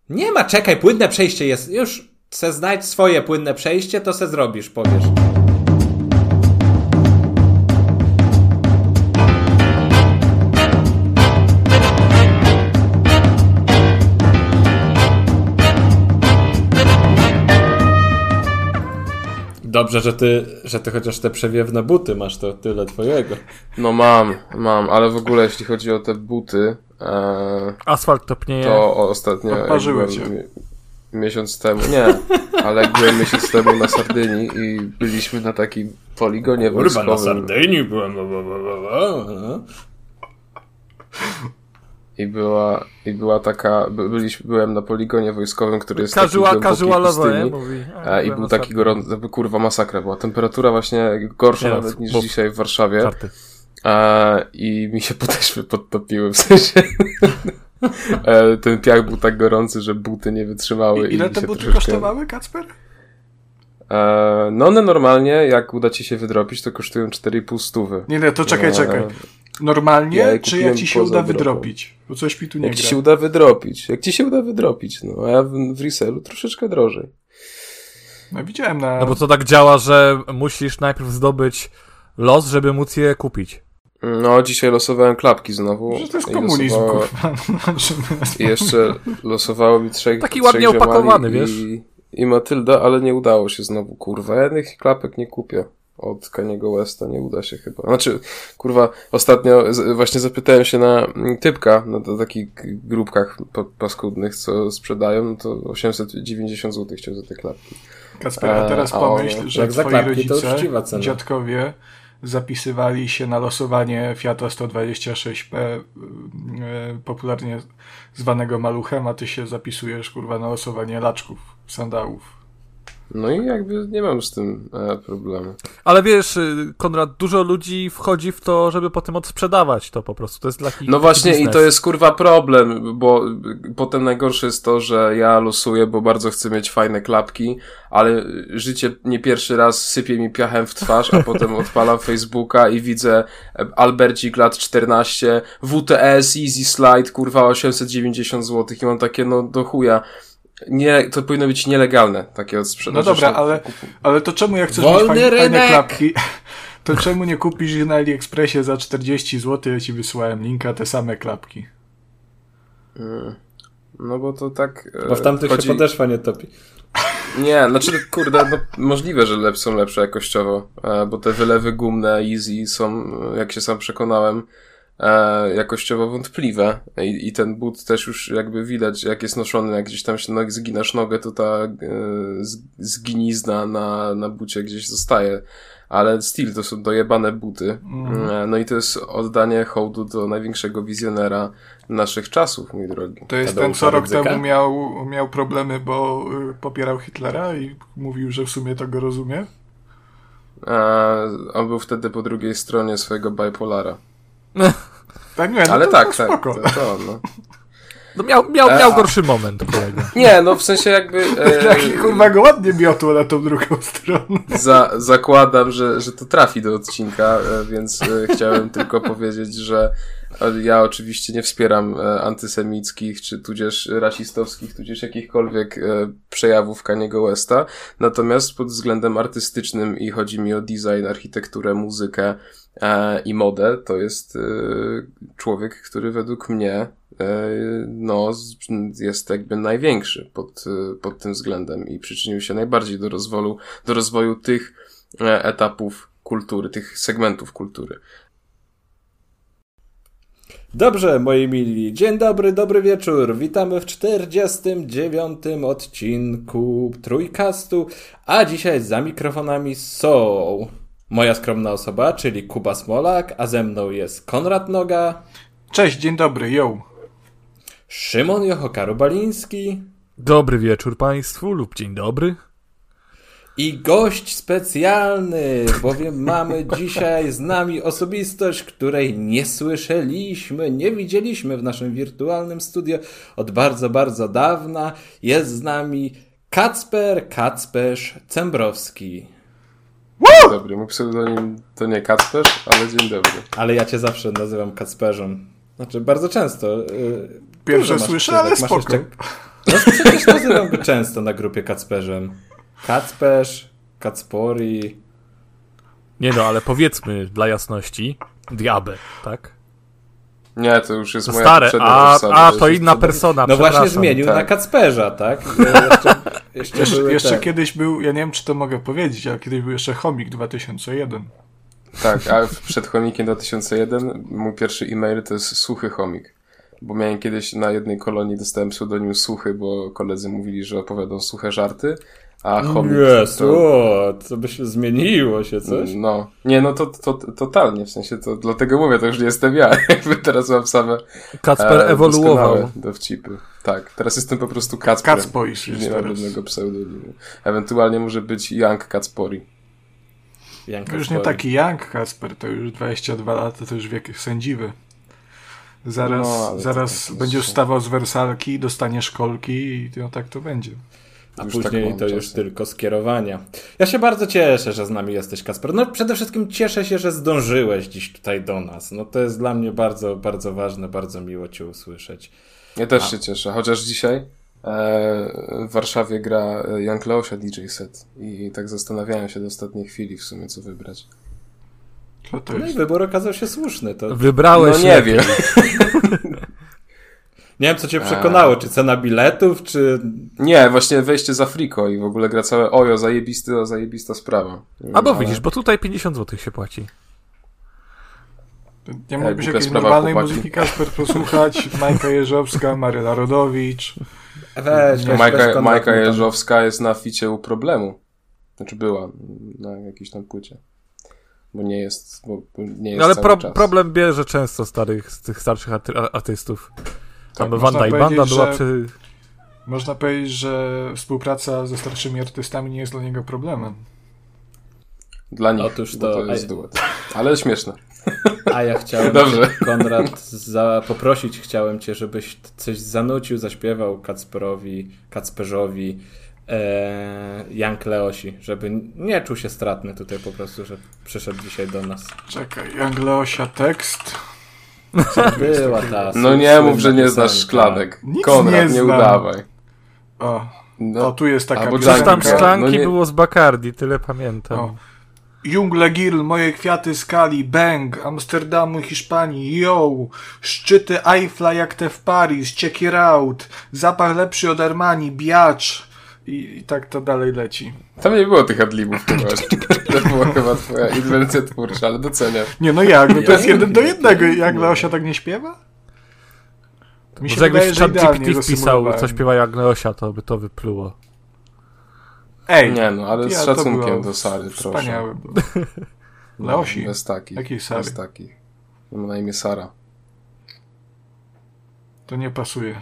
Nie ma, czekaj, płynne przejście jest. Już se znajdź swoje płynne przejście, to se zrobisz, powiesz. Dobrze, że ty chociaż te przewiewne buty masz, to tyle twojego. No mam, ale w ogóle jeśli chodzi o te buty... Asfalt topnieje. To ostatnio... Odparzyły cię. Miesiąc temu, nie, ale jak byłem miesiąc temu na Sardynii i byliśmy na takim poligonie wojskowym. Na Sardynii byłem. I była taka, byłem na poligonie wojskowym, który jest taki casualowe, i był taki gorący, kurwa masakra była. Temperatura właśnie gorsza nawet niż dzisiaj w Warszawie. Żarty. I mi się podeszwy podtopiły, w sensie ten piach był tak gorący, że buty nie wytrzymały. Ile te buty kosztowały, Kacper? No one normalnie, jak uda ci się wydropić, to kosztują 4,5 stówy. Nie, to czekaj. Normalnie, czy jak ci się uda wydropić? Bo coś mi tu nie gra. Jak ci się uda wydropić, no a w resellu troszeczkę drożej. No widziałem No bo to tak działa, że musisz najpierw zdobyć los, żeby móc je kupić. No, dzisiaj losowałem klapki znowu. Że to jest komunizm, kurwa. I jeszcze losowało mi trzech taki ładnie opakowany, wiesz? I Matylda, ale nie udało się znowu, kurwa. Ja jednych klapek nie kupię od Kaniego Westa, nie uda się chyba. Znaczy, kurwa, ostatnio właśnie zapytałem się na typka, na takich grupkach paskudnych, co sprzedają, no to 890 zł chciał za te klapki. Kacper, a teraz pomyśl, że twoi rodzice, dziadkowie zapisywali się na losowanie Fiata 126P, popularnie zwanego Maluchem, a ty się zapisujesz, kurwa, na losowanie laczków, sandałów. No i jakby nie mam z tym problemu. Ale wiesz, Konrad, dużo ludzi wchodzi w to, żeby potem odsprzedawać to po prostu. To jest dla nich No właśnie biznes. I to jest kurwa problem, bo potem najgorsze jest to, że ja losuję, bo bardzo chcę mieć fajne klapki, ale życie nie pierwszy raz sypie mi piachem w twarz, a potem odpalam Facebooka i widzę Albercik lat 14, WTS, Easy Slide, kurwa 890 zł i mam takie, no do chuja. Nie, to powinno być nielegalne, takie odsprzedaż. No dobra, ale to czemu jak chcesz mieć fajne klapki, to czemu nie kupisz ich na AliExpressie za 40 zł, ja ci wysłałem linka, te same klapki? No bo to tak... Bo w tamtych się podeszwa nie topi. Nie, znaczy kurde, no możliwe, że są lepsze jakościowo, bo te wylewy gumne Easy są, jak się sam przekonałem, jakościowo wątpliwe i ten but też już jakby widać, jak jest noszony, jak gdzieś tam się zginasz nogę, to ta zgnizna na bucie gdzieś zostaje, ale still to są dojebane buty. No i to jest oddanie hołdu do największego wizjonera naszych czasów, mój drogi. To jest ten, co rok temu miał problemy, bo popierał Hitlera i mówił, że w sumie to go rozumie? On był wtedy po drugiej stronie swojego bipolara. Tak, nie, no ale to, tak, to no. No miał gorszy moment, kolega. Nie, no w sensie jakby... Taki kurwa go ładnie miotło na tą drugą stronę. Zakładam, że to trafi do odcinka, więc chciałem tylko powiedzieć, że ja oczywiście nie wspieram antysemickich, czy tudzież rasistowskich, tudzież jakichkolwiek przejawów Kaniego Westa, natomiast pod względem artystycznym i chodzi mi o design, architekturę, muzykę i modę, to jest człowiek, który według mnie no, jest jakby największy pod tym względem i przyczynił się najbardziej do rozwoju tych etapów kultury, tych segmentów kultury. Dobrze, moi mili. Dzień dobry, dobry wieczór. Witamy w 49. odcinku Trójkastu, a dzisiaj za mikrofonami są moja skromna osoba, czyli Kuba Smolak, a ze mną jest Konrad Noga. Cześć, dzień dobry, yo. Szymon Jochokaru-Baliński. Dobry wieczór państwu lub dzień dobry. I gość specjalny, bowiem mamy dzisiaj z nami osobistość, której nie słyszeliśmy, nie widzieliśmy w naszym wirtualnym studio od bardzo, bardzo dawna. Jest z nami Kacperz Cembrowski. Dzień dobry, mój pseudonim to nie Kacperz, ale dzień dobry. Ale ja cię zawsze nazywam Kacperzem. Znaczy bardzo często. Pierwsze słyszę, ale spoko. No przecież nazywam go często na grupie Kacperzem. Kacperz, Kacpori. Nie no, ale powiedzmy dla jasności Diabe, tak? Nie, to już jest moja stare, to inna persona. No właśnie zmienił na Kacperza, tak? Jeszcze kiedyś był, ja nie wiem, czy to mogę powiedzieć, ale kiedyś był jeszcze Chomik 2001. Tak, a przed Chomikiem 2001 mój pierwszy e-mail to jest Suchy Chomik. Bo miałem kiedyś na jednej kolonii, dostałem pseudonim Suchy, bo koledzy mówili, że opowiadam suche żarty, a Chomik... to by się zmieniło się coś? No, nie, no to totalnie, w sensie to dlatego mówię, to już nie jestem ja, jakby teraz mam same Kacper ewoluował. Dowcipy. Tak, teraz jestem po prostu Kacperem. Kacpois nie mam żadnego pseudonimu. Ewentualnie może być Young Kacpori. To już nie taki Young Kacper, to już 22 lata, to już wiek sędziwy. Zaraz będziesz wstawał z wersalki, dostaniesz szkolki i tak to będzie. A już później tak to już tylko skierowania. Ja się bardzo cieszę, że z nami jesteś, Kacper. No przede wszystkim cieszę się, że zdążyłeś dziś tutaj do nas. No to jest dla mnie bardzo, bardzo ważne, bardzo miło cię usłyszeć. Ja też się cieszę, chociaż dzisiaj w Warszawie gra Young Leosia DJ set i tak zastanawiałem się do ostatniej chwili w sumie, co wybrać. No i wybór okazał się słuszny. To... Wybrałeś. No nie wiem. Nie wiem, co cię przekonało, czy cena biletów, czy... Nie, właśnie wejście za Friko i w ogóle gra całe zajebista sprawa. Albo widzisz, bo tutaj 50 zł się płaci. Nie mógłbyś jakiejś normalnej muzyki, Kasper, posłuchać? Majka Jeżowska, Maryla Rodowicz. Majka Jeżowska jest na ficie u Problemu. Znaczy była na jakiejś tam płycie. Bo nie jest ale cały czas. Problem bierze często z tych starszych artystów. Tak, Wanda i Banda była przy... Można powiedzieć, że współpraca ze starszymi artystami nie jest dla niego problemem. Dla nich, to jest duet. Ale śmieszne. A ja chciałem Konrad poprosić cię, żebyś coś zanucił, zaśpiewał Kacperzowi, Young Leosi, żeby nie czuł się stratny tutaj po prostu, że przyszedł dzisiaj do nas. Czekaj, Young Leosia tekst. Była ta. No nie mów, że nie znasz Szklanek. Konrad, nie udawaj. O, tu jest taka piosenka. Tam szklanki było z Bacardi, tyle pamiętam. Jungle Girl, moje kwiaty skali, Bang, Amsterdamu, Hiszpanii, yo, szczyty Eiffla jak te w Paris, check it out, zapach lepszy od Armani, biacz i tak to dalej leci. Tam nie było tych adlibów chyba. To była chyba twoja inwencja twórcza, ale doceniam. Nie, no jak? No to jest 1:1. Jak Leosia tak nie śpiewa? To mi się wydaje, że ChatGPT wpisał, co śpiewa jak Leosia, to by to wypluło. Ej, nie no, ale z szacunkiem do Sary, wspaniałe proszę. Leosi? Bez takich. Jakiej Sary? Bez takich. Ma na imię Sara. To nie pasuje.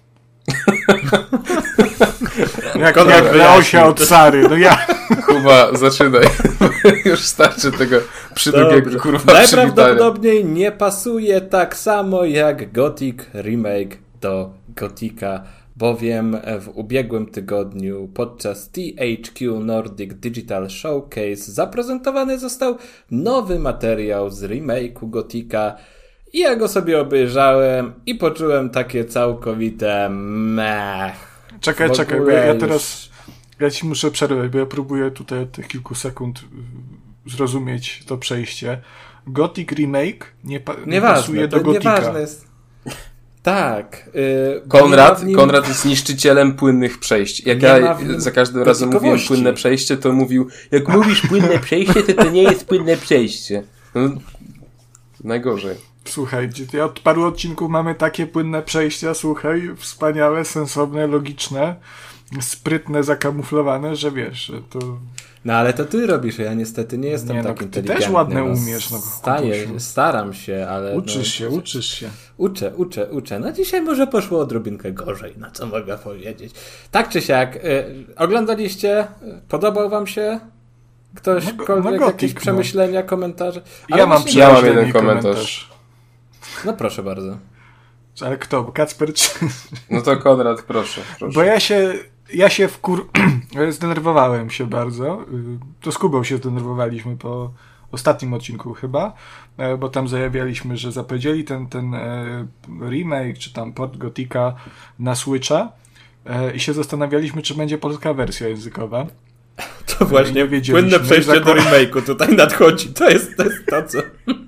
jak Leosia od Sary, no ja. Kuba, zaczynaj. Już starczy tego przydługiego kurwa Najprawdopodobniej nie pasuje tak samo jak Gothic Remake do Gotika, bowiem w ubiegłym tygodniu podczas THQ Nordic Digital Showcase zaprezentowany został nowy materiał z remake'u Gotika i ja go sobie obejrzałem i poczułem takie całkowite mech. Czekaj, bo ja ci muszę przerwać, bo ja próbuję tutaj od tych kilku sekund zrozumieć to przejście. Gothic Remake nie pasuje do Gotika. Nieważne jest. Tak. Konrad jest niszczycielem płynnych przejść. Jak ja za każdym razem mówiłem płynne przejście, to mówił, jak mówisz płynne przejście, to nie jest płynne przejście. No, najgorzej. Słuchaj, od paru odcinków mamy takie płynne przejścia, słuchaj, wspaniałe, sensowne, logiczne, sprytne, zakamuflowane, że wiesz, że to... No ale to ty robisz, ja niestety nie jestem tak inteligentny. Ty też ładne umiesz. Staram się, ale... Uczysz się. Uczę. No dzisiaj może poszło odrobinkę gorzej, no co mogę powiedzieć. Tak czy siak, oglądaliście? Podobał wam się? Ktośkolwiek jakieś przemyślenia, komentarze? Ja mam jeden komentarz. No proszę bardzo. Ale kto? Kacper czy... No to Konrad, proszę. Bo ja się zdenerwowałem się bardzo. To z Kubą się zdenerwowaliśmy po ostatnim odcinku chyba, bo tam zajawialiśmy, że zapowiedzieli ten remake, czy tam port Gotika na Switcha i się zastanawialiśmy, czy będzie polska wersja językowa. To właśnie płynne przejście do remake'u tutaj nadchodzi. To jest to, co...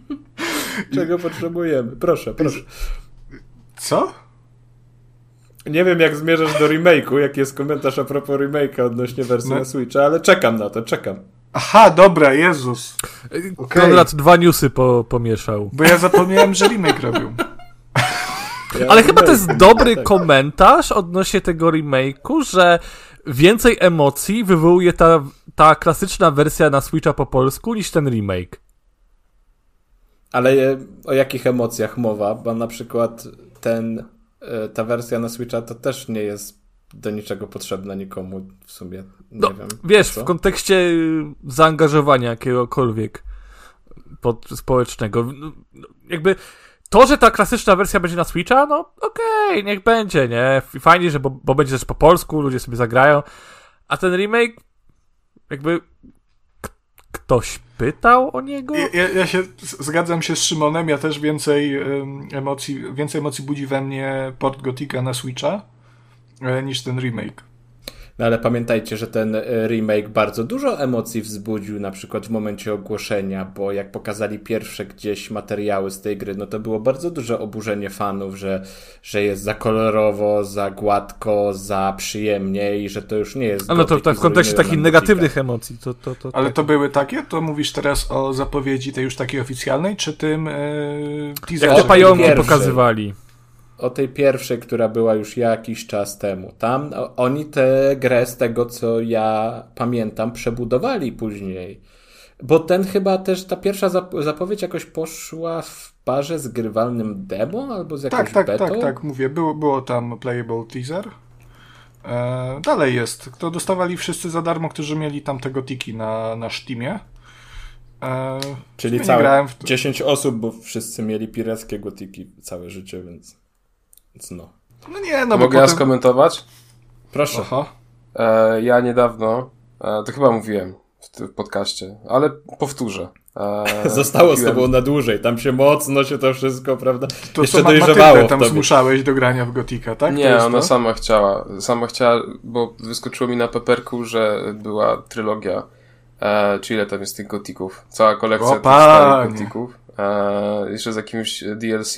czego potrzebujemy. Proszę. Co? Nie wiem, jak zmierzasz do remake'u, jaki jest komentarz a propos remake'a odnośnie wersji na Switcha, ale czekam na to. Aha, dobra, Jezus. Okay. Konrad 2 newsy pomieszał. Bo ja zapomniałem, że remake robił. Ale chyba to jest dobry komentarz odnośnie tego remake'u, że więcej emocji wywołuje ta klasyczna wersja na Switcha po polsku niż ten remake. Ale o jakich emocjach mowa? Bo na przykład ta wersja na Switcha to też nie jest do niczego potrzebna nikomu w sumie. Nie wiem. Wiesz, w kontekście zaangażowania jakiegokolwiek społecznego. Jakby to, że ta klasyczna wersja będzie na Switcha, no okej, niech będzie, nie? Fajnie, że bo będzie też po polsku, ludzie sobie zagrają. A ten remake, jakby ktoś pytał o niego? Ja się zgadzam się z Szymonem, ja też więcej emocji budzi we mnie port Gothica na Switcha niż ten remake. No ale pamiętajcie, że ten remake bardzo dużo emocji wzbudził, na przykład w momencie ogłoszenia, bo jak pokazali pierwsze gdzieś materiały z tej gry, no to było bardzo duże oburzenie fanów, że jest za kolorowo, za gładko, za przyjemnie i że to już nie jest... Ale to w kontekście takich negatywnych emocji. Ale tak. To były takie? To mówisz teraz o zapowiedzi tej już takiej oficjalnej, czy tym teaserze? Jak te pająki pokazywali. O tej pierwszej, która była już jakiś czas temu. Tam oni tę grę, z tego co ja pamiętam, przebudowali później. Bo ta pierwsza zapowiedź jakoś poszła w parze z grywalnym demo albo z jakąś betą? Tak, mówię. Było tam playable teaser. Dalej jest. To dostawali wszyscy za darmo, którzy mieli tam te Gothiki na Steamie. Czyli całe 10 osób, bo wszyscy mieli pirackie Gothiki całe życie, więc no. No nie, no bo mogę ja skomentować? Proszę. Ja niedawno, to chyba mówiłem w podcaście, ale powtórzę. Zostało z tobą na dłużej, tam się mocno to wszystko, prawda? To jeszcze dojrzewało tam zmuszałeś do grania w Gotika, tak? Nie, ona sama chciała, bo wyskoczyło mi na paperku, że była trylogia, czy ile tam jest tych Gotików? Cała kolekcja tych starych Gotików. Jeszcze z jakimś DLC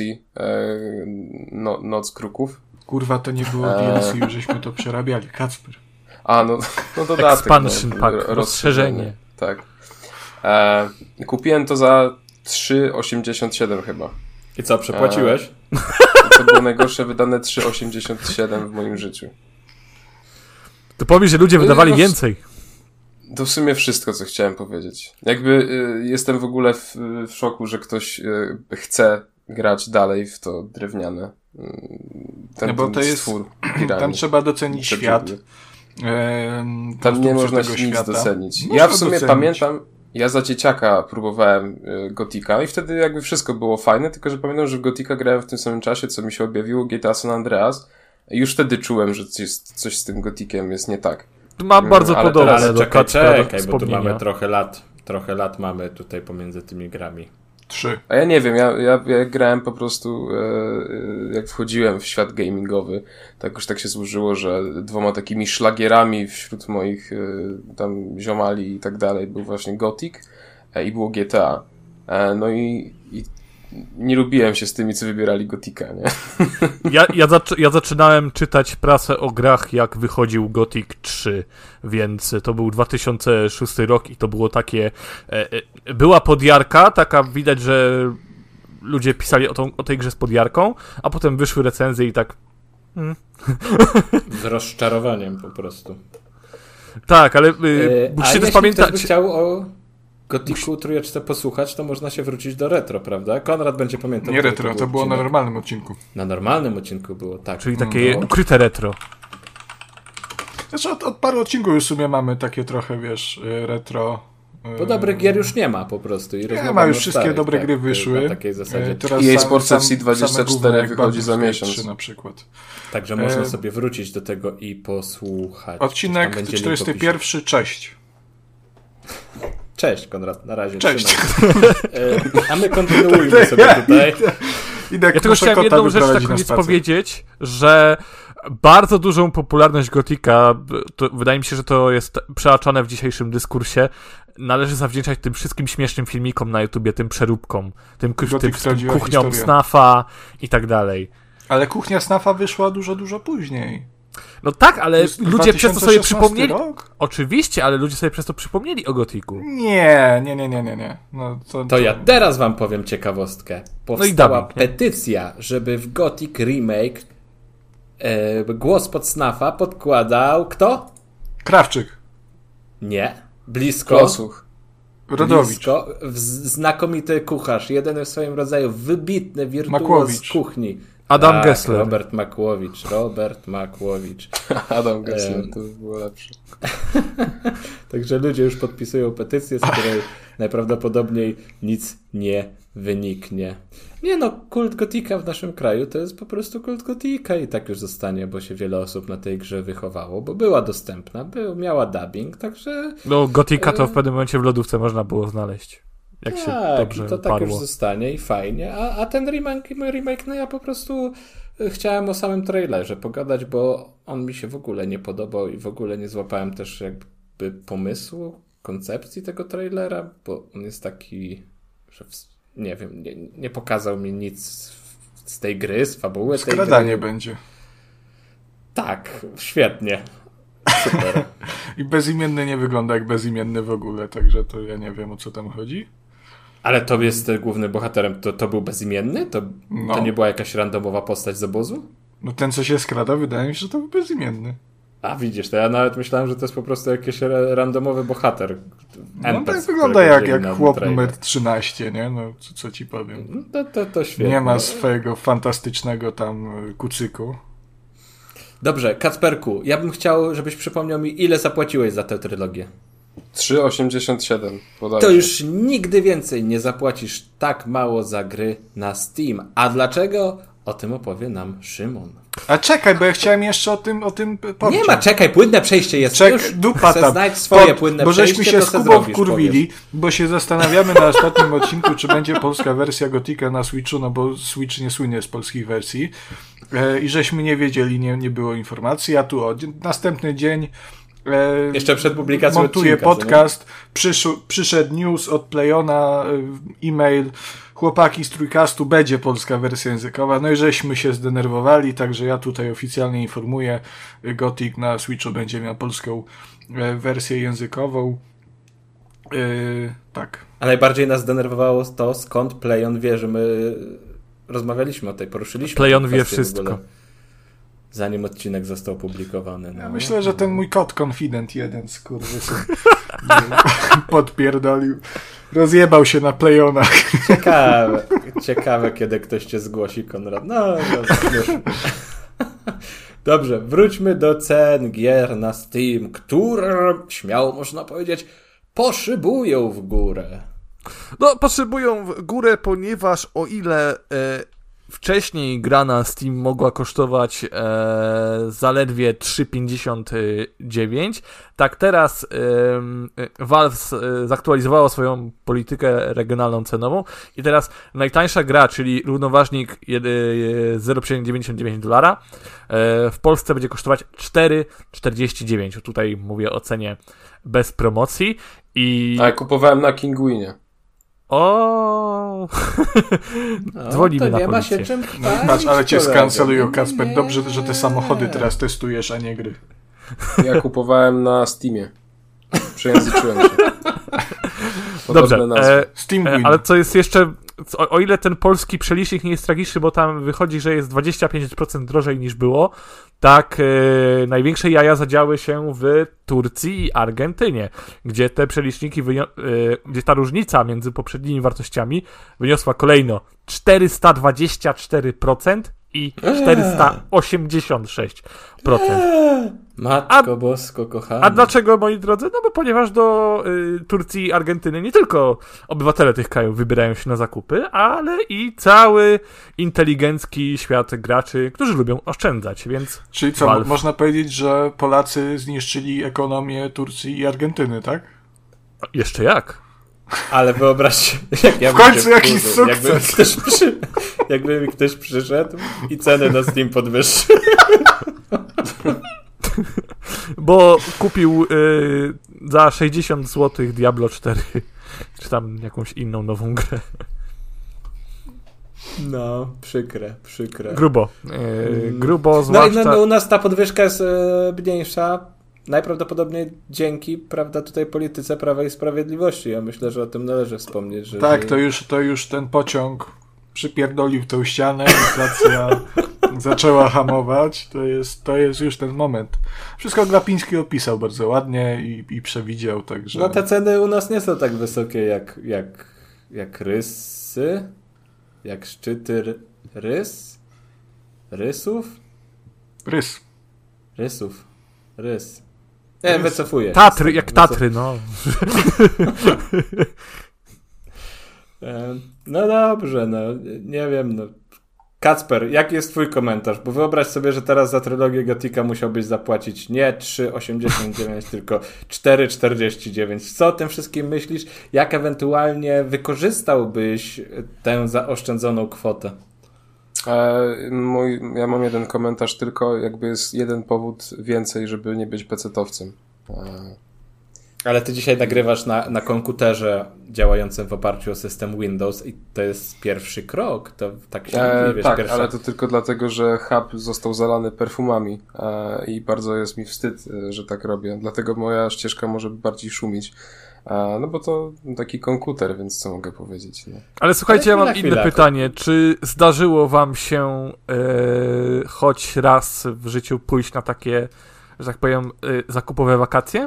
Noc Kruków. Kurwa, to nie było DLC, już żeśmy to przerabiali. Kacper. No dodatek. Expansion pack, rozszerzenie. Tak. Kupiłem to za 3,87 chyba. I co, przepłaciłeś? To było najgorsze wydane 3,87 w moim życiu. To powiedz, że ludzie wydawali więcej. To w sumie wszystko, co chciałem powiedzieć. Jakby jestem w ogóle w szoku, że ktoś chce grać dalej w to drewniane. Bo to jest stwór tam trzeba docenić świat. Tam nie można się nic docenić. Ja w sumie pamiętam, ja za dzieciaka próbowałem Gotika i wtedy jakby wszystko było fajne, tylko że pamiętam, że w Gotika grałem w tym samym czasie, co mi się objawiło GTA San Andreas. I już wtedy czułem, że coś z tym Gotikiem jest nie tak. Mam bardzo podobne. Ale czekaj, bo tu mamy trochę lat mamy tutaj pomiędzy tymi grami. 3. A ja nie wiem, ja grałem po prostu, jak wchodziłem w świat gamingowy, tak już tak się złożyło, że 2 takimi szlagierami wśród moich tam ziomali i tak dalej był właśnie Gothic i było GTA. No i nie lubiłem się z tymi, co wybierali Gothica, nie? Ja zaczynałem czytać prasę o grach, jak wychodził Gothic 3, więc to był 2006 rok i to było takie... Była podjarka, taka widać, że ludzie pisali o tej grze z podjarką, a potem wyszły recenzje i tak... Z rozczarowaniem po prostu. Tak, ale musicie też pamiętać... Ktoś by chciał o Gothicu trójeczce posłuchać, to można się wrócić do retro, prawda? Konrad będzie pamiętał. Nie retro, to było na normalnym odcinku. Na normalnym odcinku było, tak. Czyli takie ukryte retro. Znaczy od paru odcinków już w sumie mamy takie trochę, wiesz, retro. Bo dobrych gier już nie ma po prostu. Nie ma, już wszystkie dobre gry wyszły. Na takiej zasadzie. EA Sports FC 24 wychodzi za miesiąc. 3 na przykład. Także można sobie wrócić do tego i posłuchać. Odcinek 41. Cześć. Cześć, Konrad, na razie. Cześć. A my kontynuujmy sobie tutaj. Ja tylko chciałem jedną rzecz na koniec powiedzieć, że bardzo dużą popularność Gotika, wydaje mi się, że to jest przeoczone w dzisiejszym dyskursie, należy zawdzięczać tym wszystkim śmiesznym filmikom na YouTubie, tym przeróbkom, tym kuchniom Snafa i tak dalej. Ale kuchnia Snafa wyszła dużo później. No tak, ale ludzie przez to sobie przypomnieli. Rok? Oczywiście, ale ludzie sobie przez to przypomnieli o Gotiku. Nie. No, to ja teraz wam powiem ciekawostkę. Powstała petycja, żeby w Gothic Remake głos pod Snafa podkładał kto? Krawczyk. Nie. Blisko. Klosuch. Rodowicz. Znakomity kucharz. Jeden w swoim rodzaju. Wybitny wirtuoz z kuchni. Adam Gessler. Robert Makłowicz. Adam Gessler, to by było lepsze. Także ludzie już podpisują petycję, z której najprawdopodobniej nic nie wyniknie. Nie no, kult Gotika w naszym kraju to jest po prostu kult Gotika i tak już zostanie, bo się wiele osób na tej grze wychowało, bo była dostępna, miała dubbing, także... No Gotika to w pewnym momencie w lodówce można było znaleźć. Jak się dobrze to tak już zostanie i fajnie. A ten remake, no ja po prostu chciałem o samym trailerze pogadać, bo on mi się w ogóle nie podobał i w ogóle nie złapałem też jakby pomysłu, koncepcji tego trailera, bo on jest taki, że nie wiem, nie pokazał mi nic z tej gry, z fabuły tej gry. Skradanie będzie. Tak, świetnie. Super. I bezimienny nie wygląda jak bezimienny w ogóle, także to ja nie wiem, o co tam chodzi. Ale to jest głównym bohaterem, to był bezimienny? To nie była jakaś randomowa postać z obozu? No ten, co się skrada, wydaje mi się, że to był bezimienny. A widzisz, to ja nawet myślałem, że to jest po prostu jakiś randomowy bohater. No tak wygląda jak chłop numer 13, nie? No co ci powiem. To świetnie. Nie ma swojego fantastycznego tam kucyku. Dobrze, Kacperku, ja bym chciał, żebyś przypomniał mi, ile zapłaciłeś za tę trylogię. 3,87. To już nigdy więcej nie zapłacisz tak mało za gry na Steam. A dlaczego? O tym opowie nam Szymon. A czekaj, bo ja chciałem jeszcze o tym powiedzieć. Nie ma, czekaj, płynne przejście jest. Już dupa tam. Znajdź swoje płynne bo przejście, żeśmy się z Kubą wkurwili, bo się zastanawiamy na ostatnim odcinku, czy będzie polska wersja Gotika na Switchu, no bo Switch nie słynie z polskich wersji. I żeśmy nie wiedzieli, nie było informacji, a tu następny dzień jeszcze przed publikacją montuję podcast, przyszedł news od Playona, e-mail, chłopaki z Trójkastu, będzie polska wersja językowa, no i żeśmy się zdenerwowali, także ja tutaj oficjalnie informuję, Gothic na Switchu będzie miał polską wersję językową. Tak. A najbardziej nas zdenerwowało to, skąd Playon wie, że my rozmawialiśmy o tej, poruszyliśmy. Playon wie wszystko. Zanim odcinek został opublikowany. No. Ja myślę, że ten mój kod Confident 1 skurwysyn podpierdolił. Rozjebał się na Playonach. Ciekawe, kiedy ktoś cię zgłosi, Konrad. No już. Dobrze, wróćmy do cen gier na Steam, które, śmiało można powiedzieć, poszybują w górę. No, poszybują w górę, ponieważ o ile wcześniej gra na Steam mogła kosztować zaledwie 3,59, tak teraz Valve zaktualizowało swoją politykę regionalną cenową i teraz najtańsza gra, czyli równoważnik $0,99 w Polsce będzie kosztować 4,49. Tutaj mówię o cenie bez promocji. A ja kupowałem na Kinguinie. O, dzwonimy na policję. Ma się czym patrz, ale cię skancelują, Kasper. Dobrze, że te samochody teraz testujesz, a nie gry. Ja kupowałem na Steamie. Przejęzyczyłem się. Dobrze, ale co jest jeszcze, o ile ten polski przelicznik nie jest tragiczny, bo tam wychodzi, że jest 25% drożej niż było, tak największe jaja zadziały się w Turcji i Argentynie, gdzie te przeliczniki, gdzie ta różnica między poprzednimi wartościami wyniosła kolejno 424% i 486%. Matko bosko, kochana. A dlaczego, moi drodzy? No bo ponieważ do Turcji i Argentyny nie tylko obywatele tych krajów wybierają się na zakupy, ale i cały inteligencki świat graczy, którzy lubią oszczędzać, więc... Czyli co, można powiedzieć, że Polacy zniszczyli ekonomię Turcji i Argentyny, tak? Jeszcze jak? Ale wyobraźcie, jak ja w końcu jakiś sukces. Jakby mi ktoś przyszedł i ceny na Steam podwyższył. Bo kupił za 60 zł Diablo 4, czy tam jakąś inną nową grę. No, przykre. Grubo. Grubo, zwłaszcza... No i u nas ta podwyżka jest mniejsza, najprawdopodobniej dzięki, prawda, tutaj polityce Prawa i Sprawiedliwości. Ja myślę, że o tym należy wspomnieć. Że tak, to już ten pociąg przypierdolił tę ścianę, inflacja zaczęła hamować. To jest już ten moment. Wszystko Glapiński opisał bardzo ładnie i przewidział, także... No te ceny u nas nie są tak wysokie jak rysy, jak szczyty rysów? Rys. Nie, wycofuję. Tatry, jak Tatry, no. No dobrze, no. Nie wiem, no. Kacper, jaki jest twój komentarz? Bo wyobraź sobie, że teraz za trylogię Gothica musiałbyś zapłacić nie 3,89, tylko 4,49. Co o tym wszystkim myślisz? Jak ewentualnie wykorzystałbyś tę zaoszczędzoną kwotę? Ja mam jeden komentarz tylko, jakby jest jeden powód więcej, żeby nie być pecetowcem. Ale ty dzisiaj nagrywasz na komputerze działającym w oparciu o system Windows i to jest pierwszy krok. To tak się nie wiesz. Tak, ale to tylko dlatego, że hub został zalany perfumami i bardzo jest mi wstyd, że tak robię. Dlatego moja ścieżka może bardziej szumić. No bo to taki komputer, więc co mogę powiedzieć. No. Ale słuchajcie, ja mam inne pytanie. Czy zdarzyło wam się choć raz w życiu pójść na takie, że tak powiem, zakupowe wakacje?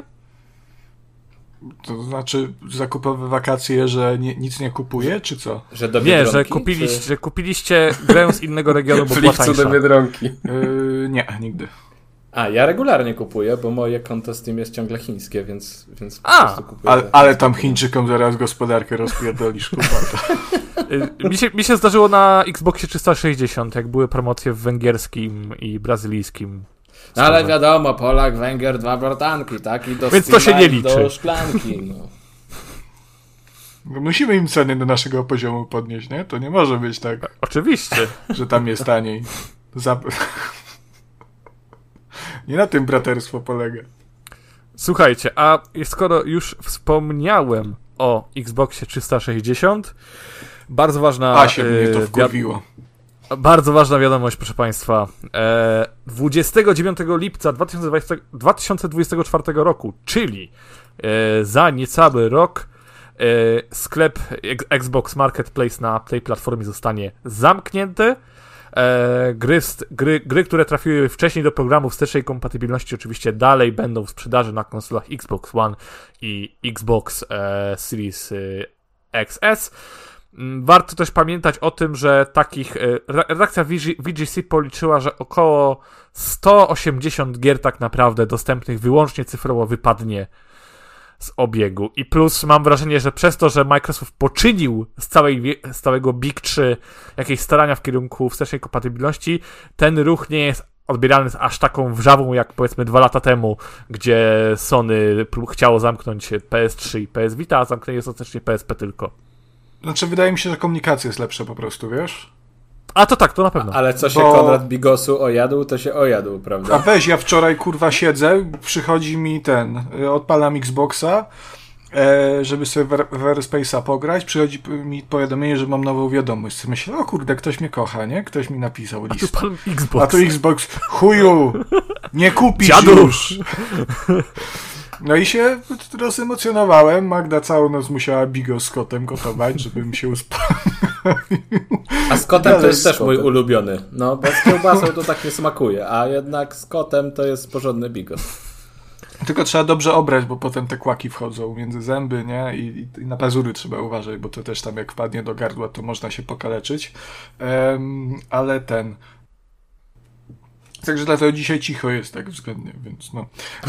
To znaczy zakupowe wakacje, że nic nie kupuje, czy co? Że do nie, że kupiliście grę z innego regionu, bo była tańsza. do Biedronki. Nie, nigdy. Ja regularnie kupuję, bo moje konto Steam jest ciągle chińskie, więc po prostu kupuję. Ale tam Chińczykom zaraz gospodarkę rozpierdolisz, kupa. Mi się zdarzyło na Xboxie 360, jak były promocje w węgierskim i brazylijskim. No ale wiadomo, Polak, Węgier, 2 bratanki, tak? I do więc to się nie liczy. Do szklanki, no. Musimy im ceny do naszego poziomu podnieść, nie? To nie może być tak. Oczywiście. Że tam jest taniej. Nie na tym braterstwo polega. Słuchajcie, a skoro już wspomniałem o Xboxie 360, bardzo ważna... się mnie to wkurwiło. Bardzo ważna wiadomość, proszę Państwa. 29 lipca 2024 roku, czyli za niecały rok, sklep Xbox Marketplace na tej platformie zostanie zamknięty. Gry, które trafiły wcześniej do programu wstecznej kompatybilności, oczywiście dalej będą w sprzedaży na konsolach Xbox One i Xbox Series XS. Warto też pamiętać o tym, że takich redakcja VGC policzyła, że około 180 gier tak naprawdę dostępnych wyłącznie cyfrowo wypadnie z obiegu. I plus mam wrażenie, że przez to, że Microsoft poczynił z całego Big 3 jakieś starania w kierunku wstecznej kompatybilności, ten ruch nie jest odbierany z aż taką wrzawą jak powiedzmy 2 lata temu, gdzie Sony chciało zamknąć PS3 i PS Vita, a zamknęli ostatecznie PSP tylko. Znaczy, wydaje mi się, że komunikacja jest lepsza po prostu, wiesz? A to tak, to na pewno. Ale co się Konrad Bigosu ojadł, to się ojadł, prawda? A weź, ja wczoraj kurwa siedzę, przychodzi mi odpalam Xboxa, żeby sobie w Airspace'a pograć, przychodzi mi powiadomienie, że mam nową wiadomość. Myślę, o kurde, ktoś mnie kocha, nie? Ktoś mi napisał list. A tu Xbox, chuju, nie kupisz już! No i się rozemocjonowałem. Magda całą noc musiała bigos z kotem gotować, żebym się uspokoił. A z kotem to jest też mój ulubiony. No, bo z kiełbasą to tak nie smakuje, a jednak z kotem to jest porządny bigos. Tylko trzeba dobrze obrać, bo potem te kłaki wchodzą między zęby, nie? I na pazury trzeba uważać, bo to też tam jak wpadnie do gardła, to można się pokaleczyć. Ale Także dlatego dzisiaj cicho jest tak względnie, więc no.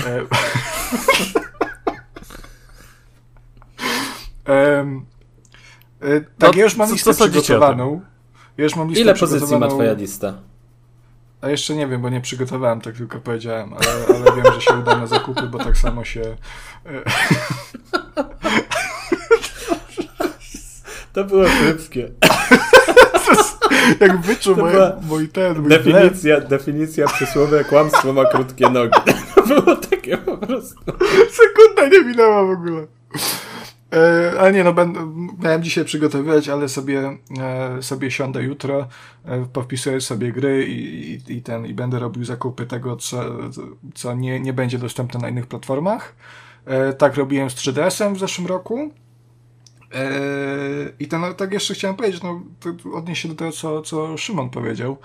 Tak, ja już mam listę przygotowaną. Ile pozycji ma twoja lista? A jeszcze nie wiem, bo nie przygotowałem, tak tylko powiedziałem, ale wiem, że się uda na zakupy, bo tak samo się... To było szybkie. Jak wyczuł mój definicja przysłowia kłamstwo ma krótkie nogi. To było takie po prostu. Sekunda nie minęła w ogóle. Ale nie, miałem dzisiaj przygotowywać, ale sobie siądę jutro, powpisuję sobie gry i będę robił zakupy tego, co nie będzie dostępne na innych platformach. Tak robiłem z 3DS-em w zeszłym roku. I tak jeszcze chciałem powiedzieć, odnieść się do tego, co Szymon powiedział.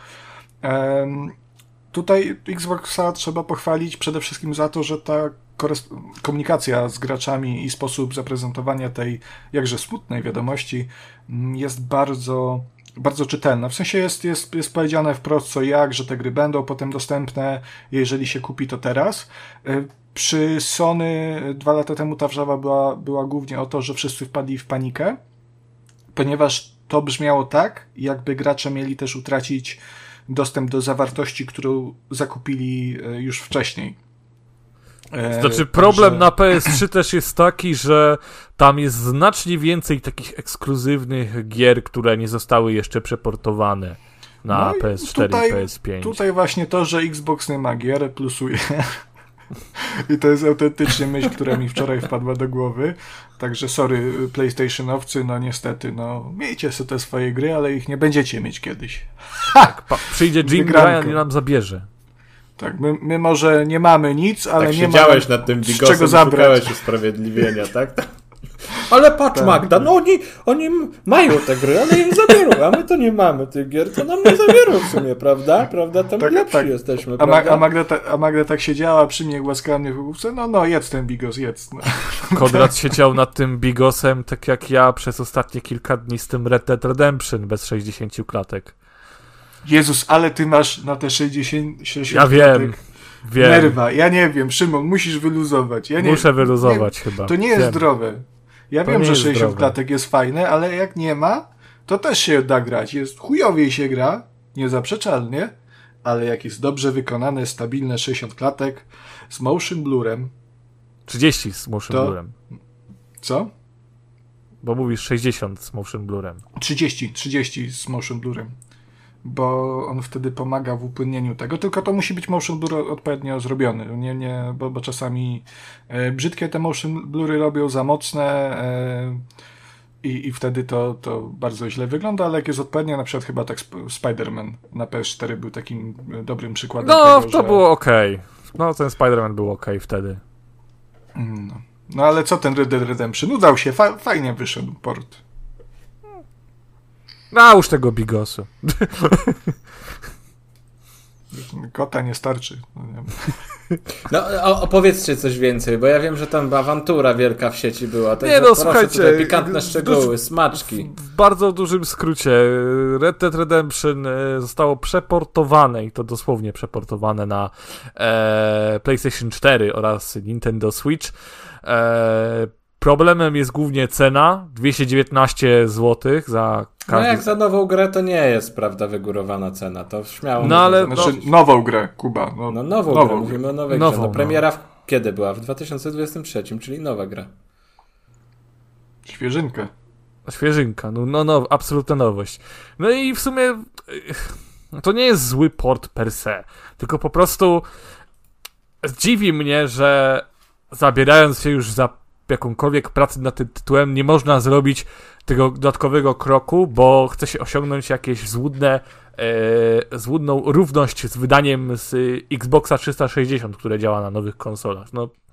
Tutaj Xboxa trzeba pochwalić przede wszystkim za to, że ta komunikacja z graczami i sposób zaprezentowania tej jakże smutnej wiadomości jest bardzo, bardzo czytelna. W sensie jest powiedziane wprost co jak, że te gry będą potem dostępne, jeżeli się kupi to teraz. Przy Sony 2 lata temu ta wrzawa była głównie o to, że wszyscy wpadli w panikę, ponieważ to brzmiało tak, jakby gracze mieli też utracić dostęp do zawartości, którą zakupili już wcześniej. Znaczy problem na PS3 też jest taki, że tam jest znacznie więcej takich ekskluzywnych gier, które nie zostały jeszcze przeportowane na PS4 i PS5. Tutaj właśnie to, że Xbox nie ma gier, plusuje. I to jest autentycznie myśl, która mi wczoraj wpadła do głowy. Także sorry, PlayStationowcy, niestety, miejcie sobie te swoje gry, ale ich nie będziecie mieć kiedyś. Tak, przyjdzie Jim Ryan i nam zabierze. Tak, my może nie mamy nic, ale tak nie mamy siedziałeś nad tym bigosem, szukałeś usprawiedliwienia, tak? Ale patrz, tak. Magda, oni mają te gry, ale im zabiorą, a my to nie mamy tych gier, to nam nie zabiorą w sumie, prawda? To my lepsi jesteśmy, prawda? A Magda tak siedziała przy mnie, głaskała mnie w główce, jedz ten bigos, jedz. Konrad siedział nad tym bigosem, tak jak ja przez ostatnie kilka dni z tym Red Dead Redemption bez 60 klatek. Jezus, ale ty masz na te 60 ja wiem. Nerwa, ja nie wiem, Szymon, musisz wyluzować. Muszę wyluzować chyba. To nie jest zdrowe. Ja wiem, że 60 klatek jest fajne, ale jak nie ma, to też się da grać. Chujowiej się gra, niezaprzeczalnie, ale jak jest dobrze wykonane, stabilne 60 klatek z motion blurem. 30 z motion blurem. Co? Bo mówisz 60 z motion blurem. 30 z motion blurem. Bo on wtedy pomaga w upłynnieniu tego, tylko to musi być motion blur odpowiednio zrobiony, bo czasami brzydkie te motion blury robią za mocne i wtedy to bardzo źle wygląda, ale jak jest odpowiednio, na przykład chyba tak Spider-Man na PS4 był takim dobrym przykładem tego, to było okej. Ten Spider-Man był okej wtedy. No ale co ten Red Dead Redemption? Udał się, fajnie wyszedł port. Nałóż tego bigosu. Kota nie starczy. Opowiedzcie coś więcej, bo ja wiem, że tam awantura wielka w sieci była. Słuchajcie, tutaj pikantne szczegóły, smaczki. W bardzo dużym skrócie Red Dead Redemption zostało przeportowane i to dosłownie przeportowane na PlayStation 4 oraz Nintendo Switch. Problemem jest głównie cena, 219 zł za każdy... jak za nową grę to nie jest, prawda, wygórowana cena, to śmiało... nową grę, Kuba. Nową grę, mówimy o nowej grze. Premiera kiedy była? W 2023, czyli nowa gra. Świeżynka, absolutna nowość. No i w sumie to nie jest zły port per se, tylko po prostu dziwi mnie, że zabierając się już za jakąkolwiek pracę nad tym tytułem, nie można zrobić tego dodatkowego kroku, bo chce się osiągnąć jakieś złudną równość z wydaniem z Xboxa 360, które działa na nowych konsolach.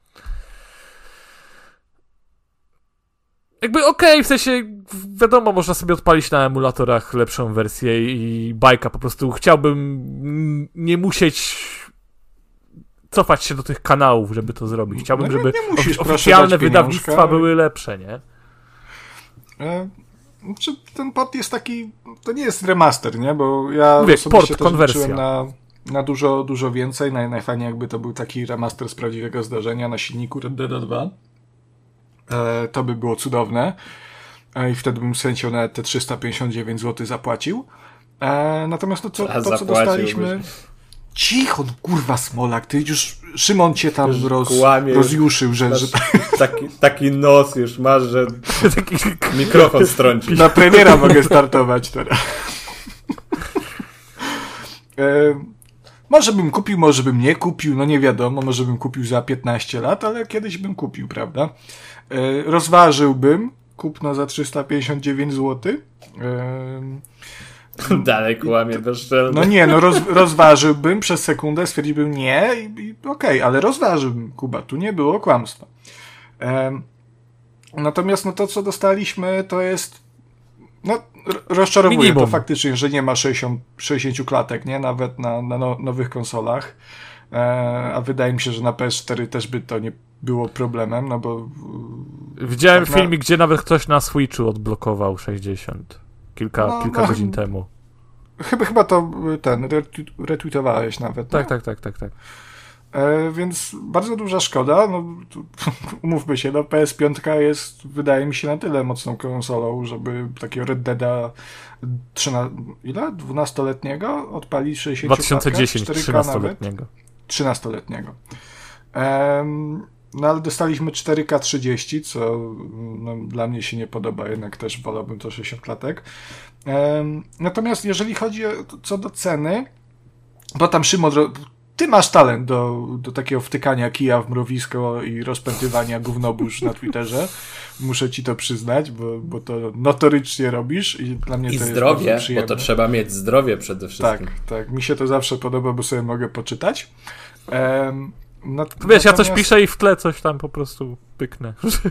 Jakby okej, w sensie wiadomo, można sobie odpalić na emulatorach lepszą wersję i bajka, po prostu chciałbym nie musieć cofać się do tych kanałów, żeby to zrobić. Chciałbym, żeby oficjalne wydawnictwa były lepsze, nie? Ten port jest taki, to nie jest remaster, nie? Bo ja port, konwersja. Na dużo więcej. Najfajniej jakby to był taki remaster z prawdziwego zdarzenia na silniku Red Dead 2. To by było cudowne. I wtedy bym z chęcią nawet te 359 zł zapłacił. Natomiast to, co dostaliśmy... Cicho, kurwa Smolak, ty już Szymon cię tam rozjuszył, że taki nos już masz, że mikrofon strącił. Na premiera mogę startować teraz. Może bym kupił, może bym nie kupił, no nie wiadomo, może bym kupił za 15 lat, ale kiedyś bym kupił, prawda? Rozważyłbym kupno za 359 zł. Dalej kłamie bezczelnie. No nie, no rozważyłbym przez sekundę, stwierdziłbym nie i okej, ale rozważyłbym, Kuba, tu nie było kłamstwa. Natomiast no to, co dostaliśmy, to jest rozczarowuje minimum. To faktycznie, że nie ma 60 klatek, nie? Nawet na nowych konsolach. A wydaje mi się, że na PS4 też by to nie było problemem, no bo... Widziałem filmik, gdzie nawet ktoś na Switchu odblokował 60. Kilka godzin temu. Chyba to retweetowałeś nawet. Tak. Więc bardzo duża szkoda. No, umówmy się, PS5 jest, wydaje mi się, na tyle mocną konsolą, żeby takiego Red Deada 12-letniego odpalić 60 2010, 13-letniego. 13-letniego. No ale dostaliśmy 4K 30, co dla mnie się nie podoba, jednak też wolałbym to 60 klatek. Natomiast jeżeli chodzi co do ceny, bo tam Szymon, ty masz talent do takiego wtykania kija w mrowisko i rozpętywania gównobóż na Twitterze. Muszę ci to przyznać, bo to notorycznie robisz i dla mnie to jest zdrowie, bardzo przyjemne. Bo to trzeba mieć zdrowie przede wszystkim. Tak. Mi się to zawsze podoba, bo sobie mogę poczytać. Wiesz, ja coś piszę i w tle coś tam po prostu pyknę.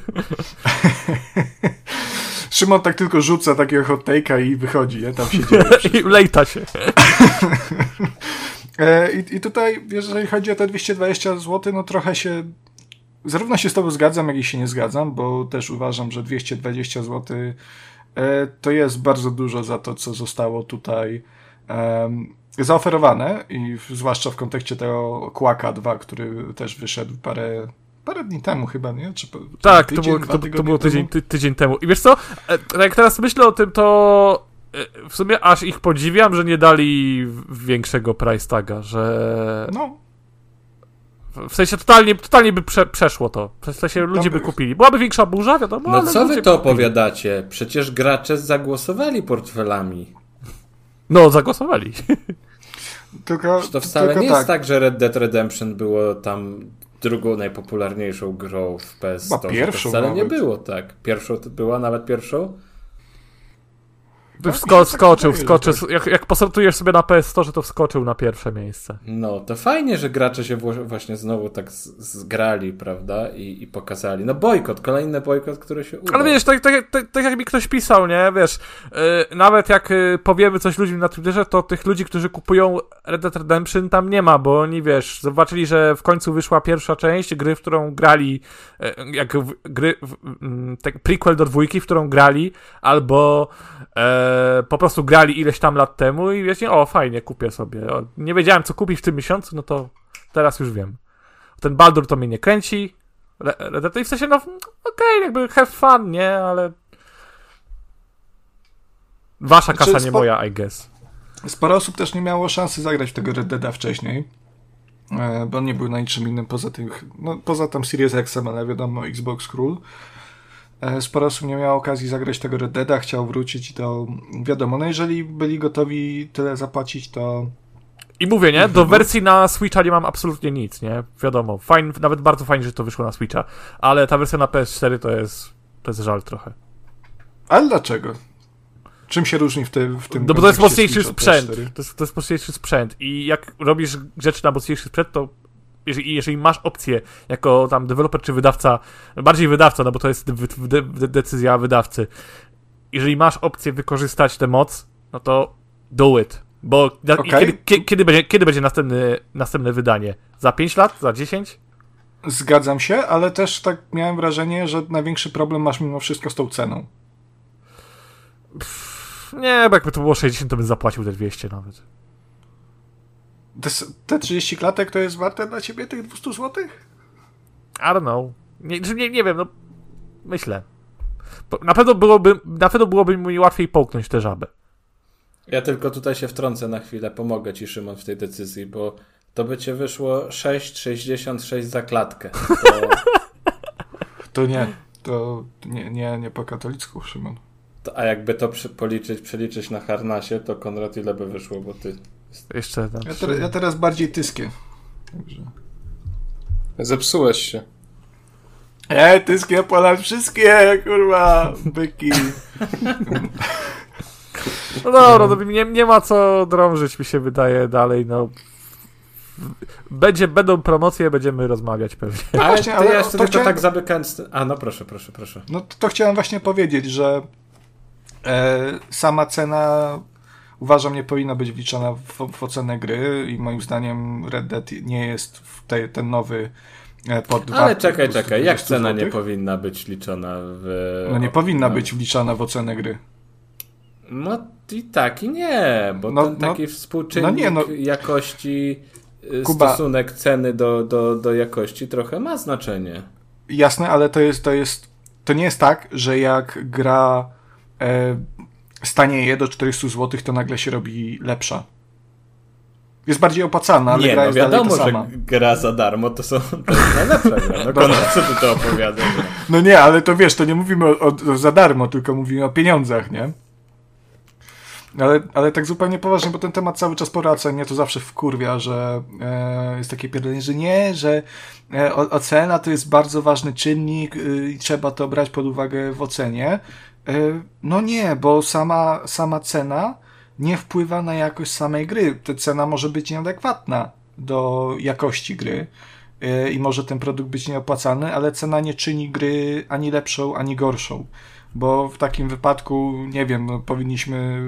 Szymon tak tylko rzuca takiego hot take'a i wychodzi, nie? Tam się dzieje. I lejta się. I tutaj, jeżeli chodzi o te 220 zł, no trochę się... Zarówno się z tobą zgadzam, jak i się nie zgadzam, bo też uważam, że 220 zł to jest bardzo dużo za to, co zostało tutaj zaoferowane i zwłaszcza w kontekście tego Quaka 2, który też wyszedł parę dni temu chyba, nie? Tak, to było tydzień temu. I wiesz co, jak teraz myślę o tym, to w sumie aż ich podziwiam, że nie dali większego price taga, że... No. W sensie totalnie by przeszło to. W sensie ludzie by kupili. Byłaby większa burza, wiadomo, ale co wy to opowiadacie? Przecież gracze zagłosowali portfelami. No, zagłosowali. To wcale nie jest tak, że Red Dead Redemption było tam drugą najpopularniejszą grą w PS Store. Pierwszą to wcale nawet. Nie było, tak. Pierwszą to była nawet pierwszą? Wskoczył. Jak posortujesz sobie na PS Store, to wskoczył na pierwsze miejsce. No, to fajnie, że gracze się właśnie znowu tak zgrali, prawda? I pokazali. No kolejny bojkot, który się udał. Ale wiesz, tak jak mi ktoś pisał, nie? Wiesz, nawet jak powiemy coś ludziom na Twitterze, to tych ludzi, którzy kupują Red Dead Redemption tam nie ma, bo oni, wiesz, zobaczyli, że w końcu wyszła pierwsza część gry, w którą grali, prequel do 2, w którą grali, albo po prostu grali ileś tam lat temu i wiecie, fajnie, kupię sobie. Nie wiedziałem, co kupić w tym miesiącu, no to teraz już wiem. Ten Baldur to mnie nie kręci. I w sensie, okej, jakby have fun, nie? Ale wasza kasa, nie moja, I guess. Sporo osób też nie miało szansy zagrać w tego Red Deada wcześniej, bo on nie był na niczym innym poza tam Series X-em, ale wiadomo, Xbox Król. Sporo osób nie miało okazji zagrać tego Red Deada, chciał wrócić i to wiadomo, no jeżeli byli gotowi tyle zapłacić, to... I mówię, nie? Do wersji na Switcha nie mam absolutnie nic, nie? Wiadomo, fajnie, nawet bardzo fajnie, że to wyszło na Switcha, ale ta wersja na PS4 to jest żal trochę. Ale dlaczego? Czym się różni w tym No bo to jest mocniejszy sprzęt. To jest mocniejszy sprzęt i jak robisz rzeczy na mocniejszy sprzęt, to jeżeli masz opcję jako tam deweloper czy wydawca, bardziej wydawca, no bo to jest decyzja wydawcy, jeżeli masz opcję wykorzystać tę moc, no to do it. Bo kiedy będzie następne wydanie? Za 5 lat? Za 10? Zgadzam się, ale też tak miałem wrażenie, że największy problem masz mimo wszystko z tą ceną. Nie, bo jakby to było 60, to bym zapłacił te 200 nawet. Te 30 klatek to jest warte dla ciebie tych 200 zł? I don't know. Nie wiem, no myślę. Na pewno byłoby mi łatwiej połknąć tę żabę. Ja tylko tutaj się wtrącę na chwilę, pomogę ci, Szymon, w tej decyzji, bo to by cię wyszło 6,66 za klatkę. To nie po katolicku, Szymon. A jakby to przeliczyć na harnasie, to Konrad ile by wyszło, bo ty Jeszcze tam ja teraz bardziej tyskię. Także. Zepsułeś się. Tyskię ponad wszystkie, kurwa, byki. No dobra, to nie ma co drążyć, mi się wydaje dalej, no. Będą promocje, będziemy rozmawiać pewnie. Ale właśnie, ja jeszcze tylko tak zamykając... No proszę. No to chciałem właśnie powiedzieć, że sama cena uważam nie powinna być wliczona w ocenę gry i moim zdaniem Red Dead nie jest ten nowy pod Ale czekaj, jak cena nie powinna być liczona w... No nie powinna być wliczana w ocenę gry. No i tak i nie, bo ten taki współczynnik jakości, Kuba, stosunek ceny do jakości trochę ma znaczenie. Jasne, ale to nie jest tak, że jak gra stanieje do 400 zł, to nagle się robi lepsza. Jest bardziej opłacalna, ale gra jest wiadomo, dalej ta sama. Że gra za darmo to jest najlepsza gra. No Konrad, co ty to opowiadasz? No nie, ale to wiesz, to nie mówimy o za darmo, tylko mówimy o pieniądzach, nie? Ale tak zupełnie poważnie, bo ten temat cały czas poraca, mnie to zawsze wkurwia, że jest takie pierdolenie, że nie, że ocena to jest bardzo ważny czynnik i trzeba to brać pod uwagę w ocenie. No nie, bo sama cena nie wpływa na jakość samej gry. Ta cena może być nieadekwatna do jakości gry i może ten produkt być nieopłacalny, ale cena nie czyni gry ani lepszą, ani gorszą. Bo w takim wypadku, nie wiem, no, powinniśmy...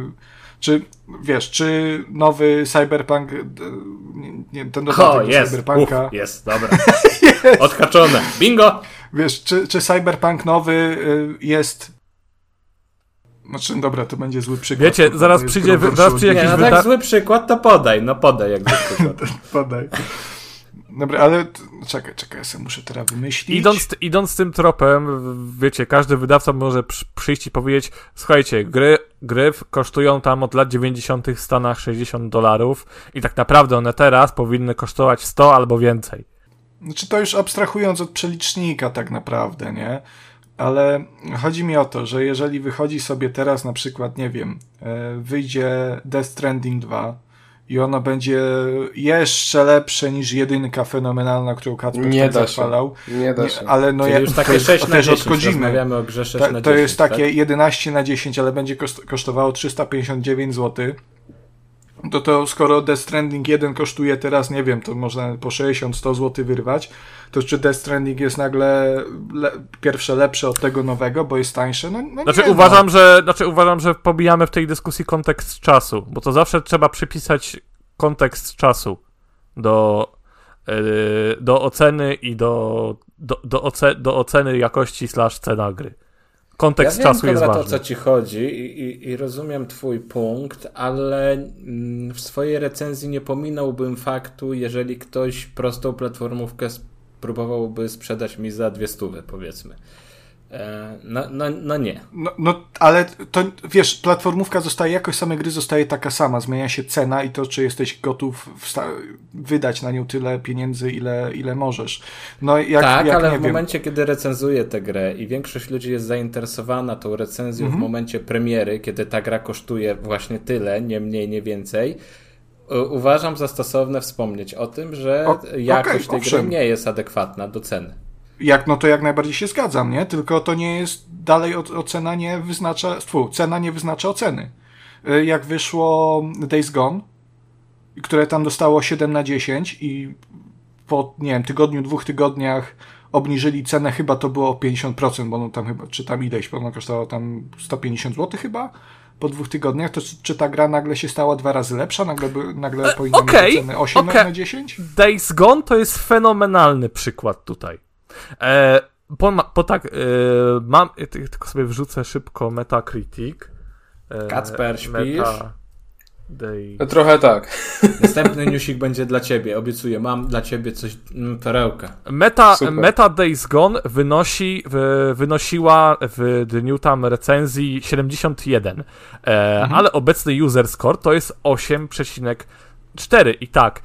Czy nowy Cyberpunk... ten dodatek do Cyberpunka... Jest, dobra. Odhaczone. Bingo! Wiesz, czy Cyberpunk nowy jest... Znaczy, dobra, to będzie zły przykład. Wiecie, zaraz przyjdzie jakiś wydawca. Jak zły przykład, to podaj. No podaj jak zły przykład. Podaj. Dobra, ale czekaj, ja sobie muszę teraz wymyślić. Idąc tym tropem, wiecie, każdy wydawca może przyjść i powiedzieć, słuchajcie, gry kosztują tam od lat 90. w Stanach $60 i tak naprawdę one teraz powinny kosztować 100 albo więcej. Znaczy to już abstrahując od przelicznika tak naprawdę, nie? Ale chodzi mi o to, że jeżeli wychodzi sobie teraz na przykład, nie wiem, wyjdzie Death Stranding 2 i ono będzie jeszcze lepsze niż jedynka fenomenalna, którą Kacper zachwalał. Nie da się. Ale no już takie 6 na 10, rozmawiamy o grze 6 na 10. To jest takie 11/10, ale będzie kosztowało 359 zł. To skoro Death Stranding 1 kosztuje teraz, nie wiem, to można po 60-100 zł wyrwać, to czy Death Stranding jest nagle pierwsze lepsze od tego nowego, bo jest tańsze? Uważam, że pobijamy w tej dyskusji kontekst czasu, bo to zawsze trzeba przypisać kontekst czasu do oceny i do oceny jakości / cena gry. Kontekst czasu jest ważny. Ja wiem, o co ci chodzi i rozumiem twój punkt, ale w swojej recenzji nie pominąłbym faktu, jeżeli ktoś prostą platformówkę próbowałby sprzedać mi za 200, powiedzmy. No nie. No, ale to, wiesz, platformówka jakość samej gry zostaje taka sama. Zmienia się cena i to, czy jesteś gotów wydać na nią tyle pieniędzy, ile możesz. No, ale w momencie, kiedy recenzuję tę grę i większość ludzi jest zainteresowana tą recenzją w momencie premiery, kiedy ta gra kosztuje właśnie tyle, nie mniej, nie więcej, uważam za stosowne wspomnieć o tym, że jakość tej gry nie jest adekwatna do ceny. No to jak najbardziej się zgadzam, nie? Tylko to nie jest dalej cena nie wyznacza oceny. Jak wyszło Days Gone, które tam dostało 7/10 i po, nie wiem, tygodniu, 2 tygodniach obniżyli cenę, chyba to było o 50%, bo ono tam chyba, czy tam ileś, bo ono kosztowało tam 150 zł chyba po 2 tygodniach, to czy ta gra nagle się stała 2 razy lepsza? Nagle powinna mieć cenę 8/10? Days Gone to jest fenomenalny przykład tutaj. Mam, tylko sobie wrzucę szybko Metacritic. Kacper, śpisz? Trochę tak. Następny newsik będzie dla ciebie, obiecuję. Mam dla ciebie coś, perełkę. Meta Days Gone wynosiła w dniu tam recenzji 71, ale obecny user score to jest 8,4 i tak.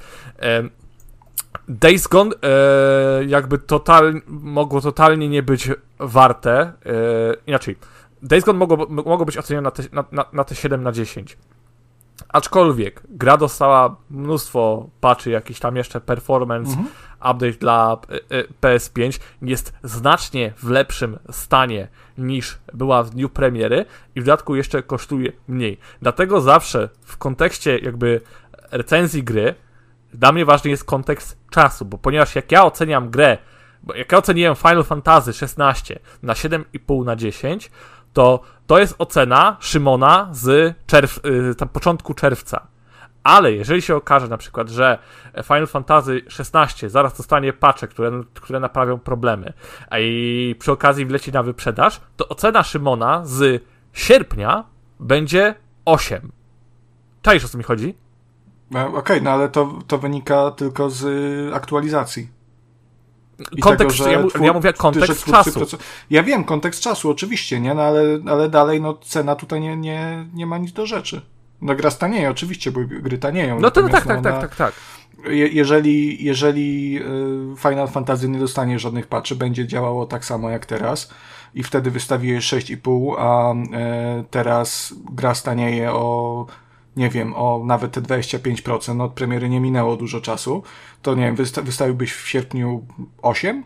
Days Gone jakby mogło totalnie nie być warte, inaczej, Days Gone mogło być ocenione na te 7/10. Aczkolwiek gra dostała mnóstwo patchy, jakiś tam jeszcze performance update dla PS5, jest znacznie w lepszym stanie niż była w dniu premiery i w dodatku jeszcze kosztuje mniej. Dlatego zawsze w kontekście jakby recenzji gry dla mnie ważny jest kontekst czasu, bo ponieważ jak ja oceniam grę, bo jak ja oceniłem Final Fantasy XVI na 7,5 na 10, to jest ocena Szymona z tam początku czerwca. Ale jeżeli się okaże na przykład, że Final Fantasy XVI zaraz dostanie patche, które naprawią problemy, a i przy okazji wleci na wyprzedaż, to ocena Szymona z sierpnia będzie 8. Czaisz, o co mi chodzi? Okej, no ale to wynika tylko z aktualizacji. Kontekst, tego, ja mówię kontekst czasu. Ja wiem, kontekst czasu, oczywiście, nie? No ale dalej cena tutaj nie ma nic do rzeczy. No gra stanieje, oczywiście, bo gry tanieją. No to tak. Jeżeli Final Fantasy nie dostanie żadnych patchy, będzie działało tak samo jak teraz i wtedy wystawiłeś 6,5, a teraz gra stanieje o nawet te 25%, no od premiery nie minęło dużo czasu, to nie wiem, wystawiłbyś w sierpniu 8?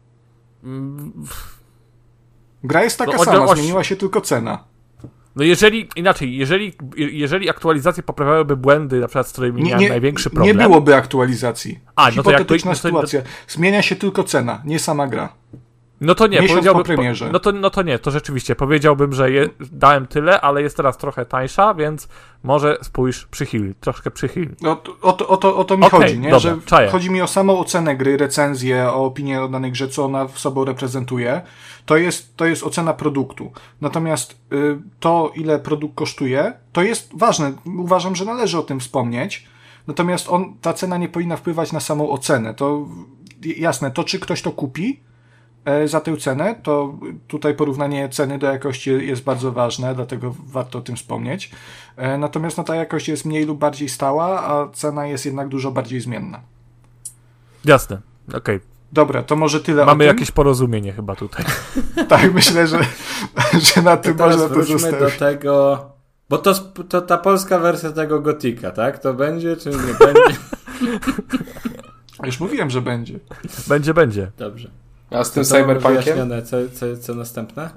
Gra jest taka sama, zmieniła się tylko cena. No jeżeli aktualizacje poprawiałyby błędy, na przykład z którymi miałem największy problem... Nie byłoby aktualizacji. Hipotetyczna sytuacja. Zmienia się tylko cena, nie sama gra. No to nie, powiedziałbym, po premierze. No to nie, to rzeczywiście. Powiedziałbym, że dałem tyle, ale jest teraz trochę tańsza, więc może spójrz, troszkę przychyl. No, o to mi chodzi, nie? Dobra, że czaję. Chodzi mi o samą ocenę gry, recenzję, o opinię o danej grze, co ona w sobą reprezentuje. To jest ocena produktu. Natomiast to, ile produkt kosztuje, to jest ważne. Uważam, że należy o tym wspomnieć. Natomiast ta cena nie powinna wpływać na samą ocenę. To jasne, to czy ktoś to kupi za tę cenę, to tutaj porównanie ceny do jakości jest bardzo ważne, dlatego warto o tym wspomnieć. Natomiast ta jakość jest mniej lub bardziej stała, a cena jest jednak dużo bardziej zmienna. Jasne, okej. Dobra, to może tyle Mamy jakieś porozumienie chyba tutaj. Tak, myślę, że na tym można to zostawić. Do tego... Bo to ta polska wersja tego Gotika, tak? To będzie, czy nie będzie? Już mówiłem, że będzie. Będzie. Dobrze. A z tym Cyberpunkiem? Co następne?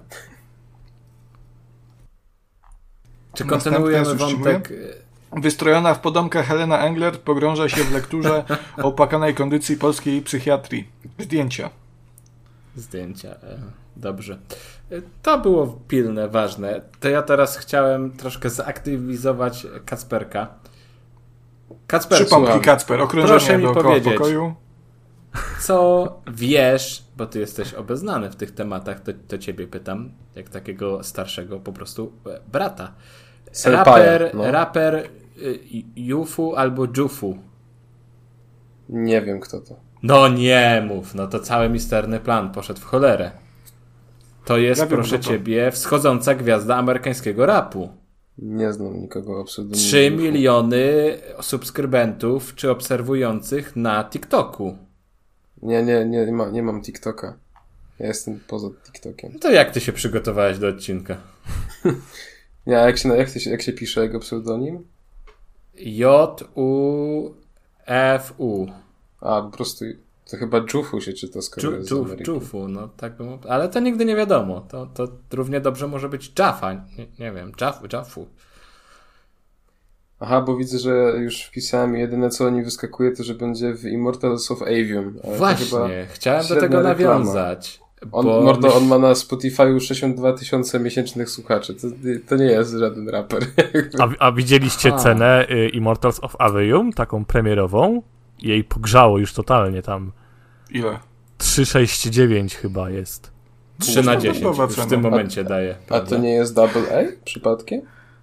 Czy kontynuujemy wątek? Wystrojona w podomkach Helena Engler pogrąża się w lekturze o opłakanej kondycji polskiej psychiatrii. Zdjęcia. Dobrze. To było pilne, ważne. To ja teraz chciałem troszkę zaktywizować Kacperka. Kacper, 3 pompki Kacper, okrążenie dookoła pokoju. Co wiesz, bo ty jesteś obeznany w tych tematach, to ciebie pytam, jak takiego starszego po prostu brata. Raper Jufu albo Jufu? Nie wiem, kto to. No nie mów, no to cały misterny plan poszedł w cholerę. To jest, proszę ciebie, wschodząca gwiazda amerykańskiego rapu. Nie znam nikogo absolutnie. 3 miliony subskrybentów czy obserwujących na TikToku. Nie mam TikToka. Ja jestem poza TikTokiem. To jak ty się przygotowałeś do odcinka? Jak się pisze jego pseudonim? Jufu. A, po prostu to chyba Jufu się czyta, skoro jest z Ameryki. Jufu, no tak bym... Ale to nigdy nie wiadomo. To równie dobrze może być Jaffa. Nie wiem, Jaffu. Aha, bo widzę, że już wpisałem i jedyne co oni wyskakuje, to że będzie w Immortals of Avium. Ale właśnie, chciałem do tego nawiązać. On ma na Spotify'u 62 000 miesięcznych słuchaczy. To nie jest żaden raper. A widzieliście cenę Immortals of Avium, taką premierową? Jej pogrzało już totalnie tam. Ile? 3,69 chyba jest. 3 na 10 w tym momencie daje. A to nie jest AA przypadkiem?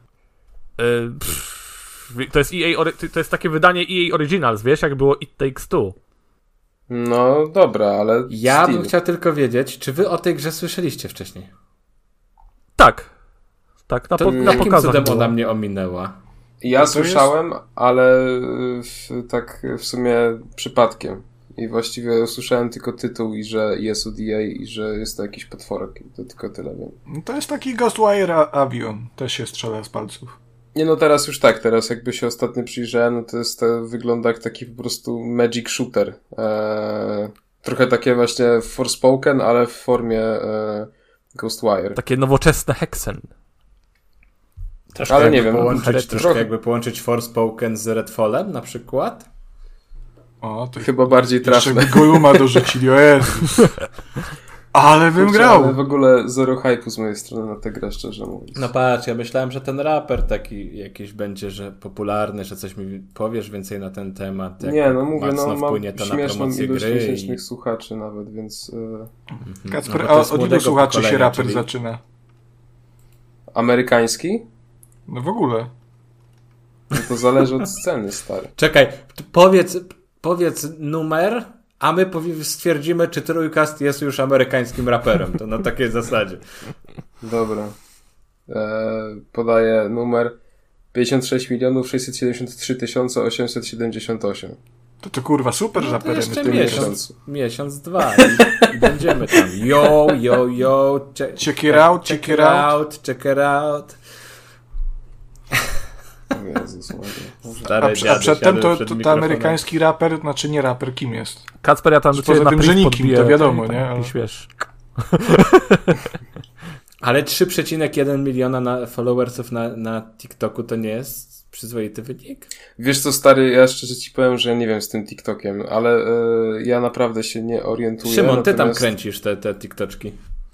To jest to jest takie wydanie EA Originals, wiesz, jak było It Takes Two. No dobra, ale ja bym chciał tylko wiedzieć, czy wy o tej grze słyszeliście wcześniej? Tak, na jakim pokazach cudem ona mnie ominęła? Ja słyszałem, ale w sumie przypadkiem. I właściwie usłyszałem tylko tytuł i że jest od EA i że jest to jakiś potworek. To tylko tyle wiem. To jest taki Ghostwire Avion. Też się strzela z palców. Nie no, teraz już tak, teraz jakby się ostatnio przyjrzałem, no to wygląda jak taki po prostu magic shooter. Trochę takie właśnie Forspoken, ale w formie Ghostwire. Takie nowoczesne Hexen. Troszkę ale nie wiem. Jakby połączyć Forspoken z Redfallem na przykład? O, to chyba bardziej trafne. Jeszcze by Goluma dorzucili, o Jezus. Ale bym grał. Ale w ogóle zero hype'u z mojej strony na tę grę, szczerze mówiąc. No patrz, ja myślałem, że ten raper taki jakiś będzie, że popularny, że coś mi powiesz więcej na ten temat. Jak nie, no mówię, wpłynie to na promocję ilość gry. miesięcznych słuchaczy nawet, więc... Kacper, a od ilu słuchaczy się raper zaczyna? Amerykański? No w ogóle. No to zależy od sceny, stary. Czekaj, powiedz numer, a my stwierdzimy, czy Trójkast jest już amerykańskim raperem. To na takiej zasadzie. Dobra. Podaję numer 56 673 878. To kurwa super raperem. Jeszcze miesiąc, dwa i będziemy tam. Yo. Check it out. Check it out. Jezus, a przedtem to amerykański raper, znaczy nie raper, kim jest? Kacper, ja tam do ciebie na tym, że nikim, to wiadomo, nie? Ale... Wiesz. Ale 3,1 miliona followersów na TikToku to nie jest przyzwoity wynik? Wiesz co, stary, ja szczerze ci powiem, że ja nie wiem z tym TikTokiem, ale ja naprawdę się nie orientuję. Szymon, ty tam kręcisz te TikToczki.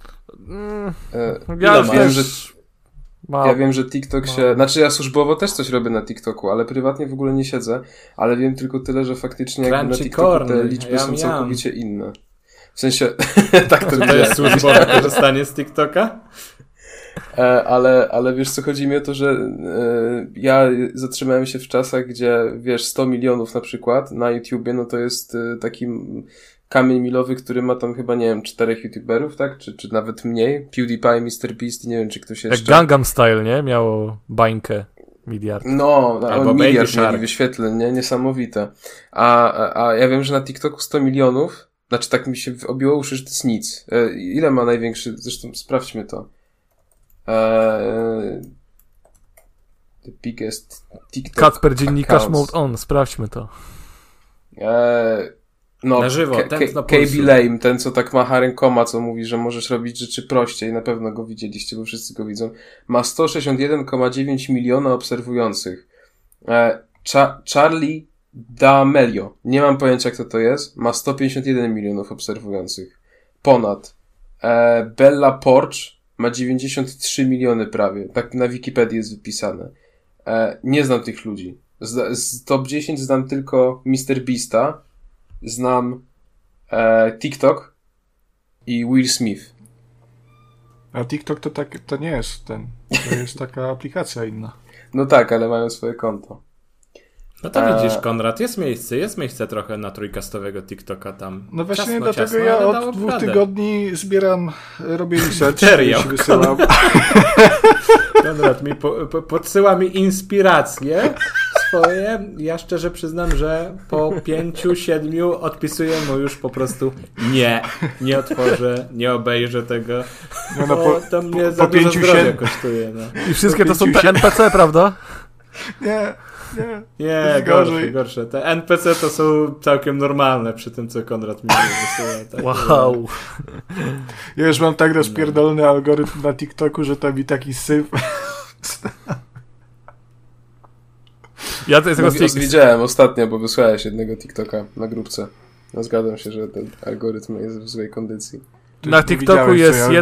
Ja wiem, że TikTok się... Znaczy ja służbowo też coś robię na TikToku, ale prywatnie w ogóle nie siedzę. Ale wiem tylko tyle, że faktycznie jakby na TikToku te liczby są całkowicie inne. W sensie... tak to jest służbowe korzystanie z TikToka? Ale wiesz co, chodzi mi o to, że ja zatrzymałem się w czasach, gdzie wiesz, 100 milionów na przykład na YouTubie, no to jest taki kamień milowy, który ma tam chyba, nie wiem, 4 YouTuberów, tak? Czy nawet mniej. PewDiePie, MrBeast i nie wiem, czy ktoś jeszcze... Jak Gangnam Style, nie? Miało bańkę miliard. No, miliard mieli wyświetleń, nie? Niesamowite. A ja wiem, że na TikToku 100 milionów, znaczy tak mi się obiło uszy, że to jest nic. Ile ma największy, zresztą sprawdźmy to. The biggest TikTok Kacper, dziennikarz Mode On, sprawdźmy to. No, na żywo, KB Lame, ten co tak macha rękoma, co mówi, że możesz robić rzeczy prościej, na pewno go widzieliście, bo wszyscy go widzą. Ma 161,9 miliona obserwujących. Charlie D'Amelio, nie mam pojęcia kto to jest, ma 151 milionów obserwujących. Ponad. Bella Porch ma 93 miliony prawie. Tak na Wikipedii jest wypisane. Nie znam tych ludzi. Z top 10 znam tylko MrBeasta, znam TikTok i Will Smith. A TikTok to nie jest to jest taka aplikacja inna. No tak, ale mają swoje konto. No to widzisz, Konrad, jest miejsce trochę na trójkastowego TikToka tam. No właśnie dlatego ja od 2 tygodni robię research i się wysyłam. Konrad podsyła mi inspiracje swoje. Ja szczerze przyznam, że po 5-7 odpisuję mu już po prostu nie otworzę, nie obejrzę tego, bo to mnie za dużo zdrowia kosztuje. No. I wszystkie to są te NPC, prawda? Nie, gorsze. Te NPC to są całkiem normalne przy tym, co Konrad mi wysyła. Tak? Wow. Ja już mam tak rozpierdolony algorytm na TikToku, że tam mi taki syf. Ja to jest widziałem ostatnio, bo wysłałeś jednego TikToka na grupce. No zgadzam się, że ten algorytm jest w złej kondycji. Na TikToku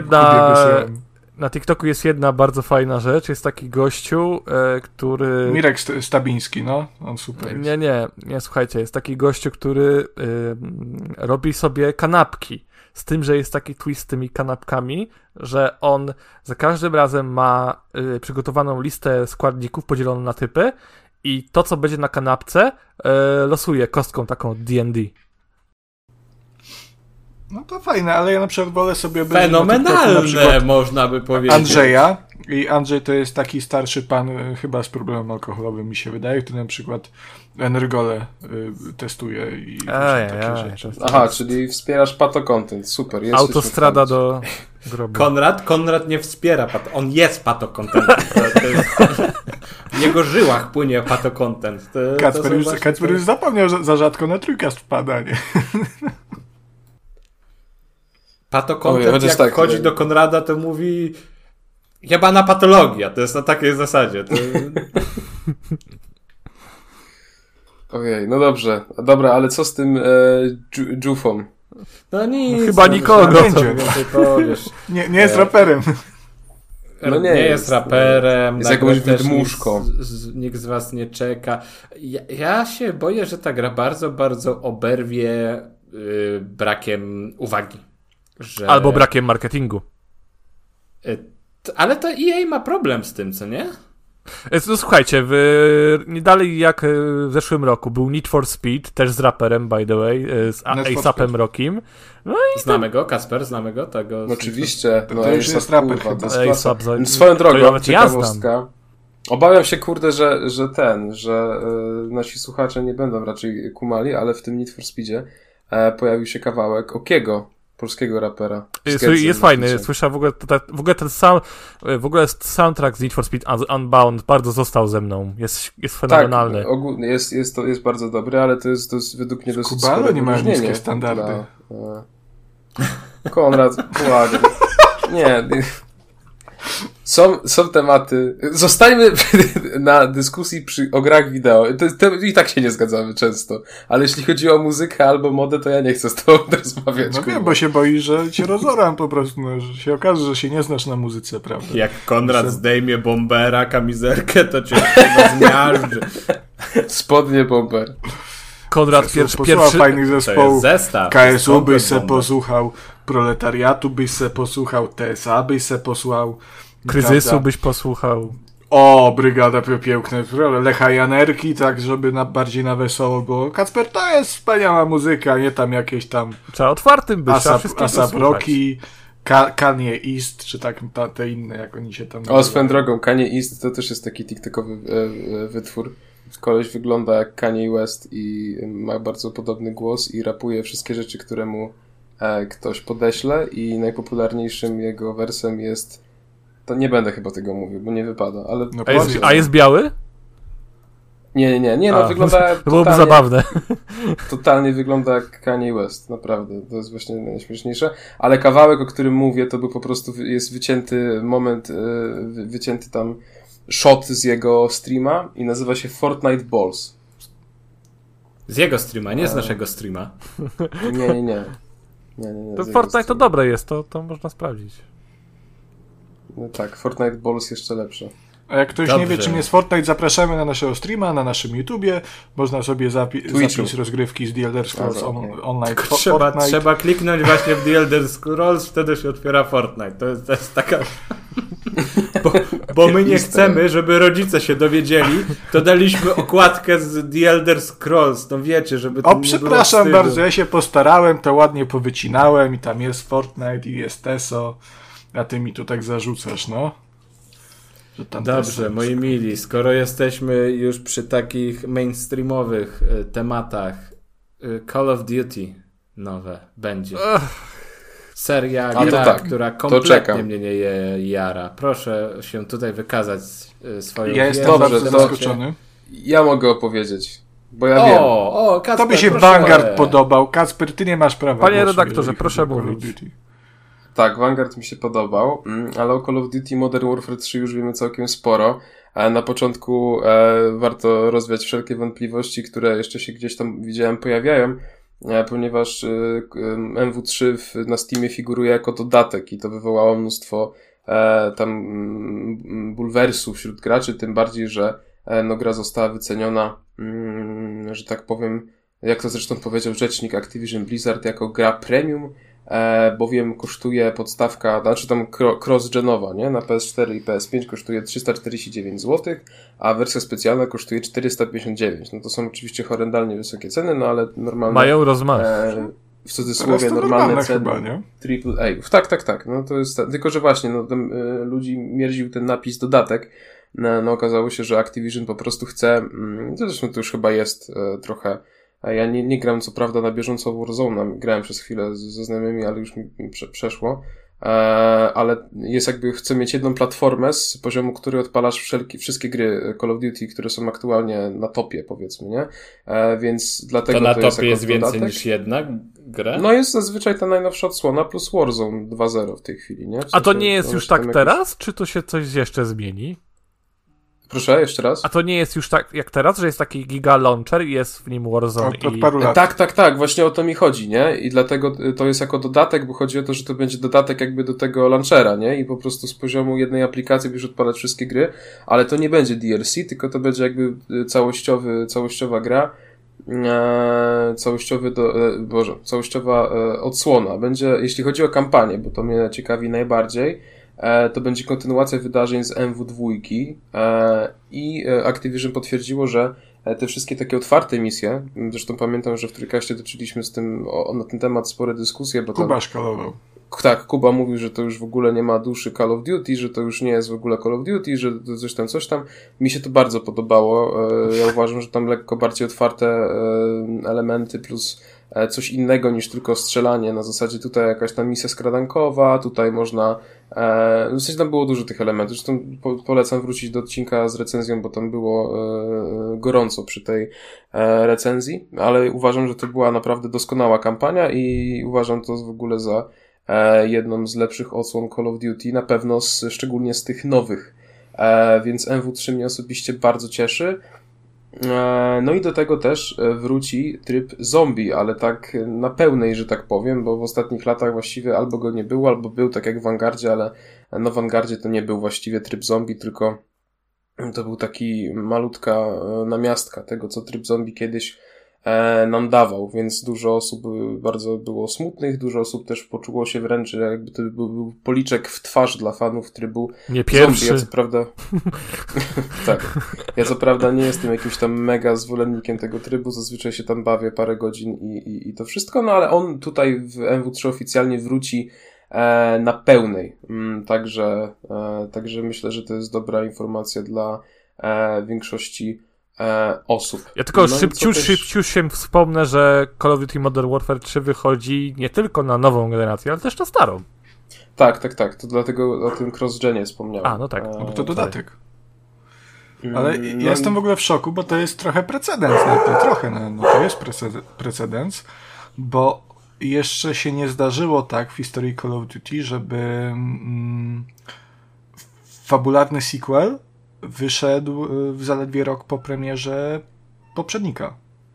Na TikToku jest jedna bardzo fajna rzecz. Jest taki gościu, który... Mirek Stabiński, no. On super jest. Nie, słuchajcie. Jest taki gościu, który robi sobie kanapki. Z tym, że jest taki twist z tymi kanapkami, że on za każdym razem ma przygotowaną listę składników podzieloną na typy i to, co będzie na kanapce, losuje kostką taką D&D. No to fajne, ale ja na przykład wolę sobie... Fenomenalne, można by powiedzieć. Andrzeja. I Andrzej to jest taki starszy pan, chyba z problemem alkoholowym, mi się wydaje, który na przykład Energole testuje i takie rzeczy. Aha, czyli wspierasz pato-content, super. Autostrada do grobu. Konrad nie wspiera on jest pato-content. w jego żyłach płynie pato-content. Kacper już zapomniał, że za rzadko na Trójkast wpada, nie? Pato-content jak tak, chodzi do Konrada, to mówi jebana patologia, to jest na takiej zasadzie. Ojej, no dobrze. Dobra, ale co z tym Jufą? No nic. Chyba nikogo. Nie jest raperem. No nie jest raperem. Jest jakąś wydmuszką. Nikt z was nie czeka. Ja się boję, że ta gra bardzo, bardzo oberwie brakiem uwagi. Albo brakiem marketingu. Ale to EA ma problem z tym, co nie? No słuchajcie, nie dalej jak w zeszłym roku był Need for Speed, też z raperem, by the way, z A$APem Rockim. No i znamy go, Kasper, znamy go? Tego no oczywiście. No, to już jest raper. Swoją drogą, ciekawostka. Obawiam się, kurde, że nasi słuchacze nie będą raczej kumali, ale w tym Need for Speedzie pojawił się kawałek Okiego, polskiego rapera. Jest fajny, słyszę w ogóle soundtrack z Need for Speed Unbound bardzo został ze mną. Jest fenomenalny. Tak, ogólnie jest bardzo dobry, ale to jest według mnie dosyć spore nie mają niskie standardy. Konrad, ładnie. Nie. Są tematy. Zostajmy na dyskusji o grach wideo. I tak się nie zgadzamy często. Ale jeśli chodzi o muzykę albo modę, to ja nie chcę z tobą rozmawiać. No wiem, bo się boisz, że cię rozoram po prostu. No, że się okaże, że się nie znasz na muzyce, prawda? Jak Konrad zdejmie bombera, kamizelkę, to cię chyba zmiażdży. Spodnie bomber. Konrad pierwszy fajnych zespołów. Zestaw. KSU byś se posłuchał, Proletariatu byś se posłuchał, TSA byś se posłuchał. Kryzysu byś posłuchał. O, Brygada Piękne, Lecha Janerki, tak, żeby bardziej na wesoło było. Kacper, to jest wspaniała muzyka, nie tam jakieś tam... Trzeba otwartym być, ASAP Rocky, Kanye East, czy tak te inne, jak oni się tam... O, swoją drogą, Kanye East to też jest taki tiktokowy wytwór. Koleś wygląda jak Kanye West i ma bardzo podobny głos i rapuje wszystkie rzeczy, które mu ktoś podeśle i najpopularniejszym jego wersem jest... To nie będę chyba tego mówił, bo nie wypada, ale... No, a jest biały? Nie, no wygląda... To byłoby zabawne. Totalnie wygląda jak Kanye West, naprawdę. To jest właśnie najśmieszniejsze. Ale kawałek, o którym mówię, to był po prostu, jest wycięty moment, wycięty tam shot z jego streama i nazywa się Fortnite Balls. Z jego streama, nie z naszego streama. Nie. To Fortnite to dobre jest, to można sprawdzić. No tak, Fortnite Balls jeszcze lepsze. A jak ktoś nie wie, czym jest Fortnite, zapraszamy na naszego streama, na naszym YouTubie. Można sobie zapić rozgrywki z The Elder Scrolls Online. Trzeba kliknąć właśnie w The Elder Scrolls, wtedy się otwiera Fortnite. To jest taka... Bo my nie chcemy, żeby rodzice się dowiedzieli, to daliśmy okładkę z The Elder Scrolls. No wiecie, żeby to przepraszam bardzo, ja się postarałem, to ładnie powycinałem i tam jest Fortnite i jest TESO, a ty mi tu tak zarzucasz, no. Dobrze, moi mili, skoro jesteśmy już przy takich mainstreamowych tematach, Call of Duty nowe będzie. Seria gra, która kompletnie mnie nie jara. Proszę się tutaj wykazać swoją wiedzą. Ja jestem bardzo zaskoczony. Ja mogę opowiedzieć, bo ja wiem. Kacper, tobie się Vanguard podobał. Kacper, ty nie masz prawa. Panie redaktorze, proszę mówić. Tak, Vanguard mi się podobał, ale o Call of Duty Modern Warfare 3 już wiemy całkiem sporo. Na początku warto rozwiać wszelkie wątpliwości, które jeszcze się gdzieś tam widziałem pojawiają, ponieważ MW3 na Steamie figuruje jako dodatek i to wywołało mnóstwo tam bulwersów wśród graczy, tym bardziej, że gra została wyceniona, że tak powiem, jak to zresztą powiedział rzecznik Activision Blizzard, jako gra premium, bowiem kosztuje podstawka, znaczy tam cross-genowa, nie? Na PS4 i PS5 kosztuje 349 zł, a wersja specjalna kosztuje 459. No to są oczywiście horrendalnie wysokie ceny, no ale normalne... Mają rozmach. W cudzysłowie normalne ceny chyba, nie? AAA. Tak. No to jest... Tylko, że właśnie, no tam ludzi mierził ten napis dodatek. No okazało się, że Activision po prostu chce... Zresztą to już chyba jest trochę... Ja nie gram co prawda na bieżąco w Warzone, grałem przez chwilę ze znajomymi, ale już mi przeszło. ale jest jakby, chcę mieć jedną platformę z poziomu, który odpalasz wszystkie gry Call of Duty, które są aktualnie na topie, powiedzmy, nie? Więc dlatego to na topie jest więcej niż jedna gra? No jest zazwyczaj ta najnowsza odsłona plus Warzone 2.0 w tej chwili, nie? W sensie, a to nie jest już tak teraz? Czy to się coś jeszcze zmieni? Proszę, jeszcze raz? A to nie jest już tak jak teraz, że jest taki giga launcher i jest w nim Warzone od paru lat. Tak, właśnie o to mi chodzi, nie? I dlatego to jest jako dodatek, bo chodzi o to, że to będzie dodatek jakby do tego launchera, nie? I po prostu z poziomu jednej aplikacji będziesz odpalać wszystkie gry, ale to nie będzie DLC, tylko to będzie jakby całościowa gra, całościowa odsłona. Będzie, jeśli chodzi o kampanię, bo to mnie ciekawi najbardziej, to będzie kontynuacja wydarzeń z MW2 i Activision potwierdziło, że te wszystkie takie otwarte misje, zresztą pamiętam, że w Trójkaście toczyliśmy na ten temat spore dyskusje, bo Kuba szkalował. Tak, Kuba mówił, że to już w ogóle nie ma duszy Call of Duty, że to już nie jest w ogóle Call of Duty, że coś tam. Mi się to bardzo podobało. Ja uważam, że tam lekko bardziej otwarte elementy plus coś innego niż tylko strzelanie. Na zasadzie tutaj jakaś tam misja skradankowa, tutaj można... w sensie tam było dużo tych elementów. Zresztą polecam wrócić do odcinka z recenzją, bo tam było gorąco przy tej recenzji, ale uważam, że to była naprawdę doskonała kampania i uważam to w ogóle za jedną z lepszych odsłon Call of Duty, na pewno szczególnie z tych nowych. Więc MW3 mnie osobiście bardzo cieszy. No i do tego też wróci tryb zombie, ale tak na pełnej, że tak powiem, bo w ostatnich latach właściwie albo go nie było, albo był tak jak w Vanguardzie, ale no w Vanguardzie to nie był właściwie tryb zombie, tylko to był taki malutka namiastka tego, co tryb zombie kiedyś nam dawał, więc dużo osób bardzo było smutnych, dużo osób też poczuło się wręcz, że jakby to był policzek w twarz dla fanów trybu nie pierwszy. Zombie. Ja co prawda tak, ja co prawda nie jestem jakimś tam mega zwolennikiem tego trybu, zazwyczaj się tam bawię parę godzin i to wszystko, no ale on tutaj w MW3 oficjalnie wróci na pełnej, także myślę, że to jest dobra informacja dla większości osób. Ja tylko szybciuś wspomnę, że Call of Duty Modern Warfare 3 wychodzi nie tylko na nową generację, ale też na starą. Tak, to dlatego o tym cross-genie wspomniałem. A, no tak. Bo to dodatek. Ale ja jestem w ogóle w szoku, bo to jest trochę precedens. To jest precedens, bo jeszcze się nie zdarzyło tak w historii Call of Duty, żeby fabularny sequel wyszedł w zaledwie rok po premierze poprzednika.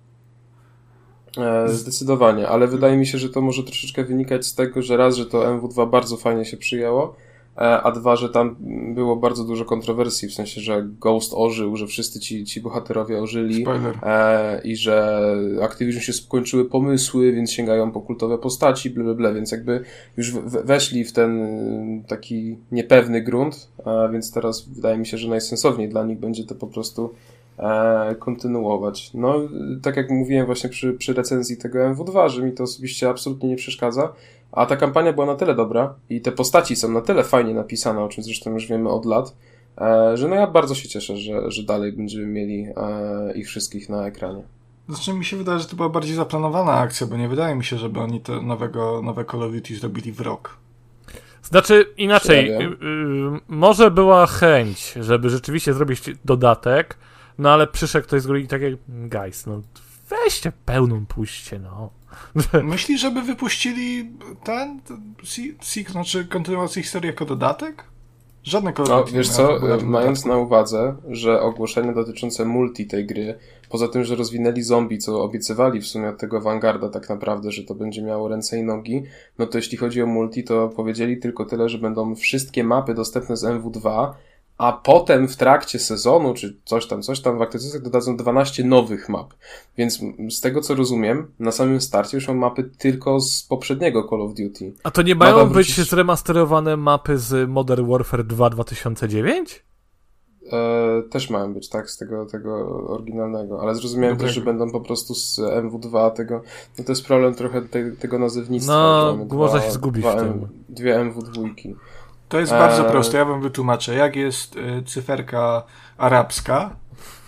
Zdecydowanie, ale wydaje mi się, że to może troszeczkę wynikać z tego, że raz, że to MW2 bardzo fajnie się przyjęło, a dwa, że tam było bardzo dużo kontrowersji, w sensie, że Ghost ożył, że wszyscy ci bohaterowie ożyli i że Activision się skończyły pomysły, więc sięgają po kultowe postaci, blablabla, więc jakby już weszli w ten taki niepewny grunt, więc teraz wydaje mi się, że najsensowniej dla nich będzie to po prostu kontynuować. No, tak jak mówiłem właśnie przy recenzji tego MW2, że mi to osobiście absolutnie nie przeszkadza, a ta kampania była na tyle dobra i te postaci są na tyle fajnie napisane, o czym zresztą już wiemy od lat, że no ja bardzo się cieszę, że dalej będziemy mieli ich wszystkich na ekranie. Znaczy mi się wydaje, że to była bardziej zaplanowana akcja, bo nie wydaje mi się, żeby oni to nowe Call of Duty zrobili w rok. Znaczy inaczej, może była chęć, żeby rzeczywiście zrobić dodatek, no ale przyszedł ktoś z góry i tak jak guys, no weźcie pełną puśćcie, no. Myślisz, żeby wypuścili znaczy kontynuację historii jako dodatek? Żadne Call of Duty. Wiesz co, mając na uwadze, że ogłoszenia dotyczące multi tej gry, poza tym, że rozwinęli zombie, co obiecywali w sumie od tego Vanguarda tak naprawdę, że to będzie miało ręce i nogi, no to jeśli chodzi o multi, to powiedzieli tylko tyle, że będą wszystkie mapy dostępne z MW2, a potem w trakcie sezonu, czy coś tam w aktualizacjach dodadzą 12 nowych map. Więc z tego co rozumiem, na samym starcie już mam mapy tylko z poprzedniego Call of Duty. A to nie mają być zremasterowane mapy z Modern Warfare 2 2009? Też mają być, tak, z tego oryginalnego, ale zrozumiałem też, że będą po prostu z MW2 tego, no to jest problem trochę tego nazewnictwa. No, można się zgubić w tym. Dwie MW2. To jest bardzo proste, ja wam wytłumaczę. Jak jest cyferka arabska,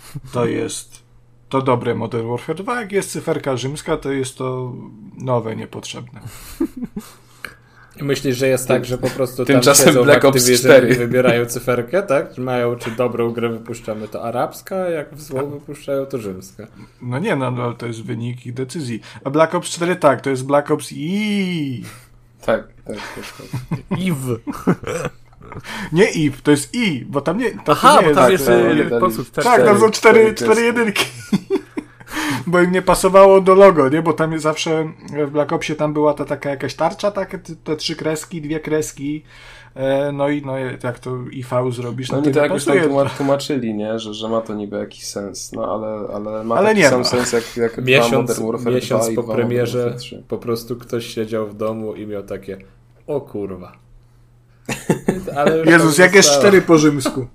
to dobre Modern Warfare 2, jak jest cyferka rzymska, to jest to nowe, niepotrzebne. Myślisz, że jest tak, że po prostu tymczasem tam siedzą Black Ops 4 i wybierają cyferkę, tak? Czy mają, czy dobrą grę wypuszczamy, to arabska, jak w złą wypuszczają, to rzymska. No nie, no to jest wynik ich decyzji. A Black Ops 4 tak, to jest Black Ops i. Tak. Eve. Nie Eve, to jest I, bo tam nie. Aha, nie bo tam jest jest tak, tam są cztery jedynki. Bo im nie pasowało do logo, nie? Bo tam jest zawsze w Black Opsie tam była ta taka jakaś tarcza, te 3 kreski, 2 kreski. No i jak to IV zrobisz, no to to jakoś tam tłumaczyli, nie? Że ma to niby jakiś sens, no ale ma taki sam sens jak miesiąc po premierze po prostu ktoś siedział w domu i miał takie o kurwa. Ale Jezus, jak jest 4 po rzymsku.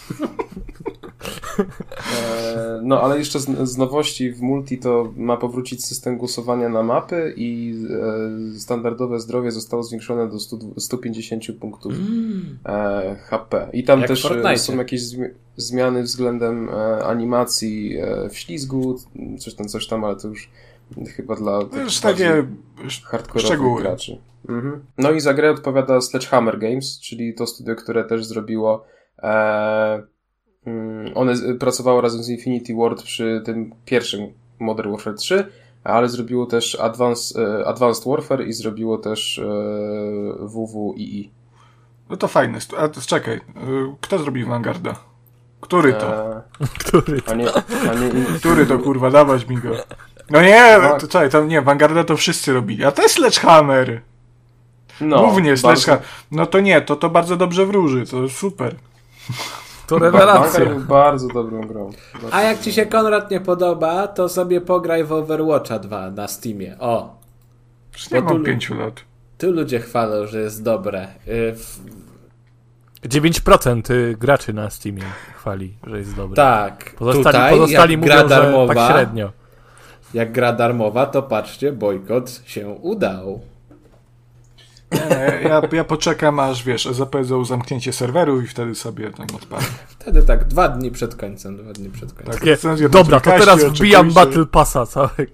No, ale jeszcze z nowości w multi to ma powrócić system głosowania na mapy i standardowe zdrowie zostało zwiększone do 150 punktów HP. I tam jak też są jakieś zmiany względem animacji w ślizgu, coś tam, ale to już chyba dla już takie hardkorowych graczy. No i za grę odpowiada Sledgehammer Games, czyli to studio, które też zrobiło one pracowało razem z Infinity Ward przy tym pierwszym Modern Warfare 3, ale zrobiło też Advanced Warfare i zrobiło też WWII. No to fajne. A czekaj, kto zrobił Vanguarda? Który to? Który to kurwa, dawać mi go. No nie, to czekaj, to nie, Vanguarda to wszyscy robili, a to jest Sledgehammer. Głównie Sledgehammer. No to nie, to bardzo dobrze wróży, to super. To rewelacja. Był bardzo dobrą grą. A jak ci się Konrad nie podoba, to sobie pograj w Overwatcha 2 na Steamie. O. Już nie mam 5 lat. Tu ludzie chwalą, że jest dobre. 9% graczy na Steamie chwali, że jest dobre. Tak. Pozostali mówią, że tak średnio. Jak gra darmowa, to patrzcie, bojkot się udał. Ja poczekam, aż wiesz, zapowiedzą zamknięcie serweru i wtedy sobie tam odpalę. Wtedy tak, 2 dni przed końcem. Tak, dobra, to teraz wbijam Battle Passa całego.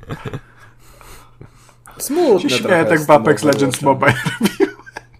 Smutne trochę. Ja tak w Apex Legends Mobile robiłem.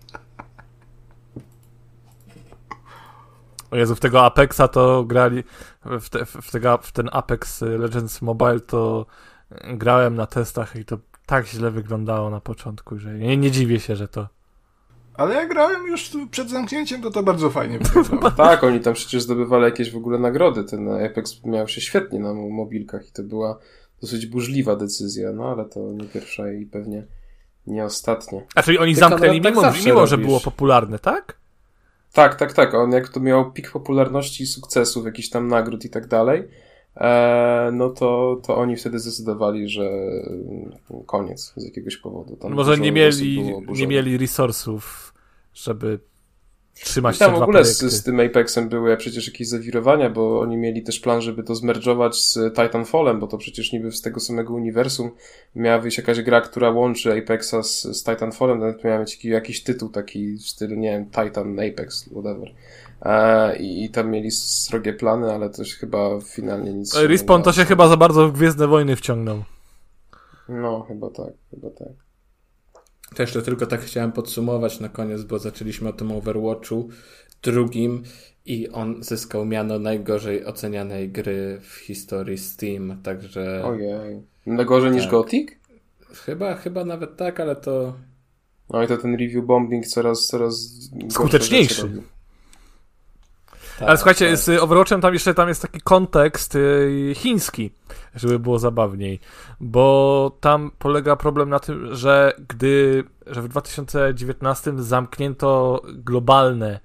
O Jezu, w tego Apexa to grali, w ten Apex Legends Mobile to grałem na testach i to tak źle wyglądało na początku, że nie dziwię się, że to... Ale ja grałem już przed zamknięciem, to bardzo fajnie wyglądało. Tak, oni tam przecież zdobywali jakieś w ogóle nagrody. Ten Apex miał się świetnie na mobilkach i to była dosyć burzliwa decyzja, no ale to nie pierwsza i pewnie nie ostatnia. A czyli oni zamknęli mimo że było popularne, tak? Tak. On jak to miał pik popularności i sukcesów, jakichś tam nagród i tak dalej, no to oni wtedy zdecydowali, że koniec z jakiegoś powodu. Tam może nie mieli resursów, żeby trzymać się. Tam w ogóle z tym Apexem były przecież jakieś zawirowania, bo oni mieli też plan, żeby to zmerdżować z Titanfallem, bo to przecież niby z tego samego uniwersum miała wyjść jakaś gra, która łączy Apexa z Titanfallem, nawet miała mieć jakiś tytuł taki w stylu, nie wiem, Titan Apex, whatever. I tam mieli srogie plany, ale to chyba finalnie nic... Respawn to się chyba za bardzo w Gwiezdne Wojny wciągnął. No, chyba tak. To jeszcze tylko tak chciałem podsumować na koniec, bo zaczęliśmy o tym Overwatchu 2 i on zyskał miano najgorzej ocenianej gry w historii Steam, także... Ojej. Gorzej niż Gothic? Chyba nawet tak, ale to... No i to ten review bombing coraz skuteczniejszy. Ale słuchajcie, z Overwatchem tam jest taki kontekst chiński, żeby było zabawniej, bo tam polega problem na tym, że w 2019 zamknięto globalne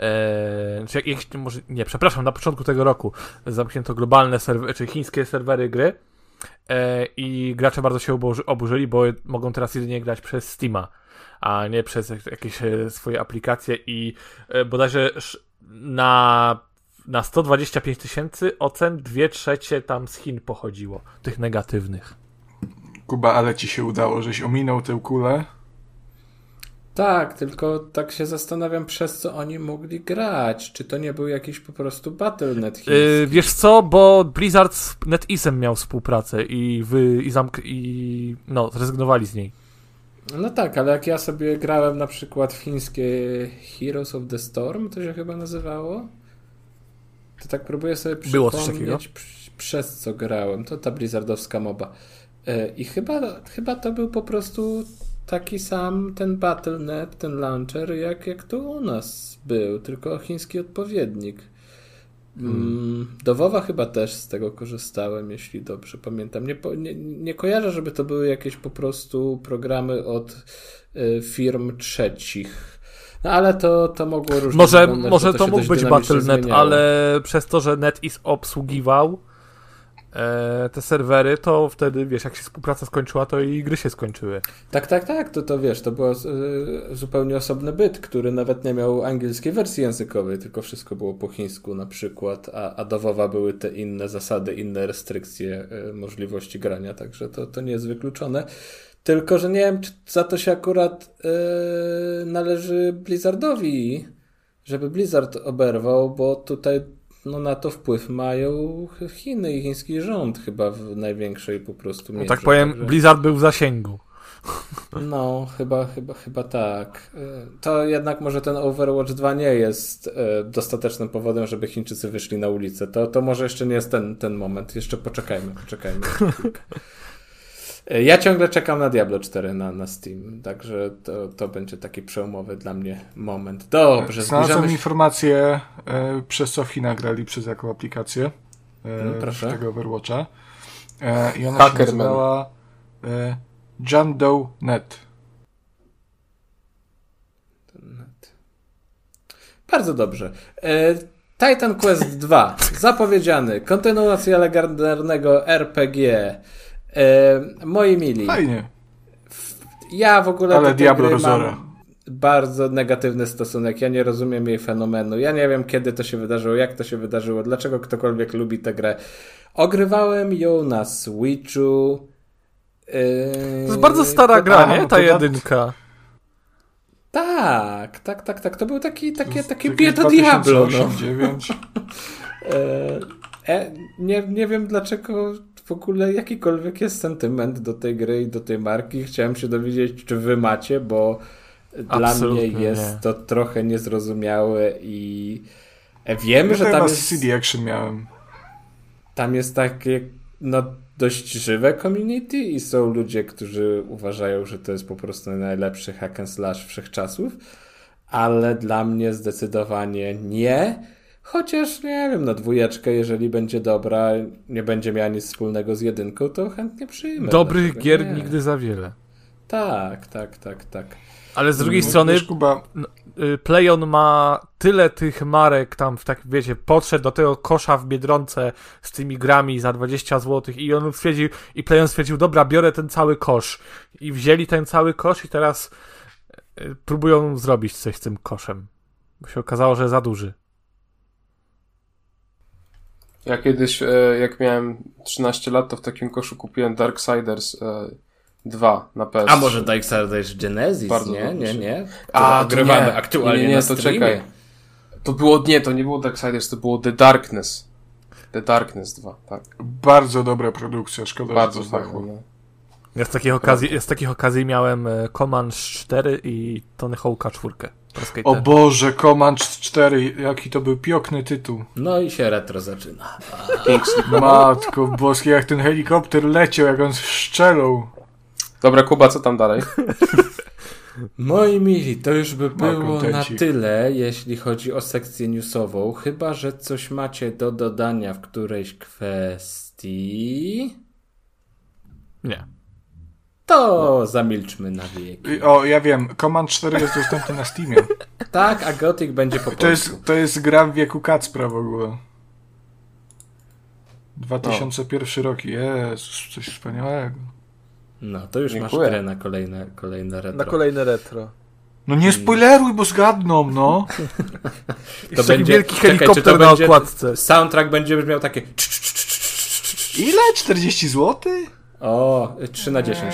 na początku tego roku zamknięto globalne czy chińskie serwery gry i gracze bardzo się oburzyli, bo mogą teraz jedynie grać przez Steama, a nie przez jakieś swoje aplikacje i bodajże na 125 000 ocen 2/3 tam z Chin pochodziło, tych negatywnych. Kuba, ale ci się udało, żeś ominął tę kulę? Tak, tylko tak się zastanawiam, przez co oni mogli grać. Czy to nie był jakiś po prostu Battle.net chiński? Wiesz co, bo Blizzard z NetEase'em miał współpracę i zrezygnowali z niej. No tak, ale jak ja sobie grałem na przykład w chińskie Heroes of the Storm, to się chyba nazywało, to tak próbuję sobie przypomnieć, przez co grałem. To ta blizzardowska moba. I chyba to był po prostu taki sam ten Battle.net, ten launcher, jak to u nas był, tylko chiński odpowiednik. Do WoWa chyba też z tego korzystałem, jeśli dobrze pamiętam. Nie kojarzę, żeby to były jakieś po prostu programy od firm trzecich. No ale to mogło różnie wyglądać. Może to mógł być Battle.net, ale przez to, że NetEase obsługiwał te serwery, to wtedy, wiesz, jak się współpraca skończyła, to i gry się skończyły. Tak, to wiesz, to był zupełnie osobny byt, który nawet nie miał angielskiej wersji językowej, tylko wszystko było po chińsku na przykład, a do WoWa były te inne zasady, inne restrykcje możliwości grania, także to nie jest wykluczone. Tylko, że nie wiem, czy za to się akurat należy Blizzardowi, żeby Blizzard oberwał, bo tutaj na to wpływ mają Chiny i chiński rząd chyba w największej po prostu mierze. Tak powiem, także... Blizzard był w zasięgu. No, chyba tak. To jednak może ten Overwatch 2 nie jest dostatecznym powodem, żeby Chińczycy wyszli na ulicę. To może jeszcze nie jest ten moment. Jeszcze poczekajmy. Ja ciągle czekam na Diablo 4 na Steam, także to będzie taki przełomowy dla mnie moment. Dobrze, znalazłem informację, przez co w Chinach grali przez jaką aplikację tego Overwatcha. I ona się nazywała Jando.net. Bardzo dobrze. Titan Quest 2, zapowiedziany, kontynuacja legendarnego RPG. Moi mili. Fajnie. Ja w ogóle ale Diablo mam bardzo negatywny stosunek. Ja nie rozumiem jej fenomenu. Ja nie wiem, kiedy to się wydarzyło, jak to się wydarzyło, dlaczego ktokolwiek lubi tę grę. Ogrywałem ją na Switchu. To jest bardzo stara gra, nie? Ta jedynka. Tak. To był taki bieda Diablo. Nie wiem, dlaczego w ogóle jakikolwiek jest sentyment do tej gry i do tej marki. Chciałem się dowiedzieć, czy wy macie, bo absolutnie dla mnie jest to trochę niezrozumiałe i wiem, że tam jest... CD Action miałem. Tam jest takie dość żywe community i są ludzie, którzy uważają, że to jest po prostu najlepszy hack and slash wszechczasów, ale dla mnie zdecydowanie nie. Chociaż nie wiem, 2, jeżeli będzie dobra, nie będzie miała nic wspólnego z 1, to chętnie przyjmę. Dobrych gier nigdy za wiele. Tak. Ale z drugiej strony PlayOn ma tyle tych marek tam, podszedł do tego kosza w Biedronce z tymi grami za 20 zł i PlayOn stwierdził, dobra, biorę ten cały kosz. I wzięli ten cały kosz i teraz próbują zrobić coś z tym koszem. Bo się okazało, że za duży. Ja kiedyś, jak miałem 13 lat, to w takim koszu kupiłem Darksiders 2 na PS3. A może Darksiders Genesis? Bardzo nie. A, grywamy aktualnie nie, na to streamie. Czekaj. To nie było Darksiders, to było The Darkness. The Darkness 2, tak. Bardzo dobra produkcja, szkoda, bardzo że to zdechło. Ja z takich okazji miałem Command 4 i Tony Hawk'a 4. O Boże, Command 4, jaki to był piękny tytuł. No i się retro zaczyna. Matko boskie, jak ten helikopter leciał, jak on szczelał. Dobra, Kuba, co tam dalej? Moi mili, to już by było na tyle, jeśli chodzi o sekcję newsową. Chyba że coś macie do dodania w którejś kwestii. Nie. To zamilczmy na wieki. O, ja wiem, Command 4 jest dostępny na Steamie. Tak, a Gothic będzie po polsku. To jest gra w wieku Kacpra w ogóle. 2001 rok, Jezus, coś wspaniałego. No, to już masz grę na kolejne retro. Na kolejne retro. No nie spoileruj, bo zgadną, no. To będzie wielki helikopter na okładce. Soundtrack będzie brzmiał takie... Ile? 40 zł? O, 3/10.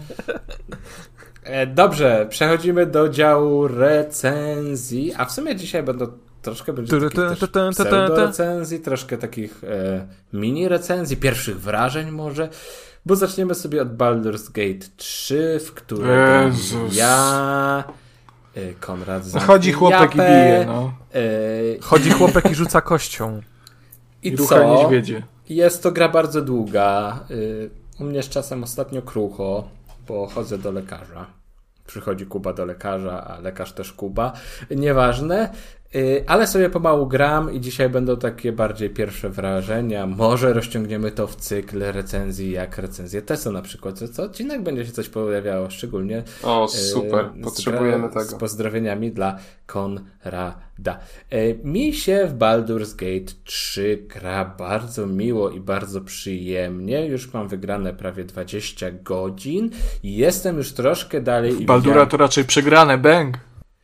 Dobrze, przechodzimy do działu recenzji, a w sumie dzisiaj troszkę będzie takich pseudo-recenzji, troszkę takich mini recenzji, pierwszych wrażeń może. Bo zaczniemy sobie od Baldur's Gate 3, w którym ja... Konrad chodzi chłopek japę, i bije, no. Chodzi chłopek i rzuca kością. I co? Niedźwiedzie. Jest to gra bardzo długa. U mnie z czasem ostatnio krucho, bo chodzę do lekarza. Przychodzi Kuba do lekarza, a lekarz też Kuba. Nieważne. Ale sobie pomału gram i dzisiaj będą takie bardziej pierwsze wrażenia. Może rozciągniemy to w cykl recenzji, jak recenzję Teso na przykład. Co odcinek będzie się coś pojawiało, szczególnie. O, super, potrzebujemy tego. Z pozdrowieniami dla Konrada. Mi się w Baldur's Gate 3 gra bardzo miło i bardzo przyjemnie. Już mam wygrane prawie 20 godzin. Jestem już troszkę dalej. Baldura to raczej przegrane, bang!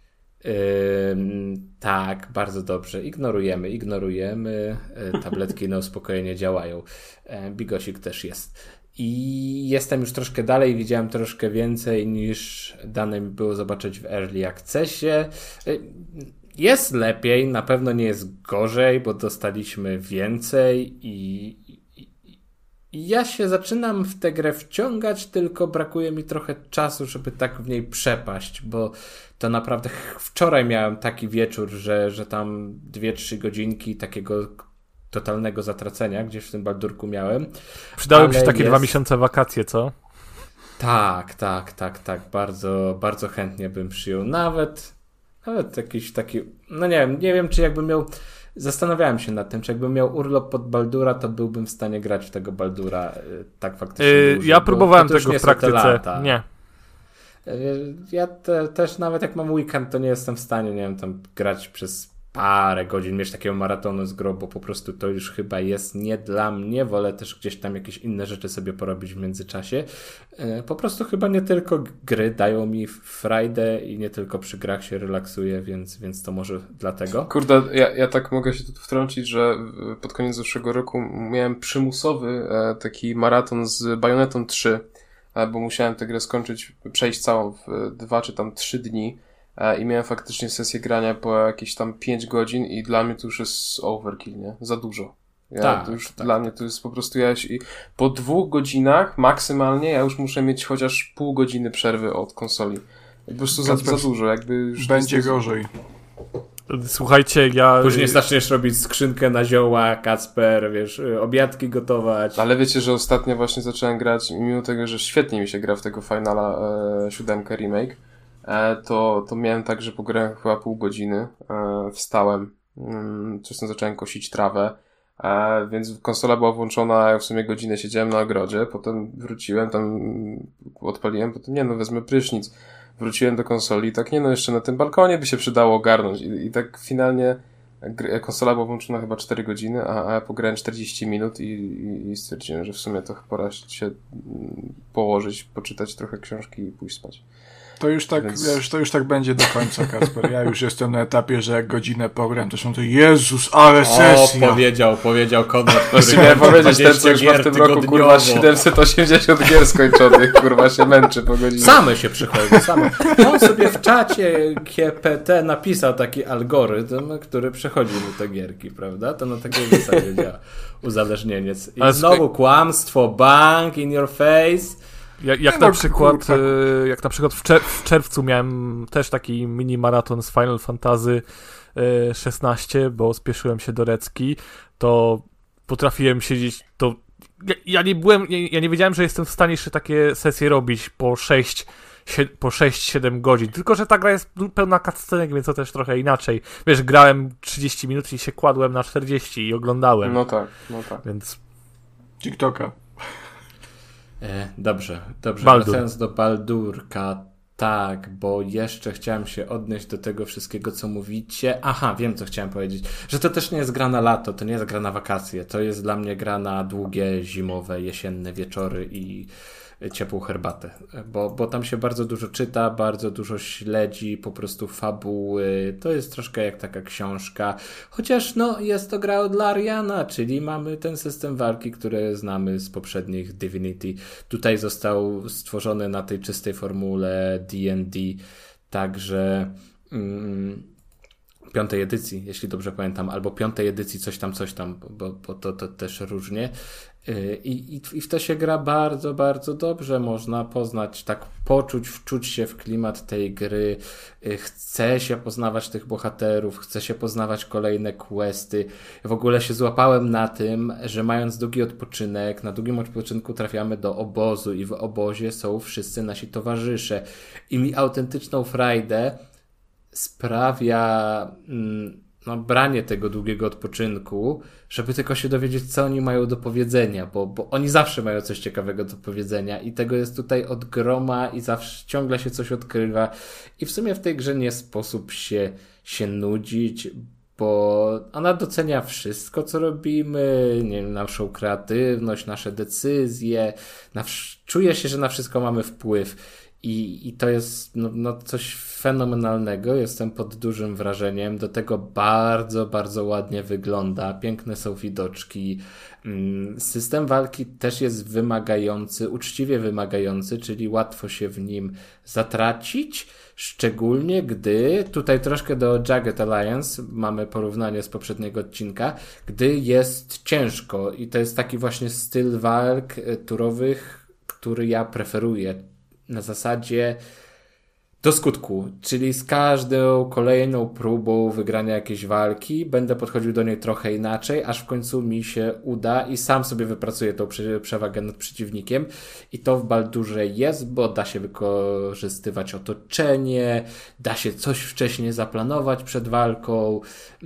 Tak, bardzo dobrze. Ignorujemy. Tabletki na uspokojenie działają. Bigosik też jest. I jestem już troszkę dalej, widziałem troszkę więcej niż dane mi było zobaczyć w Early Accessie. Jest lepiej, na pewno nie jest gorzej, bo dostaliśmy więcej i ja się zaczynam w tę grę wciągać, tylko brakuje mi trochę czasu, żeby tak w niej przepaść, bo to naprawdę wczoraj miałem taki wieczór, że tam 2-3 godzinki takiego totalnego zatracenia gdzieś w tym Baldurku miałem. Przydały się takie 2 miesiące wakacje, co? Tak. Bardzo, bardzo chętnie bym przyjął. Nawet jakiś taki, no nie wiem, czy jakbym miał... Zastanawiałem się nad tym, czy jakbym miał urlop pod Baldura, to byłbym w stanie grać w tego Baldura tak faktycznie dłużej. Ja próbowałem tego w praktyce. Nie. Ja też nawet jak mam weekend, to nie jestem w stanie, nie wiem, tam grać przez parę godzin, mieć takiego maratonu z gry, bo po prostu to już chyba jest nie dla mnie. Wolę też gdzieś tam jakieś inne rzeczy sobie porobić w międzyczasie. Po prostu chyba nie tylko gry dają mi frajdę i nie tylko przy grach się relaksuję, więc to może dlatego. Kurde, ja tak mogę się tu wtrącić, że pod koniec zeszłego roku miałem przymusowy taki maraton z Bayonetą 3, bo musiałem tę grę skończyć, przejść całą w 2 czy tam 3 dni. I miałem faktycznie sesję grania po jakieś tam 5 godzin i dla mnie to już jest overkill, nie? Za dużo. Dla mnie to jest po prostu i po 2 godzinach maksymalnie ja już muszę mieć chociaż pół godziny przerwy od konsoli. Po prostu za dużo, jakby już będzie gorzej. Słuchajcie, później zaczniesz robić skrzynkę na zioła, Kacper, wiesz, obiadki gotować. Ale wiecie, że ostatnio właśnie zacząłem grać, mimo tego, że świetnie mi się gra w tego Finala 7 remake, to miałem tak, że pograłem chyba pół godziny, wstałem, czasem zacząłem kosić trawę, więc konsola była włączona, ja w sumie godzinę siedziałem na ogrodzie, potem wróciłem, tam odpaliłem, potem wezmę prysznic, wróciłem do konsoli, tak jeszcze na tym balkonie by się przydało ogarnąć i tak finalnie konsola była włączona chyba 4 godziny, a ja pograłem 40 minut i stwierdziłem, że w sumie to pora się położyć, poczytać trochę książki i pójść spać. To już tak będzie do końca, Kasper. Ja już jestem na etapie, że jak godzinę pogram, to są to Jezus, ale sesja! Powiedział Konrad, który miałem powiedzieć, ten co już ma w tym roku, kurwa, 780 gier skończonych, kurwa, się męczy po godzinie. Same się przychodzi, same. On sobie w czacie GPT napisał taki algorytm, który przechodzi mu te gierki, prawda? To na takiej zasadzie działa uzależnieniec. I znowu kłamstwo, bang, in your face. Jak na przykład w czerwcu miałem też taki mini maraton z Final Fantasy 16, bo spieszyłem się do Recki, to potrafiłem siedzieć, to ja nie wiedziałem, że jestem w stanie jeszcze takie sesje robić po 6-7 godzin, tylko że ta gra jest pełna cutscenek, więc to też trochę inaczej. Wiesz, grałem 30 minut i się kładłem na 40 i oglądałem. No tak. Więc TikToka. Dobrze. Wracając do Baldurka, tak, bo jeszcze chciałem się odnieść do tego wszystkiego, co mówicie. Aha, wiem, co chciałem powiedzieć. Że to też nie jest gra na lato, to nie jest gra na wakacje. To jest dla mnie gra na długie, zimowe, jesienne wieczory i ciepłą herbatę. Bo tam się bardzo dużo czyta, bardzo dużo śledzi, po prostu fabuły. To jest troszkę jak taka książka. Chociaż jest to gra od Lariana, czyli mamy ten system walki, który znamy z poprzednich Divinity. Tutaj został stworzony na tej czystej formule D&D. Także 5. edycji, jeśli dobrze pamiętam, albo 5. edycji coś tam, bo to też różnie. I w to się gra bardzo, bardzo dobrze. Można poznać, tak wczuć się w klimat tej gry. Chce się poznawać tych bohaterów, chce się poznawać kolejne questy. W ogóle się złapałem na tym, że mając długi odpoczynek, na długim odpoczynku trafiamy do obozu i w obozie są wszyscy nasi towarzysze. I mi autentyczną frajdę sprawia branie tego długiego odpoczynku, żeby tylko się dowiedzieć, co oni mają do powiedzenia, bo oni zawsze mają coś ciekawego do powiedzenia i tego jest tutaj od groma i zawsze ciągle się coś odkrywa i w sumie w tej grze nie sposób się nudzić, bo ona docenia wszystko, co robimy, nie wiem, naszą kreatywność, nasze decyzje, czuje się, że na wszystko mamy wpływ. I to jest coś fenomenalnego. Jestem pod dużym wrażeniem. Do tego bardzo, bardzo ładnie wygląda. Piękne są widoczki. System walki też jest wymagający, uczciwie wymagający, czyli łatwo się w nim zatracić. Szczególnie gdy, tutaj troszkę do Jagged Alliance mamy porównanie z poprzedniego odcinka, gdy jest ciężko. I to jest taki właśnie styl walk turowych, który ja preferuję. Na zasadzie do skutku, czyli z każdą kolejną próbą wygrania jakiejś walki będę podchodził do niej trochę inaczej, aż w końcu mi się uda i sam sobie wypracuję tą przewagę nad przeciwnikiem i to w Baldurze jest, bo da się wykorzystywać otoczenie, da się coś wcześniej zaplanować przed walką,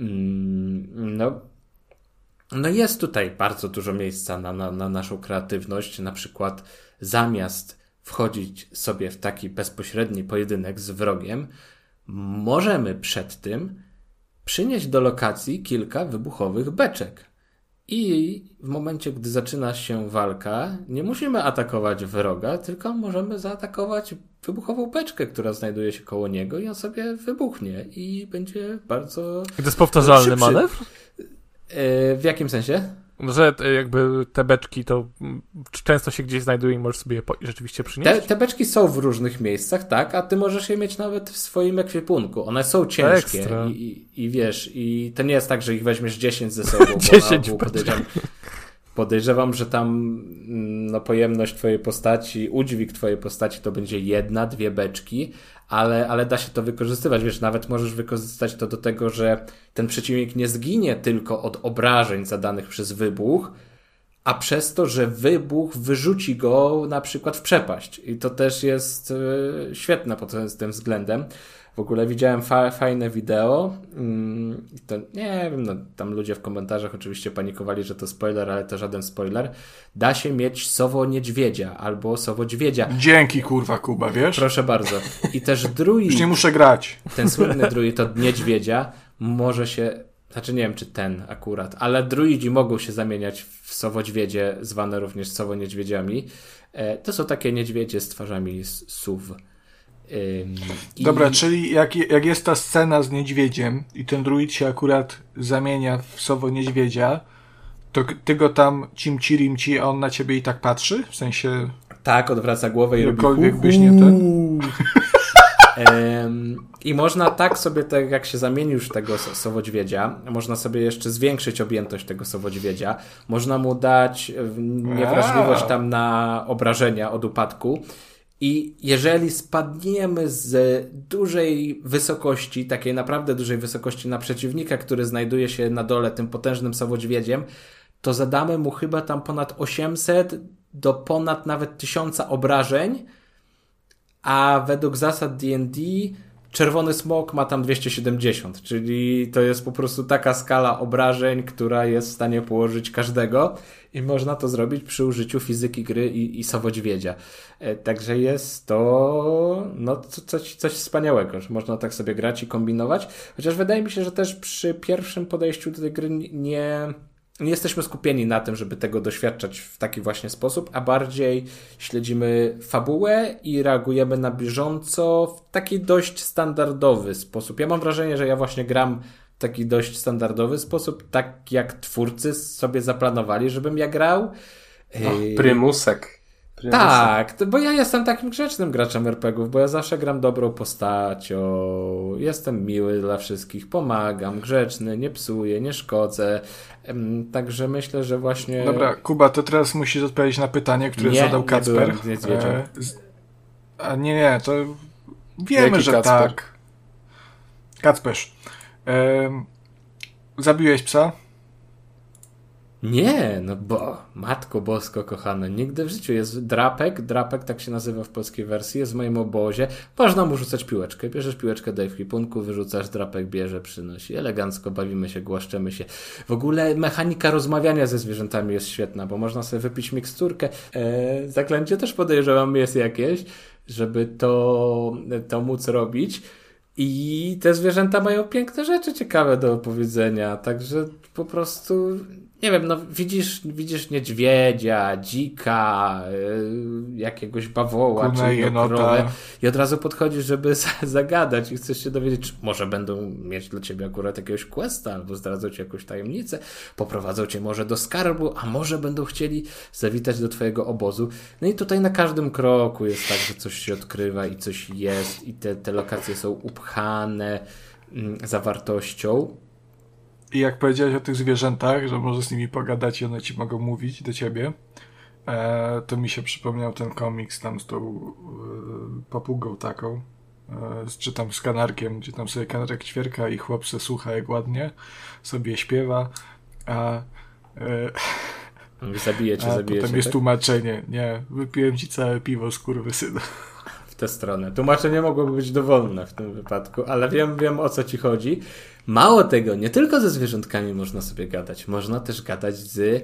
no jest tutaj bardzo dużo miejsca na naszą kreatywność, na przykład zamiast wchodzić sobie w taki bezpośredni pojedynek z wrogiem, możemy przed tym przynieść do lokacji kilka wybuchowych beczek. I w momencie, gdy zaczyna się walka, nie musimy atakować wroga, tylko możemy zaatakować wybuchową beczkę, która znajduje się koło niego i on sobie wybuchnie i będzie bardzo... To jest powtarzalny manewr? W jakim sensie? Że jakby te beczki to często się gdzieś znajduje i możesz sobie je rzeczywiście przynieść? Te beczki są w różnych miejscach, tak, a ty możesz je mieć nawet w swoim ekwipunku. One są ciężkie i wiesz, i to nie jest tak, że ich weźmiesz 10 ze sobą, 10 bo podejrzewam, że tam pojemność twojej postaci, udźwig twojej postaci to będzie 1, 2 beczki, ale da się to wykorzystywać. Wiesz, nawet możesz wykorzystać to do tego, że ten przeciwnik nie zginie tylko od obrażeń zadanych przez wybuch, a przez to, że wybuch wyrzuci go na przykład w przepaść. I to też jest świetne pod tym względem. W ogóle widziałem fajne wideo. To nie wiem, tam ludzie w komentarzach oczywiście panikowali, że to spoiler, ale to żaden spoiler. Da się mieć sowo-niedźwiedzia albo sowo-dźwiedzia. Dzięki kurwa Kuba, wiesz? Proszę bardzo. I też druid. Już nie muszę grać. Ten słynny druid od niedźwiedzia może się... Znaczy nie wiem, czy ten akurat, ale druidzi mogą się zamieniać w sowo-dźwiedzie, zwane również sowo-niedźwiedziami. To są takie niedźwiedzie z twarzami SUV. Dobra, czyli jak jest ta scena z niedźwiedziem i ten druid się akurat zamienia w sowo-niedźwiedzia, to ty go tam cimci, a on na ciebie i tak patrzy? W sensie... Tak, odwraca głowę i robi jakkolwiek byś nie ten... I można tak sobie, tak jak się zamienił w tego sowodźwiedzia, można sobie jeszcze zwiększyć objętość tego sowodźwiedzia. Można mu dać niewrażliwość tam na obrażenia od upadku. I jeżeli spadniemy z dużej wysokości, takiej naprawdę dużej wysokości na przeciwnika, który znajduje się na dole tym potężnym sowodźwiedziem, to zadamy mu chyba tam ponad 800 do ponad nawet 1000 obrażeń, a według zasad D&D czerwony smok ma tam 270, czyli to jest po prostu taka skala obrażeń, która jest w stanie położyć każdego i można to zrobić przy użyciu fizyki gry i sowodźwiedzia. Także jest to coś wspaniałego, że można tak sobie grać i kombinować, chociaż wydaje mi się, że też przy pierwszym podejściu do tej gry nie jesteśmy skupieni na tym, żeby tego doświadczać w taki właśnie sposób, a bardziej śledzimy fabułę i reagujemy na bieżąco w taki dość standardowy sposób. Ja mam wrażenie, że ja właśnie gram w taki dość standardowy sposób, tak jak twórcy sobie zaplanowali, żebym ja grał. Prymusek. Tak, bo ja jestem takim grzecznym graczem RPG-ów, bo ja zawsze gram dobrą postacią, jestem miły dla wszystkich, pomagam, grzeczny, nie psuję, nie szkodzę, także myślę, że właśnie... Dobra, Kuba, to teraz musisz odpowiedzieć na pytanie, które zadał Kacper. Nie, to wiemy, jaki że Kacper? Tak. Kacperz, zabiłeś psa? Nie, no bo, matko bosko kochana, nigdy w życiu. Jest drapek tak się nazywa w polskiej wersji, jest w moim obozie, można mu rzucać piłeczkę, bierzesz piłeczkę, daj w kwipunku, wyrzucasz, drapek bierze, przynosi, elegancko bawimy się, głaszczemy się. W ogóle mechanika rozmawiania ze zwierzętami jest świetna, bo można sobie wypić miksturkę, zaklęcie też podejrzewam jest jakieś, żeby to móc robić. I te zwierzęta mają piękne rzeczy ciekawe do opowiedzenia, także po prostu, nie wiem, no widzisz niedźwiedzia, dzika, jakiegoś bawoła, czy krowę i od razu podchodzisz, żeby zagadać i chcesz się dowiedzieć, czy może będą mieć dla ciebie akurat jakiegoś questa, albo zdradzą ci jakąś tajemnicę, poprowadzą cię może do skarbu, a może będą chcieli zawitać do twojego obozu. No i tutaj na każdym kroku jest tak, że coś się odkrywa i coś jest i te lokacje są upchane zawartością. I jak powiedziałeś o tych zwierzętach, że możesz z nimi pogadać i one ci mogą mówić do ciebie, to mi się przypomniał ten komiks tam z tą papugą taką, czy tam z kanarkiem, gdzie tam sobie kanarek ćwierka i chłop se słucha jak ładnie sobie śpiewa, a Zabiję cię, potem jest tak? Tłumaczenie, nie, wypiłem ci całe piwo, skurwysynu. W tę stronę. Tłumaczenie mogłoby być dowolne w tym wypadku, ale wiem o co ci chodzi. Mało tego, nie tylko ze zwierzątkami można sobie gadać, można też gadać z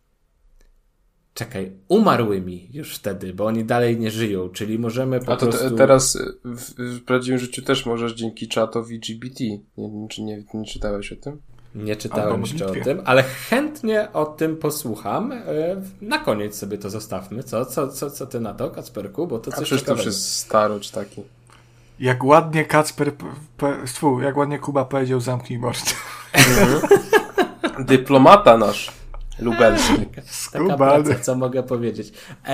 umarłymi już wtedy, bo oni dalej nie żyją, czyli możemy po prostu... A to teraz w prawdziwym życiu też możesz dzięki czatowi GPT. Nie wiem, czy nie czytałeś o tym? Nie czytałem jeszcze o tym, ale chętnie o tym posłucham. Na koniec sobie to zostawmy. Co ty na to, Kacperku? Bo to coś przecież to już jest starocz taki. Jak ładnie Kacper, jak ładnie Kuba powiedział, zamknij mordę. Dyplomata nasz lubelski. Taka praca, co mogę powiedzieć.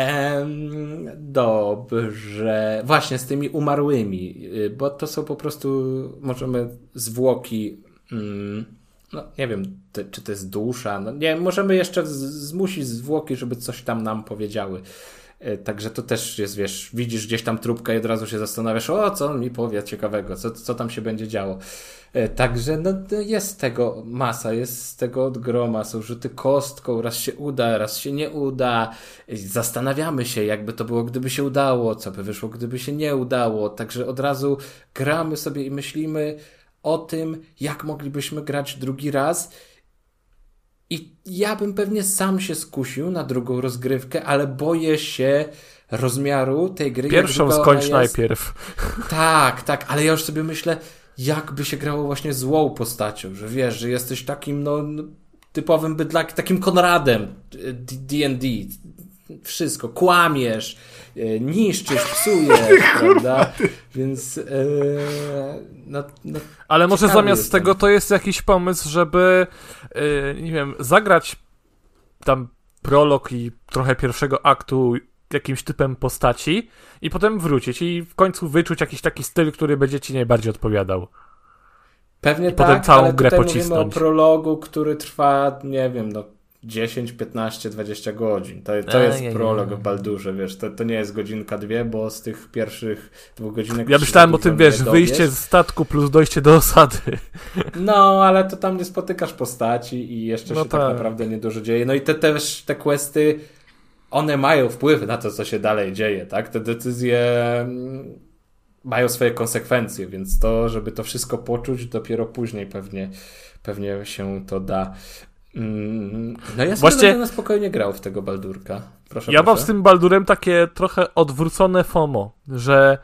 Dobrze. Właśnie z tymi umarłymi, bo to są po prostu, możemy zwłoki... No, nie wiem, czy to jest dusza. No, nie, możemy jeszcze zmusić zwłoki, żeby coś tam nam powiedziały. Także to też jest, wiesz, widzisz gdzieś tam trupkę i od razu się zastanawiasz, co on mi powie ciekawego, co tam się będzie działo. Także no, jest tego masa, jest z tego od groma, są rzuty kostką, raz się uda, raz się nie uda. Zastanawiamy się, jakby to było, gdyby się udało, co by wyszło, gdyby się nie udało. Także od razu gramy sobie i myślimy o tym, jak moglibyśmy grać drugi raz. I ja bym pewnie sam się skusił na drugą rozgrywkę, ale boję się rozmiaru tej gry. Pierwszą skończ najpierw. Tak, ale ja już sobie myślę, jakby się grało właśnie złą postacią, że wiesz, że jesteś takim typowym bydlakiem, takim Konradem D&D. Wszystko, kłamiesz, niszczysz, psujesz, prawda? Więc ale może zamiast tego to jest jakiś pomysł, żeby nie wiem, zagrać tam prolog i trochę pierwszego aktu jakimś typem postaci i potem wrócić i w końcu wyczuć jakiś taki styl, który będzie ci najbardziej odpowiadał. Pewnie i potem całą ale grę tutaj pocisnąć. Mówimy o prologu, który trwa, nie wiem, 10, 15, 20 godzin. To jest prolog w Baldurze, wiesz, to nie jest godzinka, 2, bo z tych pierwszych 2 godzinek... Ja myślałem o tym, wiesz, wyjście z statku plus dojście do osady. No, ale to tam nie spotykasz postaci i jeszcze się tak naprawdę niedużo dzieje. No i te questy, one mają wpływ na to, co się dalej dzieje, tak? Te decyzje mają swoje konsekwencje, więc to, żeby to wszystko poczuć, dopiero później pewnie się to da. No ja sobie będę na spokojnie grał w tego Baldurka. Proszę. Mam z tym Baldurem takie trochę odwrócone FOMO, że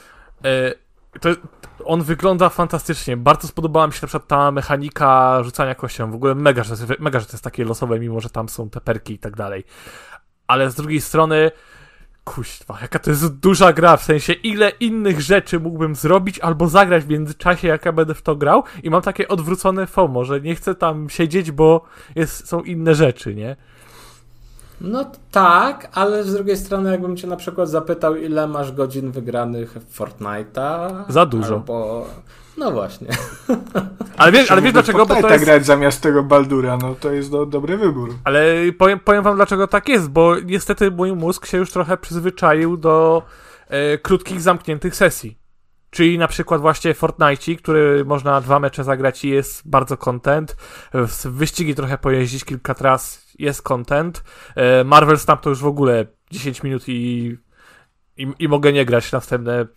on wygląda fantastycznie. Bardzo spodobała mi się na przykład ta mechanika rzucania kością. W ogóle mega, że to jest takie losowe, mimo że tam są te perki i tak dalej. Ale z drugiej strony kuźwa, jaka to jest duża gra, w sensie ile innych rzeczy mógłbym zrobić albo zagrać w międzyczasie, jak ja będę w to grał i mam takie odwrócone FOMO, że nie chcę tam siedzieć, bo są inne rzeczy, nie? No tak, ale z drugiej strony jakbym cię na przykład zapytał, ile masz godzin wygranych w Fortnite'a. Za dużo. Albo... No właśnie. Ale wiesz dlaczego? Bo to jest... grać zamiast tego Baldura, no to jest dobry wybór. Ale powiem wam dlaczego tak jest, bo niestety mój mózg się już trochę przyzwyczaił do krótkich, zamkniętych sesji. Czyli na przykład właśnie Fortnite, który można 2 mecze zagrać i jest bardzo content. W wyścigi trochę pojeździć kilka tras, jest content. Marvel Snap to już w ogóle 10 minut i mogę nie grać następne,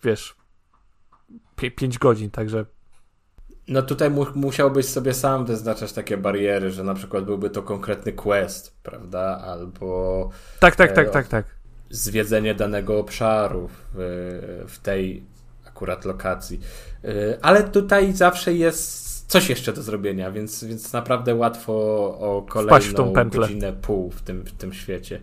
5 godzin, także... No tutaj musiałbyś sobie sam wyznaczać takie bariery, że na przykład byłby to konkretny quest, prawda? Albo... Tak. Zwiedzenie danego obszaru w tej akurat lokacji. Ale tutaj zawsze jest coś jeszcze do zrobienia, więc naprawdę łatwo o kolejną godzinę pół w tym świecie.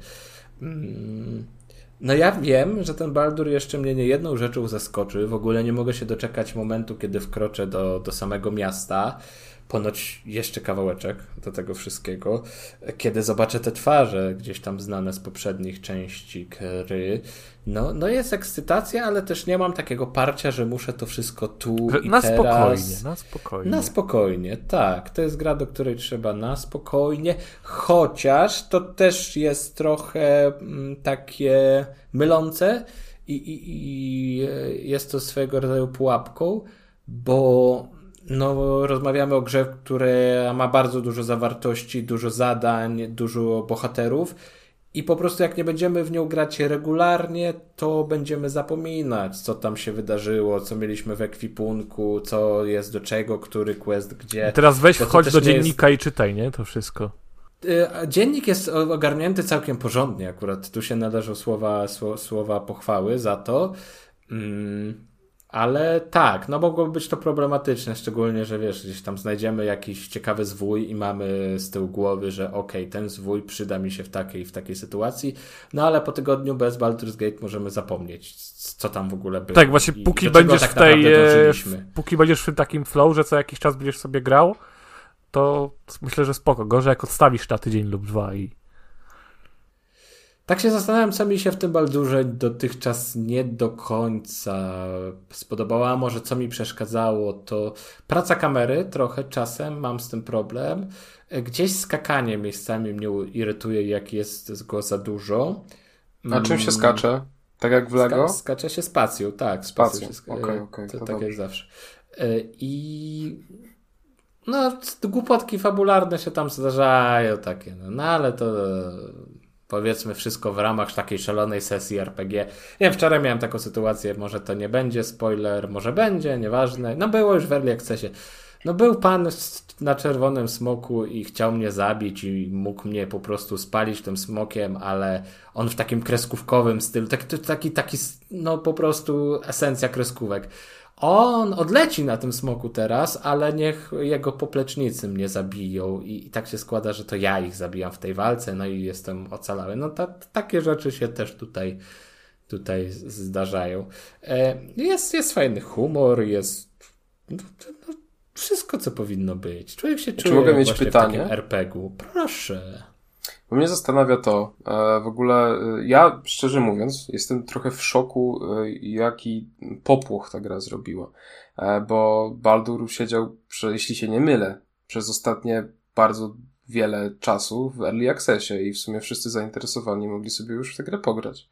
No ja wiem, że ten Baldur jeszcze mnie niejedną rzeczą zaskoczy. W ogóle nie mogę się doczekać momentu, kiedy wkroczę do samego miasta. Ponoć jeszcze kawałeczek do tego wszystkiego. Kiedy zobaczę te twarze gdzieś tam znane z poprzednich części gry, no jest ekscytacja, ale też nie mam takiego parcia, że muszę to wszystko tu i teraz. Na spokojnie, tak. To jest gra, do której trzeba na spokojnie, chociaż to też jest trochę takie mylące i jest to swego rodzaju pułapką, bo rozmawiamy o grze, która ma bardzo dużo zawartości, dużo zadań, dużo bohaterów i po prostu jak nie będziemy w nią grać regularnie, to będziemy zapominać, co tam się wydarzyło, co mieliśmy w ekwipunku, co jest do czego, który quest gdzie. I teraz wchodź do dziennika i czytaj, nie? To wszystko. Dziennik jest ogarnięty całkiem porządnie akurat. Tu się należą słowa pochwały za to. Ale tak, mogłoby być to problematyczne, szczególnie, że gdzieś tam znajdziemy jakiś ciekawy zwój i mamy z tyłu głowy, że ten zwój przyda mi się w takiej sytuacji, ale po tygodniu bez Baldur's Gate możemy zapomnieć, co tam w ogóle było. Tak, właśnie póki będziesz póki będziesz w takim flow, że co jakiś czas będziesz sobie grał, to myślę, że spoko. Gorzej jak odstawisz na tydzień lub 2 i... Tak się zastanawiam, co mi się w tym Baldurze dotychczas nie do końca spodobało, a może co mi przeszkadzało, to praca kamery, trochę czasem mam z tym problem. Gdzieś skakanie miejscami mnie irytuje, jak jest go za dużo. A czym się skacze? Tak jak w Lego? Skacze się spacją, tak. Spacją, okej, tak jak zawsze. I... głupotki fabularne się tam zdarzają takie, ale to... Powiedzmy wszystko w ramach takiej szalonej sesji RPG. Wczoraj miałem taką sytuację, może to nie będzie spoiler, może będzie, nieważne. Było już w Early Accessie. Był pan na czerwonym smoku i chciał mnie zabić i mógł mnie po prostu spalić tym smokiem, ale on w takim kreskówkowym stylu, taki po prostu esencja kreskówek. On odleci na tym smoku teraz, ale niech jego poplecznicy mnie zabiją i tak się składa, że to ja ich zabijam w tej walce, i jestem ocalały. Takie rzeczy się też tutaj zdarzają. Jest fajny humor, jest wszystko, co powinno być. Człowiek się czuje mogę mieć pytanie? W takim RPG-u. Proszę. Bo mnie zastanawia to, w ogóle ja, szczerze mówiąc, jestem trochę w szoku, jaki popłoch ta gra zrobiła. Bo Baldur siedział, jeśli się nie mylę, przez ostatnie bardzo wiele czasu w Early Accessie i w sumie wszyscy zainteresowani mogli sobie już w tę grę pograć.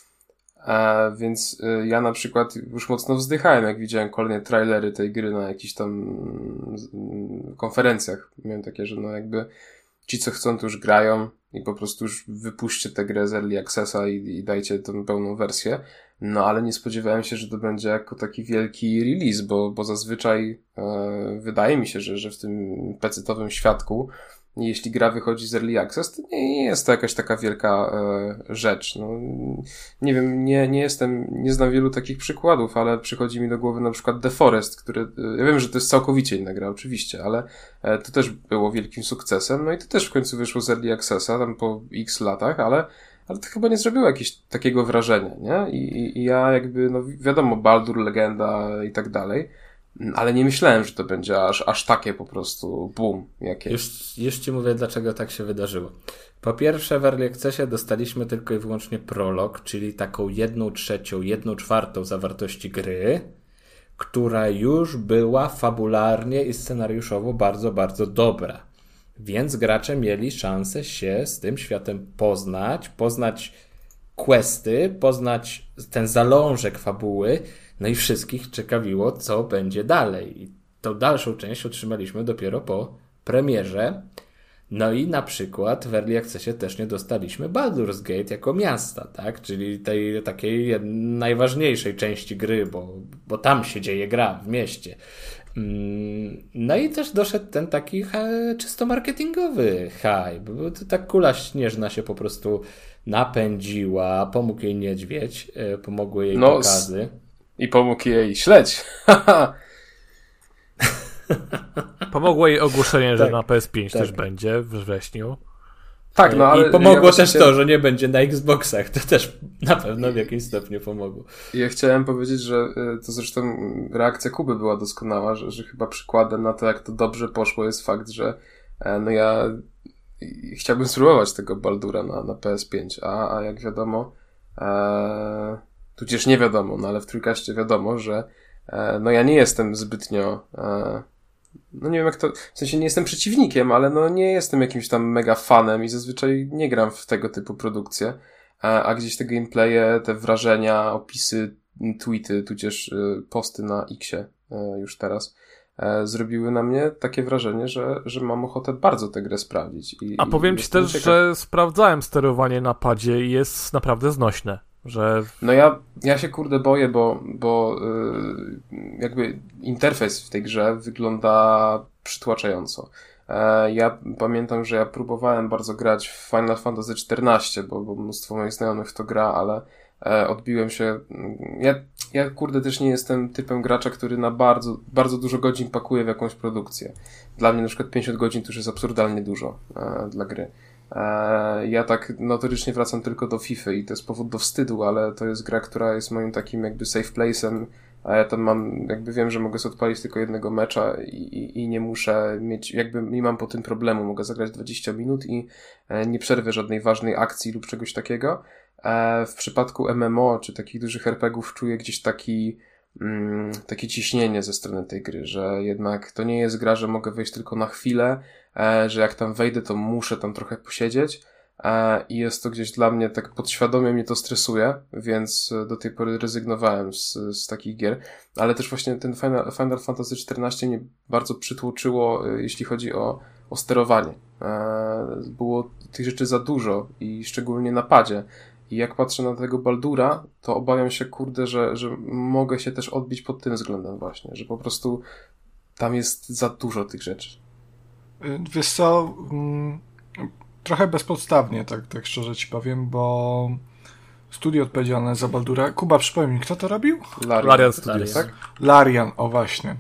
Więc ja na przykład już mocno wzdychałem, jak widziałem kolejne trailery tej gry na jakichś tam konferencjach. Miałem takie, że ci, co chcą, to już grają i po prostu już wypuśćcie tę grę z Early Accessa i dajcie tą pełną wersję. Ale nie spodziewałem się, że to będzie jako taki wielki release, bo zazwyczaj wydaje mi się, że w tym pecetowym świadku, jeśli gra wychodzi z Early Access, to nie jest to jakaś taka wielka rzecz. Nie wiem, nie znam wielu takich przykładów, ale przychodzi mi do głowy na przykład The Forest, który, ja wiem, że to jest całkowicie inna gra oczywiście, ale to też było wielkim sukcesem, i to też w końcu wyszło z Early Accessa, tam po x latach, ale to chyba nie zrobiło jakiegoś takiego wrażenia, nie? I ja wiadomo, Baldur, legenda i tak dalej, ale nie myślałem, że to będzie aż takie po prostu boom jakieś. Już ci mówię, dlaczego tak się wydarzyło. Po pierwsze, w Early Accessie dostaliśmy tylko i wyłącznie prolog, czyli taką 1/3, 1/4 zawartości gry, która już była fabularnie i scenariuszowo bardzo, bardzo dobra. Więc gracze mieli szansę się z tym światem poznać questy, poznać ten zalążek fabuły, no i wszystkich ciekawiło, co będzie dalej. I tą dalszą część otrzymaliśmy dopiero po premierze. No i na przykład w Early Accessie też nie dostaliśmy Baldur's Gate jako miasta, tak? Czyli tej takiej najważniejszej części gry, bo tam się dzieje gra w mieście. No i też doszedł ten taki czysto marketingowy hype, bo to tak kula śnieżna się po prostu napędziła, pomógł jej niedźwiedź, pomogły jej pokazy. I pomógł jej śledź. Pomogło jej ogłoszenie, że na PS5 też będzie w wrześniu. Tak, no ale... I pomogło też to, że nie będzie na Xboxach. To też na pewno w jakimś stopniu pomogło. Ja chciałem powiedzieć, że to zresztą reakcja Kuby była doskonała, że chyba przykładem na to, jak to dobrze poszło, jest fakt, że no ja chciałbym spróbować tego Baldura na PS5, a jak wiadomo, tudzież nie wiadomo, no ale w Trójkaście wiadomo, że no ja nie jestem zbytnio... No nie wiem jak to, w sensie nie jestem przeciwnikiem, ale no nie jestem jakimś tam mega fanem i zazwyczaj nie gram w tego typu produkcje, a gdzieś te gameplaye, te wrażenia, opisy, tweety, tudzież posty na Xie już teraz zrobiły na mnie takie wrażenie, że mam ochotę bardzo tę grę sprawdzić. A powiem ci też, że sprawdzałem sterowanie na padzie i jest naprawdę znośne. Że... No ja się kurde boję, bo jakby interfejs w tej grze wygląda przytłaczająco. Ja pamiętam, że ja próbowałem bardzo grać w Final Fantasy XIV, bo mnóstwo moich znajomych w to gra, ale odbiłem się. Ja kurde też nie jestem typem gracza, który na bardzo, bardzo dużo godzin pakuje w jakąś produkcję. Dla mnie na przykład 50 godzin to już jest absurdalnie dużo dla gry. Ja tak notorycznie wracam tylko do FIFA i to jest powód do wstydu, ale to jest gra, która jest moim takim jakby safe place'em, a ja tam mam, jakby wiem, że mogę sobie odpalić tylko jednego mecza i nie muszę mieć, jakby nie mam po tym problemu, mogę zagrać 20 minut i nie przerwę żadnej ważnej akcji lub czegoś takiego. W przypadku MMO czy takich dużych RPGów czuję gdzieś takie ciśnienie ze strony tej gry, że jednak to nie jest gra, że mogę wejść tylko na chwilę, że jak tam wejdę, to muszę tam trochę posiedzieć i jest to gdzieś dla mnie, tak podświadomie mnie to stresuje, więc do tej pory rezygnowałem z takich gier, ale też właśnie ten Final Fantasy XIV mnie bardzo przytłoczyło, jeśli chodzi o sterowanie. Było tych rzeczy za dużo i szczególnie na padzie. I jak patrzę na tego Baldura, to obawiam się, kurde, że mogę się też odbić pod tym względem właśnie, że po prostu tam jest za dużo tych rzeczy. Wiesz co, trochę bezpodstawnie, tak szczerze ci powiem, bo studio odpowiedzialne za Baldura... Kuba, przypomnij mi, kto to robił? Larian Studios. Tak? Larian, o właśnie.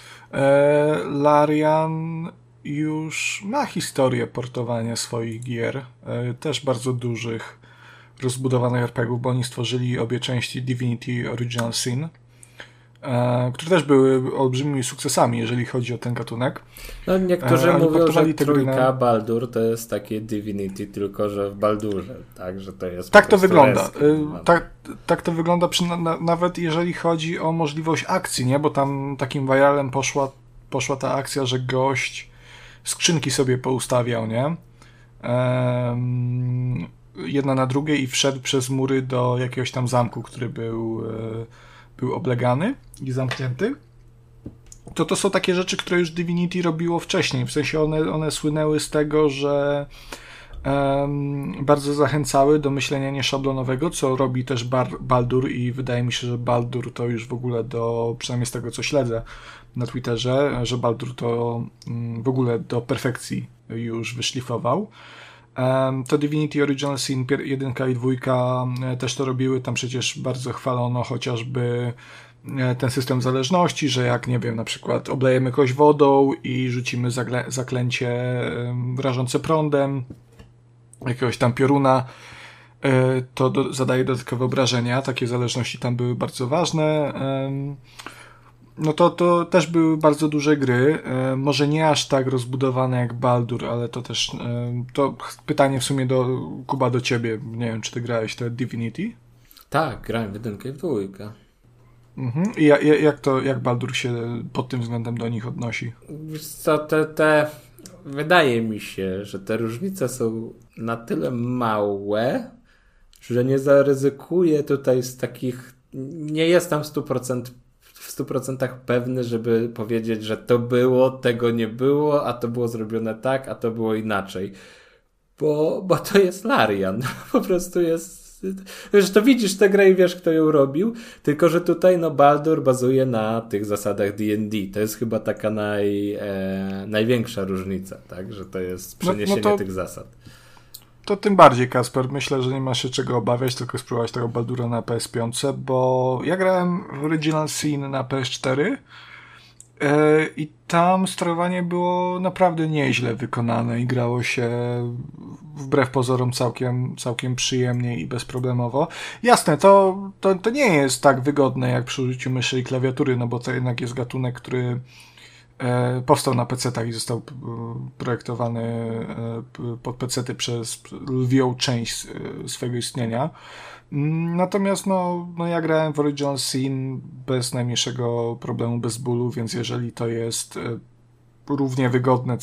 Larian już ma historię portowania swoich gier, też bardzo dużych, rozbudowanych RPGów, bo oni stworzyli obie części Divinity Original Sin, które też były olbrzymimi sukcesami, jeżeli chodzi o ten gatunek. No niektórzy mówią, że trójka Baldur to jest takie Divinity, tylko że w Baldurze, tak, że to jest... Tak to wygląda. Tak to wygląda, nawet jeżeli chodzi o możliwość akcji, nie? Bo tam takim viralem poszła ta akcja, że gość skrzynki sobie poustawiał, nie? Jedna na drugiej i wszedł przez mury do jakiegoś tam zamku, który był oblegany i zamknięty. To są takie rzeczy, które już Divinity robiło wcześniej. W sensie one słynęły z tego, że bardzo zachęcały do myślenia nieszablonowego, co robi też Baldur i wydaje mi się, że Baldur to już w ogóle przynajmniej z tego, co śledzę na Twitterze, że Baldur to w ogóle do perfekcji już wyszlifował. To Divinity Original Sin 1 i 2 też to robiły, tam przecież bardzo chwalono chociażby ten system zależności, że jak, nie wiem, na przykład oblejemy kogoś wodą i rzucimy zaklęcie rażące prądem, jakiegoś tam pioruna, to zadaje dodatkowe obrażenia, takie zależności tam były bardzo ważne. No to też były bardzo duże gry, może nie aż tak rozbudowane jak Baldur, ale to też, to pytanie w sumie Kuba do ciebie, nie wiem, czy ty grałeś te Divinity? Tak, grałem w 1 i w 2. Mhm. I jak Baldur się pod tym względem do nich odnosi? Wiesz co, wydaje mi się, że te różnice są na tyle małe, że nie zaryzykuję tutaj z takich, nie jestem w 100% pewny, żeby powiedzieć, że to było, tego nie było, a to było zrobione tak, a to było inaczej. Bo to jest Larian. Po prostu jest... Wiesz, to widzisz tę grę i wiesz, kto ją robił, tylko że tutaj Baldur bazuje na tych zasadach D&D. To jest chyba taka największa różnica, tak? Że to jest przeniesienie tych zasad. To tym bardziej, Kasper, myślę, że nie masz się czego obawiać, tylko spróbować tego Baldura na PS5, bo ja grałem w Original Sin na PS4 i tam sterowanie było naprawdę nieźle wykonane i grało się wbrew pozorom całkiem przyjemnie i bezproblemowo. Jasne, to nie jest tak wygodne jak przy użyciu myszy i klawiatury, no bo to jednak jest gatunek, który powstał na PC-tach i został projektowany pod PC-ty przez lwią część swojego istnienia. Natomiast ja grałem w Original Sin bez najmniejszego problemu, bez bólu, więc jeżeli to jest równie wygodne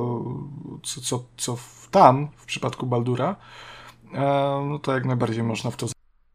co w przypadku Baldura, no to jak najbardziej można w to.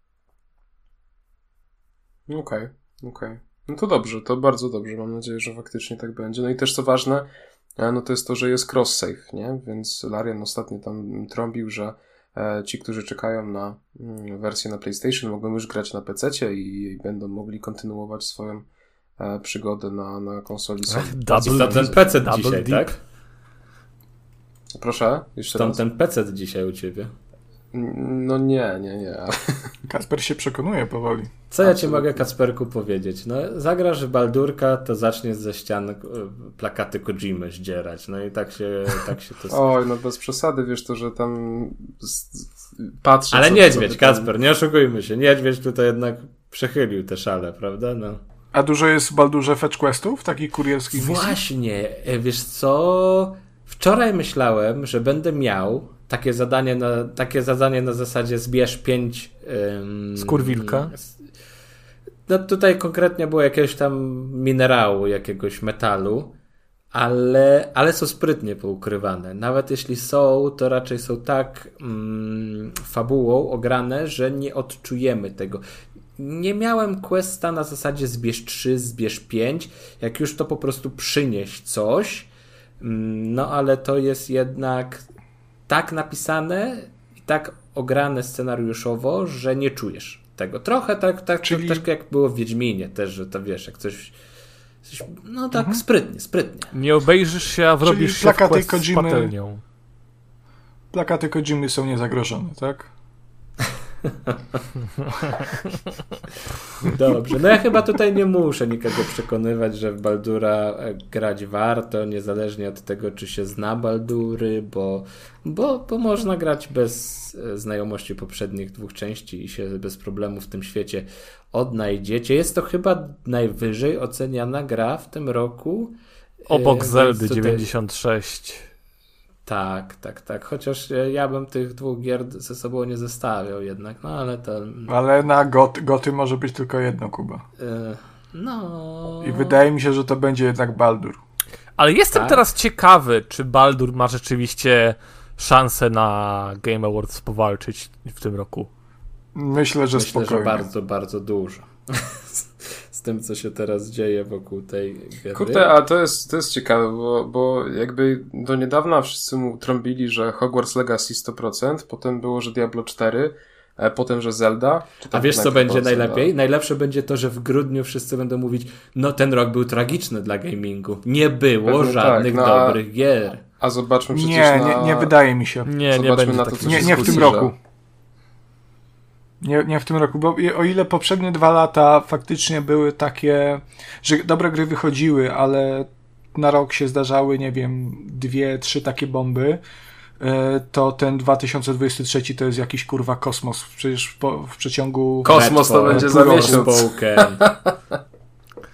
Okej. No to dobrze, to bardzo dobrze. Mam nadzieję, że faktycznie tak będzie. No i też co ważne, no to jest to, że jest cross-save, nie? Więc Larian ostatnio tam trąbił, że ci, którzy czekają na wersję na PlayStation, mogą już grać na PC-cie i będą mogli kontynuować swoją przygodę na konsoli Sony. Ten PC dzisiaj, deep. tak? Proszę, jeszcze raz. Ten PC dzisiaj u ciebie. No nie. Kasper się przekonuje powoli. Co ja ci mogę, Kacperku, powiedzieć? No, zagrasz w Baldurka, to zaczniesz ze ścian plakaty Kojimy zdzierać. No i tak się to... Oj, no bez przesady, wiesz to, że tam patrzę... Ale niedźwiedź, Kacper, nie oszukujmy się. Niedźwiedź tutaj jednak przechylił te szale, prawda? No. A dużo jest w Baldurze fetch questów, takich kurierskich misji? Właśnie, wiesz co... Wczoraj myślałem, że będę miał takie zadanie na zasadzie zbierz 5... Skurwilka? No tutaj konkretnie było jakiegoś tam minerału, jakiegoś metalu, ale są sprytnie poukrywane. Nawet jeśli są, to raczej są tak fabułą ograne, że nie odczujemy tego. Nie miałem questa na zasadzie zbierz 3, zbierz 5, jak już to po prostu przynieś coś, no ale to jest jednak tak napisane i tak ograne scenariuszowo, że nie czujesz tego. Trochę tak czyli... troszkę jak było w Wiedźminie też, że to wiesz, jak coś no tak sprytnie. Nie obejrzysz się, a wrobisz się w quest z patelnią. Plakaty Kojimy są niezagrożone, tak? Dobrze, no ja chyba tutaj nie muszę nikogo przekonywać, że w Baldura grać warto, niezależnie od tego, czy się zna Baldury, bo można grać bez znajomości poprzednich 2 części i się bez problemu w tym świecie odnajdziecie. Jest to chyba najwyżej oceniana gra w tym roku. Obok Zeldy 96. Tak. Chociaż ja bym tych 2 gier ze sobą nie zestawiał jednak, no ale to... Ale na goty może być tylko jedno, Kuba. No... I wydaje mi się, że to będzie jednak Baldur. Ale jestem teraz ciekawy, czy Baldur ma rzeczywiście szansę na Game Awards powalczyć w tym roku. Myślę, że spokojnie. Bardzo, bardzo dużo. Z tym, co się teraz dzieje wokół tej gry. Kurde, a to jest ciekawe, bo jakby do niedawna wszyscy mu trąbili, że Hogwarts Legacy 100%, potem było, że Diablo 4, potem, że Zelda. A wiesz, co będzie najlepiej? Najlepsze będzie to, że w grudniu wszyscy będą mówić, no ten rok był tragiczny dla gamingu. Nie było pewnie żadnych dobrych gier. A zobaczmy przecież nie wydaje mi się. Nie będzie na to, nie w tym roku. Nie w tym roku, bo o ile poprzednie 2 lata faktycznie były takie, że dobre gry wychodziły, ale na rok się zdarzały, nie wiem, 2-3 takie bomby, to ten 2023 to jest jakiś kurwa kosmos. Przecież w przeciągu... Kosmos to będzie za miesiąc.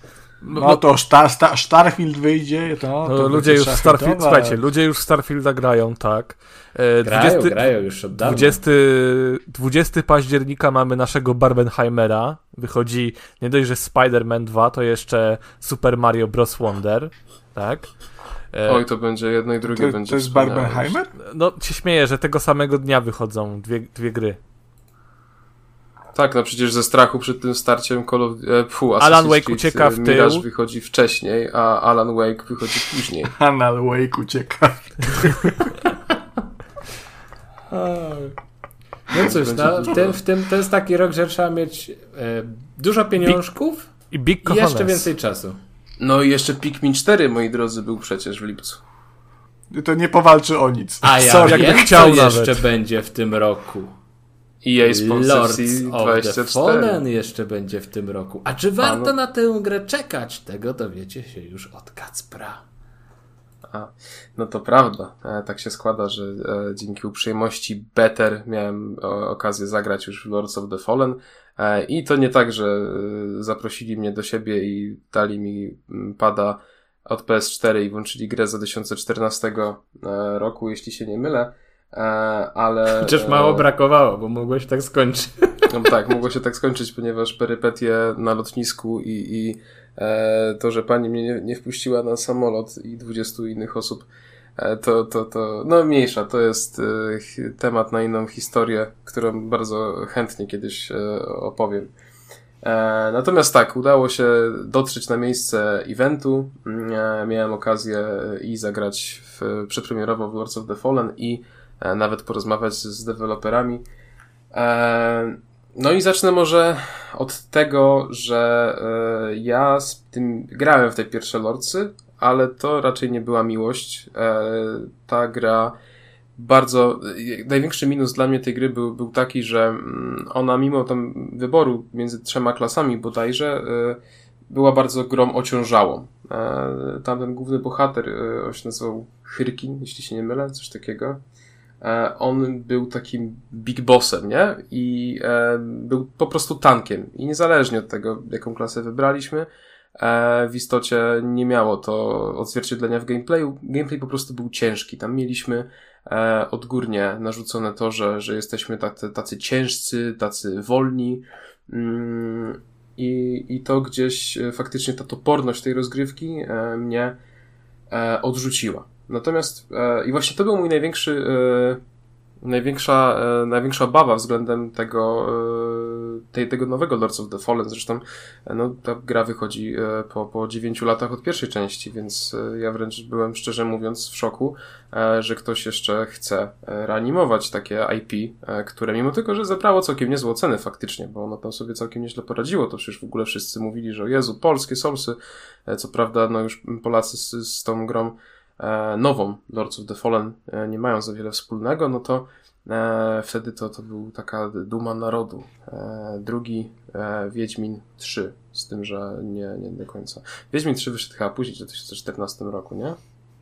No to Starfield wyjdzie, to ludzie już Starfield, słuchajcie, ludzie już Starfielda grają, tak. Grają już od dawna. 20 października mamy naszego Barbenheimera. Wychodzi nie dość, że Spider-Man 2, to jeszcze Super Mario Bros. Wonder, tak. Oj, to będzie jedno i drugie będzie. To jest Barbenheimer? No, się śmieję, że tego samego dnia wychodzą dwie gry. Tak, no przecież ze strachu przed tym starciem Alan Wake ucieka w tył. Mirage wychodzi wcześniej, a Alan Wake wychodzi później. Alan Wake ucieka w tył. No cóż, to jest taki rok, że trzeba mieć dużo pieniążków i jeszcze więcej czasu. No i jeszcze Pikmin 4, moi drodzy, był przecież w lipcu. To nie powalczy o nic. A ja wiem, co jeszcze będzie w tym roku. EA Sports Lords FC of 24. the Fallen jeszcze będzie w tym roku. A czy warto na tę grę czekać? Tego dowiecie się już od Kacpra. No to prawda. Tak się składa, że dzięki uprzejmości Better miałem okazję zagrać już w Lords of the Fallen. I to nie tak, że zaprosili mnie do siebie i dali mi pada od PS4 i włączyli grę za 2014 roku, jeśli się nie mylę. Ale... Chociaż mało brakowało, bo mogłeś tak skończyć. No tak, mogło się tak skończyć, ponieważ perypetie na lotnisku i to, że pani mnie nie wpuściła na samolot i 20 innych osób, no mniejsza, to jest temat na inną historię, którą bardzo chętnie kiedyś opowiem. Natomiast tak, udało się dotrzeć na miejsce eventu, miałem okazję i zagrać przedpremierowo w Lords of the Fallen i nawet porozmawiać z deweloperami. No i zacznę może od tego, że ja z tym grałem w te pierwsze Lordsy, ale to raczej nie była miłość. Ta gra największy minus dla mnie tej gry był taki, że ona mimo tam wyboru między 3 klasami bodajże była bardzo grą ociążałą. Tamten główny bohater, on się nazywał Hyrkin, jeśli się nie mylę, coś takiego. On był takim big bossem, nie? I był po prostu tankiem. I niezależnie od tego, jaką klasę wybraliśmy, w istocie nie miało to odzwierciedlenia w gameplayu. Gameplay po prostu był ciężki. Tam mieliśmy odgórnie narzucone to, że jesteśmy tacy ciężcy, tacy wolni. I to gdzieś faktycznie ta toporność tej rozgrywki mnie odrzuciła. Natomiast i właśnie to był mój największa obawa względem tego nowego Lords of the Fallen. Zresztą no, ta gra wychodzi po 9 latach od pierwszej części, więc ja wręcz byłem, szczerze mówiąc, w szoku, że ktoś jeszcze chce reanimować takie IP, które mimo tego, że zebrało całkiem niezłe oceny faktycznie, bo ono tam sobie całkiem nieźle poradziło, to przecież w ogóle wszyscy mówili, że o Jezu, polskie Soulsy, co prawda no już Polacy z tą grą nową Lords of the Fallen nie mają za wiele wspólnego, no to wtedy to był taka duma narodu. Drugi Wiedźmin 3, z tym, że nie do końca. Wiedźmin 3 wyszedł chyba później, w 2014 roku, nie?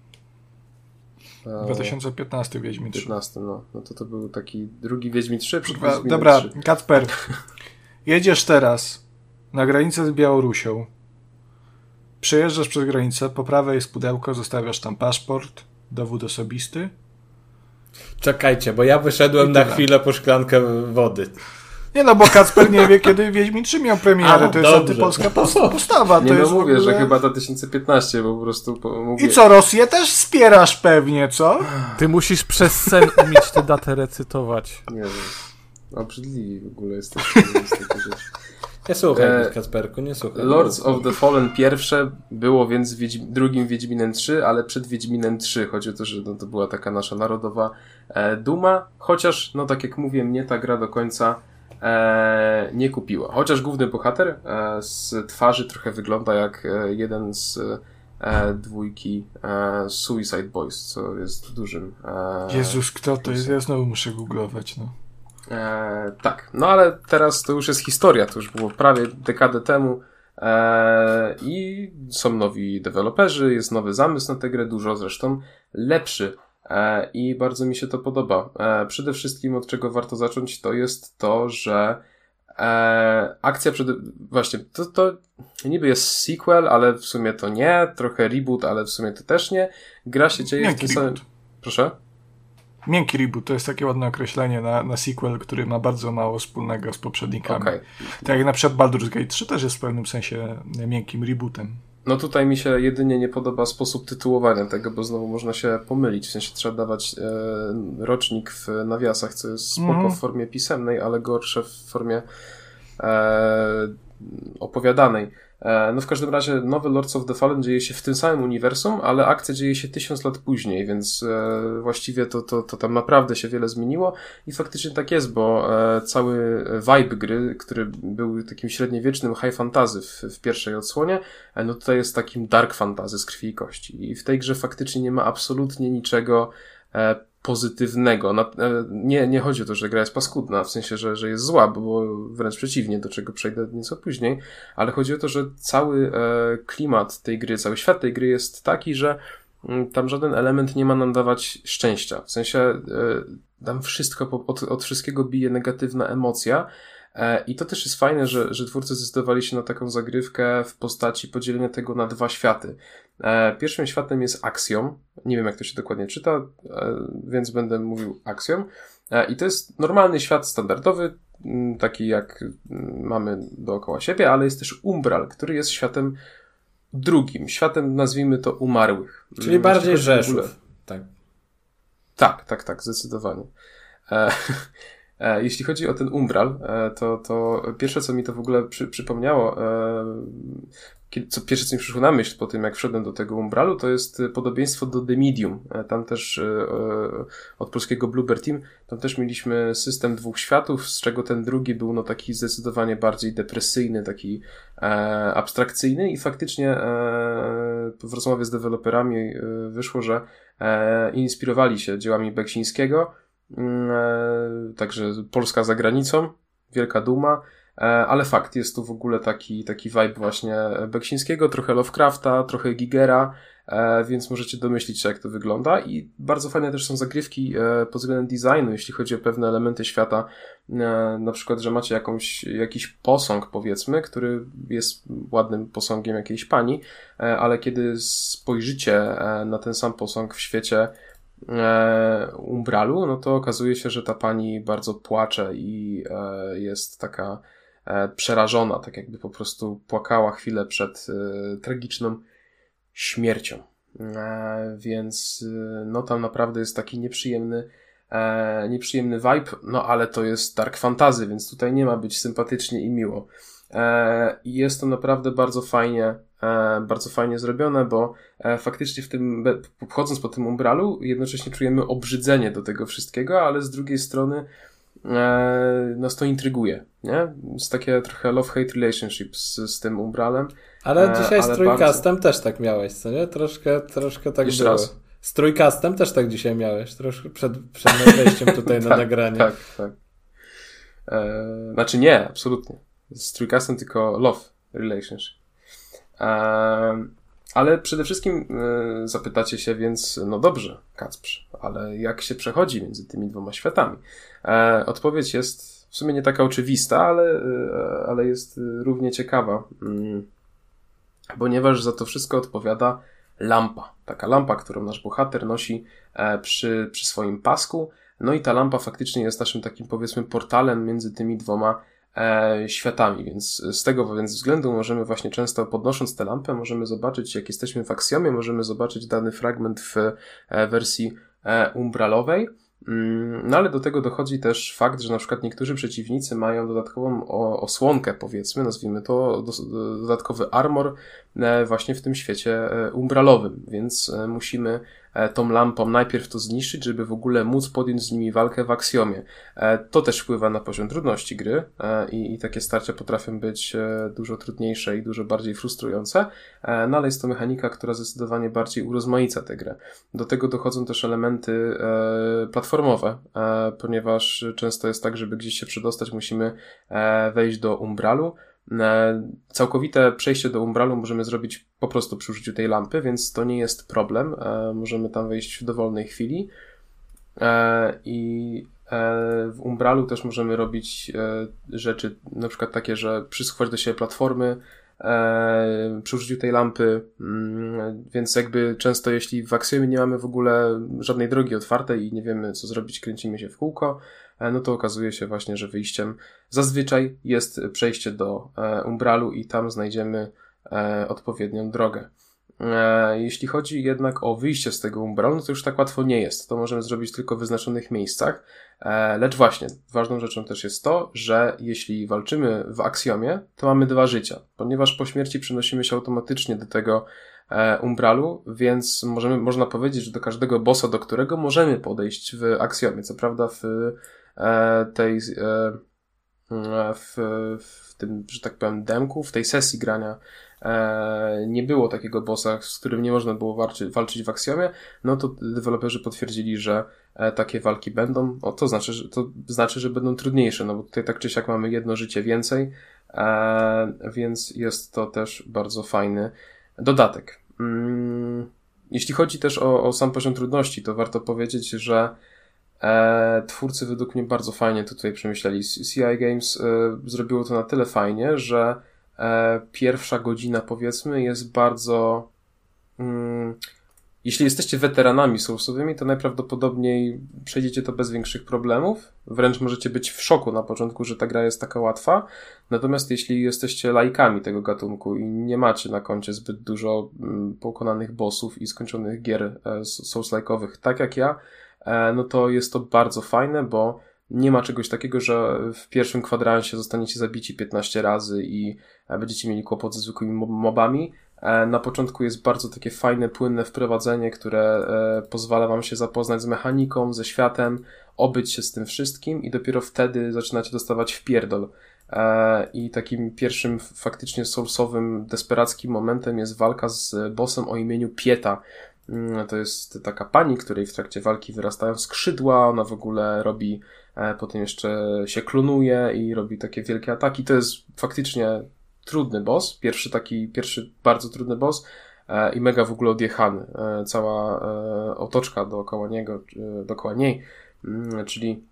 2015 Wiedźmin 3. 15, no to był taki drugi Wiedźmin 3 przed Wiedźminem dobra, 3. Kacper, jedziesz teraz na granicę z Białorusią, przejeżdżasz przez granicę, po prawej jest pudełko, zostawiasz tam paszport, dowód osobisty. Czekajcie, bo ja wyszedłem na chwilę po szklankę wody. Nie no, bo Kacper nie wie, kiedy Wiedźmin 3 miał premierę, to jest antypolska postawa. Nie, to no jest mówię, ogóle... że chyba 2015, bo po prostu mówię. I co, Rosję też wspierasz pewnie, co? Ty musisz przez sen umieć tę datę recytować. Nie wiem, obrzydliwi w ogóle jesteśmy z takiej rzeczy. Nie słuchaj, Kacperku, nie słuchaj. Lords of the Fallen pierwsze było więc drugim Wiedźminem 3, ale przed Wiedźminem 3. Chodzi o to, że no, to była taka nasza narodowa duma, chociaż, no tak jak mówię, mnie ta gra do końca nie kupiła. Chociaż główny bohater z twarzy trochę wygląda jak jeden z dwójki Suicide Boys, co jest dużym... Jezus, kto to jest? Ja znowu muszę googlować, no. Tak, no ale teraz to już jest historia, to już było prawie dekadę temu i są nowi deweloperzy, jest nowy zamysł na tę grę, dużo zresztą lepszy i bardzo mi się to podoba. Przede wszystkim od czego warto zacząć to jest to, że Akcja właśnie, to niby jest sequel, ale w sumie to nie, trochę reboot, ale w sumie to też nie. Gra się dzieje w tym samym... Proszę? Miękki reboot to jest takie ładne określenie na sequel, który ma bardzo mało wspólnego z poprzednikami. Okay. Tak jak na przykład Baldur's Gate 3 też jest w pewnym sensie miękkim rebootem. No tutaj mi się jedynie nie podoba sposób tytułowania tego, bo znowu można się pomylić. W sensie trzeba dawać rocznik w nawiasach, co jest spoko w formie pisemnej, ale gorsze w formie opowiadanej. No w każdym razie nowy Lords of the Fallen dzieje się w tym samym uniwersum, ale akcja dzieje się 1000 lat później, więc właściwie to tam naprawdę się wiele zmieniło i faktycznie tak jest, bo cały vibe gry, który był takim średniowiecznym high fantasy w pierwszej odsłonie, no tutaj jest takim dark fantasy z krwi i kości i w tej grze faktycznie nie ma absolutnie niczego pozytywnego. Nie chodzi o to, że gra jest paskudna, w sensie, że jest zła, bo wręcz przeciwnie, do czego przejdę nieco później, ale chodzi o to, że cały klimat tej gry, cały świat tej gry jest taki, że tam żaden element nie ma nam dawać szczęścia. W sensie tam wszystko, od wszystkiego bije negatywna emocja. I to też jest fajne, że twórcy zdecydowali się na taką zagrywkę w postaci podzielenia tego na 2 światy. Pierwszym światem jest Axiom. Nie wiem, jak to się dokładnie czyta, więc będę mówił Axiom. I to jest normalny świat standardowy, taki jak mamy dookoła siebie, ale jest też Umbral, który jest światem drugim. Światem, nazwijmy to, umarłych. Czyli bardziej Rzeszów. Tak, zdecydowanie. Jeśli chodzi o ten Umbral, to pierwsze, co mi to w ogóle przypomniało, pierwsze, co mi przyszło na myśl po tym, jak wszedłem do tego Umbralu, to jest podobieństwo do The Medium. Tam też od polskiego Bluebird Team, tam też mieliśmy system 2 światów, z czego ten drugi był no taki zdecydowanie bardziej depresyjny, taki abstrakcyjny i faktycznie w rozmowie z deweloperami wyszło, że inspirowali się dziełami Beksińskiego, także Polska za granicą, wielka duma, ale fakt, jest tu w ogóle taki vibe właśnie Beksińskiego, trochę Lovecrafta, trochę Gigera, więc możecie domyślić się, jak to wygląda i bardzo fajne też są zagrywki pod względem designu, jeśli chodzi o pewne elementy świata, na przykład, że macie jakiś posąg, powiedzmy, który jest ładnym posągiem jakiejś pani, ale kiedy spojrzycie na ten sam posąg w świecie Umbralu, no to okazuje się, że ta pani bardzo płacze i jest taka przerażona, tak jakby po prostu płakała chwilę przed tragiczną śmiercią. Więc no tam naprawdę jest taki nieprzyjemny vibe, no ale to jest dark fantasy, więc tutaj nie ma być sympatycznie i miło. I jest to naprawdę bardzo fajnie zrobione, bo faktycznie chodząc po tym Umbralu, jednocześnie czujemy obrzydzenie do tego wszystkiego, ale z drugiej strony nas to intryguje, nie? Jest takie trochę love-hate relationship z tym Umbralem. Ale dzisiaj z Trójkastem też tak miałeś, co nie? Troszkę tak jeszcze było. Raz. Z Trójkastem też tak dzisiaj miałeś, troszkę przed wejściem tutaj na nagranie. Tak. Znaczy nie, absolutnie. Z Trójkastem tylko love relationship. Ale przede wszystkim zapytacie się więc, no dobrze, Kacprze, ale jak się przechodzi między tymi 2 światami? Odpowiedź jest w sumie nie taka oczywista, ale jest równie ciekawa, ponieważ za to wszystko odpowiada lampa. Taka lampa, którą nasz bohater nosi przy swoim pasku, no i ta lampa faktycznie jest naszym takim, powiedzmy, portalem między tymi 2 światami, więc z tego względu możemy właśnie często podnosząc tę lampę, możemy zobaczyć, jak jesteśmy w Axiomie, możemy zobaczyć dany fragment w wersji umbralowej, no ale do tego dochodzi też fakt, że na przykład niektórzy przeciwnicy mają dodatkową osłonkę, powiedzmy, nazwijmy to, dodatkowy armor właśnie w tym świecie umbralowym, więc musimy tą lampą najpierw to zniszczyć, żeby w ogóle móc podjąć z nimi walkę w Axiomie. To też wpływa na poziom trudności gry i takie starcia potrafią być dużo trudniejsze i dużo bardziej frustrujące, no ale jest to mechanika, która zdecydowanie bardziej urozmaica tę grę. Do tego dochodzą też elementy platformowe, ponieważ często jest tak, żeby gdzieś się przedostać, musimy wejść do umbralu. Całkowite przejście do umbralu możemy zrobić po prostu przy użyciu tej lampy, więc to nie jest problem. Możemy tam wejść w dowolnej chwili i w Umbralu też możemy robić rzeczy, na przykład takie, że przysuwać do siebie platformy przy użyciu tej lampy, więc jakby często jeśli w Axiomie nie mamy w ogóle żadnej drogi otwartej i nie wiemy co zrobić, kręcimy się w kółko, no to okazuje się właśnie, że wyjściem zazwyczaj jest przejście do Umbralu i tam znajdziemy odpowiednią drogę. Jeśli chodzi jednak o wyjście z tego Umbralu, no to już tak łatwo nie jest. To możemy zrobić tylko w wyznaczonych miejscach. Lecz właśnie, ważną rzeczą też jest to, że jeśli walczymy w Axiomie, to mamy 2 życia, ponieważ po śmierci przenosimy się automatycznie do tego Umbralu, więc można powiedzieć, że do każdego bossa, do którego możemy podejść w Axiomie. Co prawda w tym, że tak powiem, demku, w tej sesji grania nie było takiego bossa, z którym nie można było walczyć w Axiomie, no to deweloperzy potwierdzili, że takie walki będą. To znaczy, że będą trudniejsze, no bo tutaj tak czy siak mamy 1 życie więcej, więc jest to też bardzo fajny dodatek. Jeśli chodzi też o sam poziom trudności, to warto powiedzieć, że twórcy według mnie bardzo fajnie to tutaj przemyśleli. CI Games zrobiło to na tyle fajnie, że pierwsza godzina, powiedzmy, jest bardzo... Jeśli jesteście weteranami soulsowymi, to najprawdopodobniej przejdziecie to bez większych problemów. Wręcz możecie być w szoku na początku, że ta gra jest taka łatwa. Natomiast jeśli jesteście laikami tego gatunku i nie macie na koncie zbyt dużo pokonanych bossów i skończonych gier souls-like'owych, tak jak ja, no to jest to bardzo fajne, bo nie ma czegoś takiego, że w pierwszym kwadransie zostaniecie zabici 15 razy i będziecie mieli kłopot ze zwykłymi mobami. Na początku jest bardzo takie fajne, płynne wprowadzenie, które pozwala wam się zapoznać z mechaniką, ze światem, obyć się z tym wszystkim i dopiero wtedy zaczynacie dostawać wpierdol. I takim pierwszym faktycznie soulsowym, desperackim momentem jest walka z bossem o imieniu Pieta. To jest taka pani, której w trakcie walki wyrastają skrzydła, ona w ogóle robi, potem jeszcze się klonuje i robi takie wielkie ataki. To jest faktycznie trudny boss, pierwszy bardzo trudny boss i mega w ogóle odjechany. Cała otoczka dookoła niej, czyli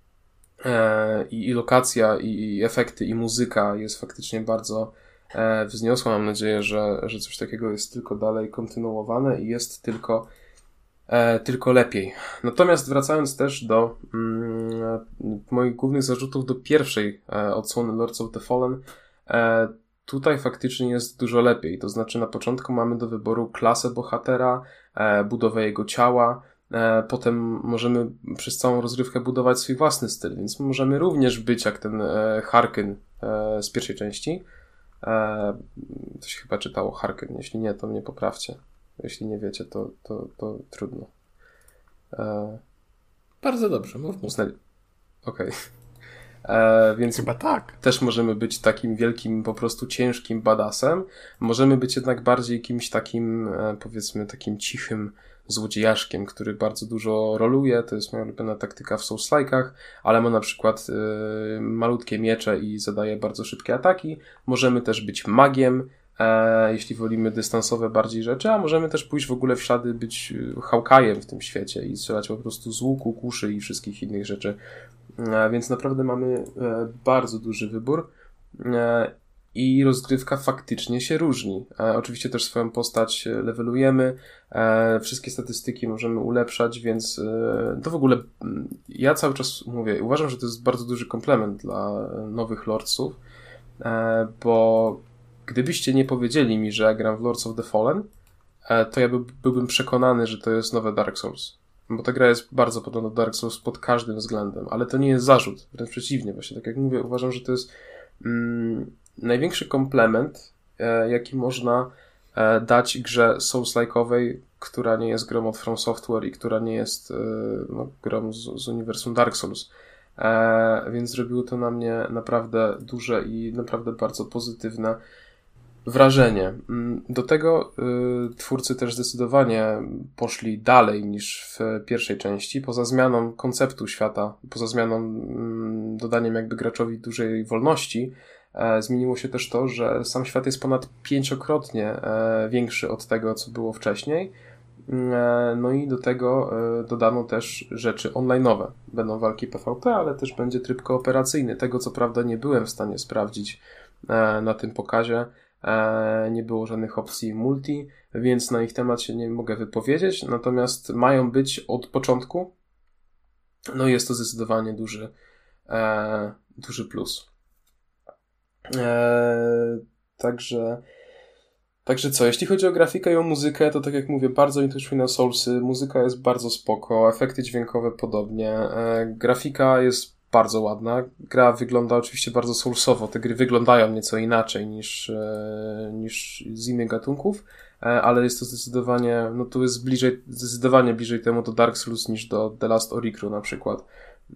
i lokacja, i efekty, i muzyka jest faktycznie bardzo wzniosła. Mam nadzieję, że coś takiego jest tylko dalej kontynuowane i jest tylko lepiej. Natomiast wracając też do moich głównych zarzutów do pierwszej odsłony Lords of the Fallen, tutaj faktycznie jest dużo lepiej. To znaczy na początku mamy do wyboru klasę bohatera, budowę jego ciała, potem możemy przez całą rozgrywkę budować swój własny styl, więc możemy również być jak ten Harken z pierwszej części. To się chyba czytało Harken, jeśli nie, to mnie poprawcie. Jeśli nie wiecie, to trudno. Bardzo dobrze, mów. Okej. Więc chyba tak. Też możemy być takim wielkim, po prostu ciężkim badassem. Możemy być jednak bardziej kimś takim, powiedzmy, takim cichym złodziejaszkiem, który bardzo dużo roluje. To jest moja ulubiona taktyka w Souls-like'ach, ale ma na przykład malutkie miecze i zadaje bardzo szybkie ataki. Możemy też być magiem, jeśli wolimy dystansowe bardziej rzeczy, a możemy też pójść w ogóle w ślady, być Hawkeye'em w tym świecie i strzelać po prostu z łuku, kuszy i wszystkich innych rzeczy. Więc naprawdę mamy bardzo duży wybór i rozgrywka faktycznie się różni. Oczywiście też swoją postać levelujemy, wszystkie statystyki możemy ulepszać, więc to w ogóle ja cały czas mówię, uważam, że to jest bardzo duży komplement dla nowych Lordsów, bo gdybyście nie powiedzieli mi, że ja gram w Lords of the Fallen, to ja byłbym przekonany, że to jest nowe Dark Souls. Bo ta gra jest bardzo podobna do Dark Souls pod każdym względem, ale to nie jest zarzut, wręcz przeciwnie. Właśnie tak jak mówię, uważam, że to jest największy komplement, jaki można dać grze Souls-like'owej, która nie jest grą od From Software i która nie jest grą z uniwersum Dark Souls. Więc zrobiło to na mnie naprawdę duże i naprawdę bardzo pozytywne wrażenie. Do tego twórcy też zdecydowanie poszli dalej niż w pierwszej części. Poza zmianą konceptu świata, poza zmianą dodaniem jakby graczowi dużej wolności, zmieniło się też to, że sam świat jest ponad 5-krotnie większy od tego, co było wcześniej. No i do tego dodano też rzeczy online'owe. Będą walki PvP, ale też będzie tryb kooperacyjny. Tego co prawda nie byłem w stanie sprawdzić na tym pokazie. Nie było żadnych opcji multi, więc na ich temat się nie mogę wypowiedzieć. Natomiast mają być od początku. No i jest to zdecydowanie duży plus. Także co, jeśli chodzi o grafikę i o muzykę, to tak jak mówię, bardzo mi to przypomina Soulsy, muzyka jest bardzo spoko, efekty dźwiękowe podobnie, grafika jest bardzo ładna, gra wygląda oczywiście bardzo soulsowo, te gry wyglądają nieco inaczej niż z innych gatunków, ale jest to zdecydowanie, no tu jest zdecydowanie bliżej temu do Dark Souls niż do The Last Oricru na przykład,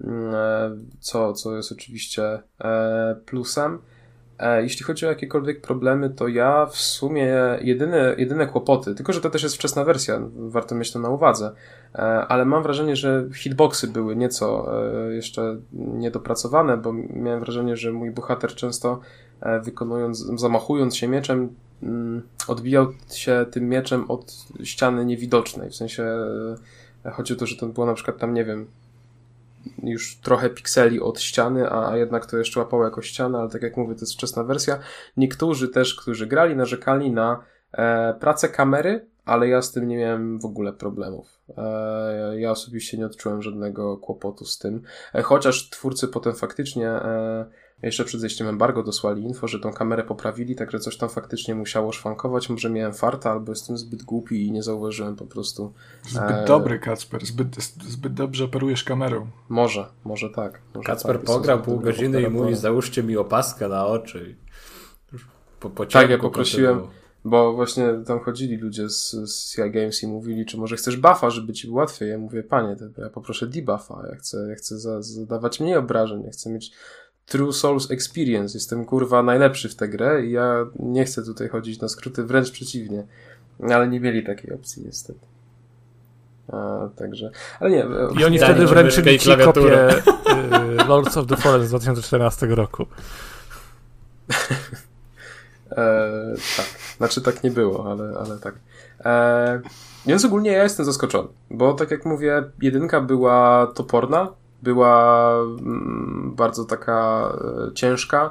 co jest oczywiście plusem. Jeśli chodzi o jakiekolwiek problemy, to ja w sumie jedyne kłopoty, tylko że to też jest wczesna wersja, warto mieć to na uwadze, ale mam wrażenie, że hitboxy były nieco jeszcze niedopracowane, bo miałem wrażenie, że mój bohater często zamachując się mieczem, odbijał się tym mieczem od ściany niewidocznej, w sensie chodzi o to, że to było na przykład tam, nie wiem, już trochę pikseli od ściany, a jednak to jeszcze łapało jako ścianę, ale tak jak mówię, to jest wczesna wersja. Niektórzy też, którzy grali, narzekali na pracę kamery, ale ja z tym nie miałem w ogóle problemów. Ja osobiście nie odczułem żadnego kłopotu z tym. Chociaż twórcy potem faktycznie jeszcze przed zejściem embargo dosłali info, że tą kamerę poprawili, także coś tam faktycznie musiało szwankować. Może miałem farta, albo jestem zbyt głupi i nie zauważyłem po prostu. Zbyt dobry, Kacper. Zbyt dobrze operujesz kamerą. Może tak. Kacper tak, pograł pół godziny i mówi, załóżcie mi opaskę na oczy. Tak, ja poprosiłem, bo właśnie tam chodzili ludzie z CI Games i mówili, czy może chcesz buffa, żeby ci było łatwiej. Ja mówię, panie, to ja poproszę debuffa. Ja chcę zadawać mniej obrażeń. Ja chcę mieć True Souls Experience. Jestem kurwa najlepszy w tę grę i ja nie chcę tutaj chodzić na skróty, wręcz przeciwnie. Ale nie mieli takiej opcji niestety. Także, ale nie. I oni wtedy wręczyli ci kopię Lords of the Fallen z 2014 roku. Tak. Znaczy tak nie było, ale tak. Więc ogólnie ja jestem zaskoczony, bo tak jak mówię, jedynka była toporna, była bardzo taka ciężka.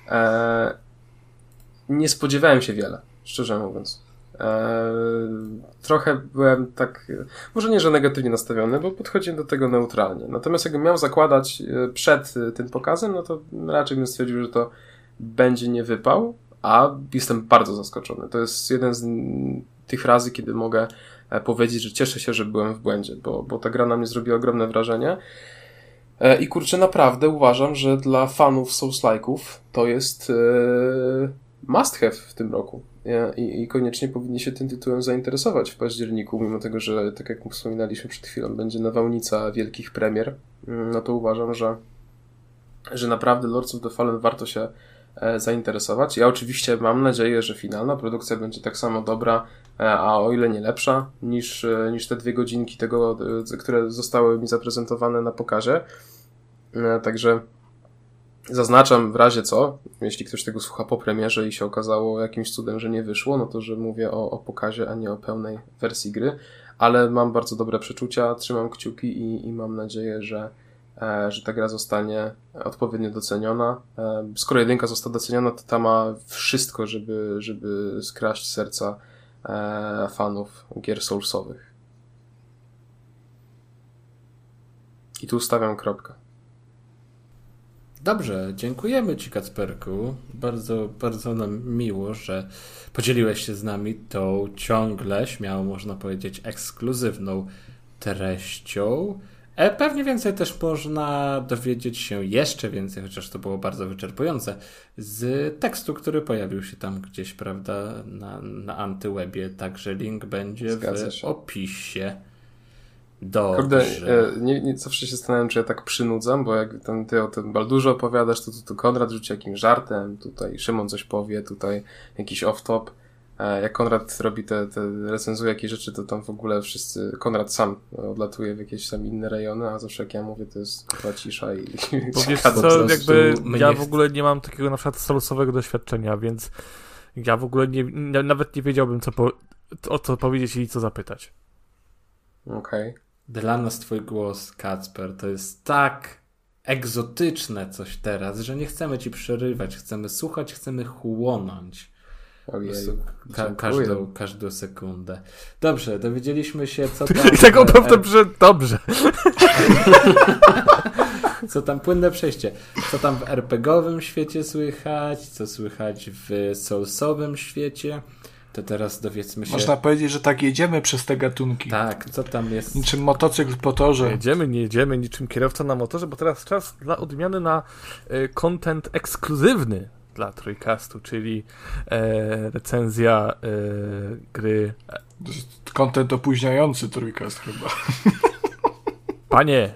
Nie spodziewałem się wiele, szczerze mówiąc. Trochę byłem tak, może nie, że negatywnie nastawiony, bo podchodziłem do tego neutralnie. Natomiast jakbym miał zakładać przed tym pokazem, no to raczej bym stwierdził, że to będzie nie wypał, a jestem bardzo zaskoczony. To jest jeden z tych razy, kiedy mogę powiedzieć, że cieszę się, że byłem w błędzie, bo ta gra na mnie zrobiła ogromne wrażenie. I kurczę, naprawdę uważam, że dla fanów Souls-like'ów to jest must have w tym roku. I koniecznie powinni się tym tytułem zainteresować w październiku, mimo tego, że tak jak wspominaliśmy przed chwilą, będzie nawałnica wielkich premier, no to uważam, że naprawdę Lords of the Fallen warto się zainteresować. Ja oczywiście mam nadzieję, że finalna produkcja będzie tak samo dobra, a o ile nie lepsza niż te 2 godzinki tego, które zostały mi zaprezentowane na pokazie. Także zaznaczam w razie co, jeśli ktoś tego słucha po premierze i się okazało jakimś cudem, że nie wyszło, no to że mówię o pokazie, a nie o pełnej wersji gry, ale mam bardzo dobre przeczucia, trzymam kciuki i mam nadzieję, że ta gra zostanie odpowiednio doceniona. Skoro jedynka została doceniona, to ta ma wszystko, żeby skraść serca fanów gier soulsowych. I tu stawiam kropkę. Dobrze, dziękujemy Ci, Kacperku. Bardzo, bardzo nam miło, że podzieliłeś się z nami tą ciągle, śmiało można powiedzieć, ekskluzywną treścią. Pewnie więcej też można dowiedzieć się jeszcze więcej, chociaż to było bardzo wyczerpujące, z tekstu, który pojawił się tam gdzieś, prawda, na Antywebie, także link będzie w opisie. Dobrze. Kurde, nie zawsze się zastanawiam, czy ja tak przynudzam, bo jak tam ty o tym Baldurze opowiadasz, to Konrad rzuci jakimś żartem, tutaj Szymon coś powie, tutaj jakiś off-top. Jak Konrad robi recenzuje jakieś rzeczy, to tam w ogóle wszyscy, Konrad sam odlatuje w jakieś tam inne rejony, a zawsze jak ja mówię, to jest chyba cisza i... Bo wiesz co, jakby ja w ogóle nie mam takiego na przykład soulsowego doświadczenia, więc ja w ogóle nawet nie wiedziałbym, o co powiedzieć i co zapytać. Okej. Dla nas twój głos, Kacper, to jest tak egzotyczne coś teraz, że nie chcemy ci przerywać, chcemy słuchać, chcemy chłonąć. Każdą sekundę. Dobrze, dowiedzieliśmy się, co tam... I tak naprawdę, że dobrze. Co tam, płynne przejście. Co tam w RPG-owym świecie słychać, co słychać w Soulsowym świecie. To teraz dowiedzmy się... Można powiedzieć, że tak jedziemy przez te gatunki. Tak, co tam jest... Niczym motocykl po torze. Nie jedziemy niczym kierowca na motorze, bo teraz czas dla odmiany na content ekskluzywny dla Trójkastu, czyli recenzja gry... Content opóźniający Trójkast chyba. Panie!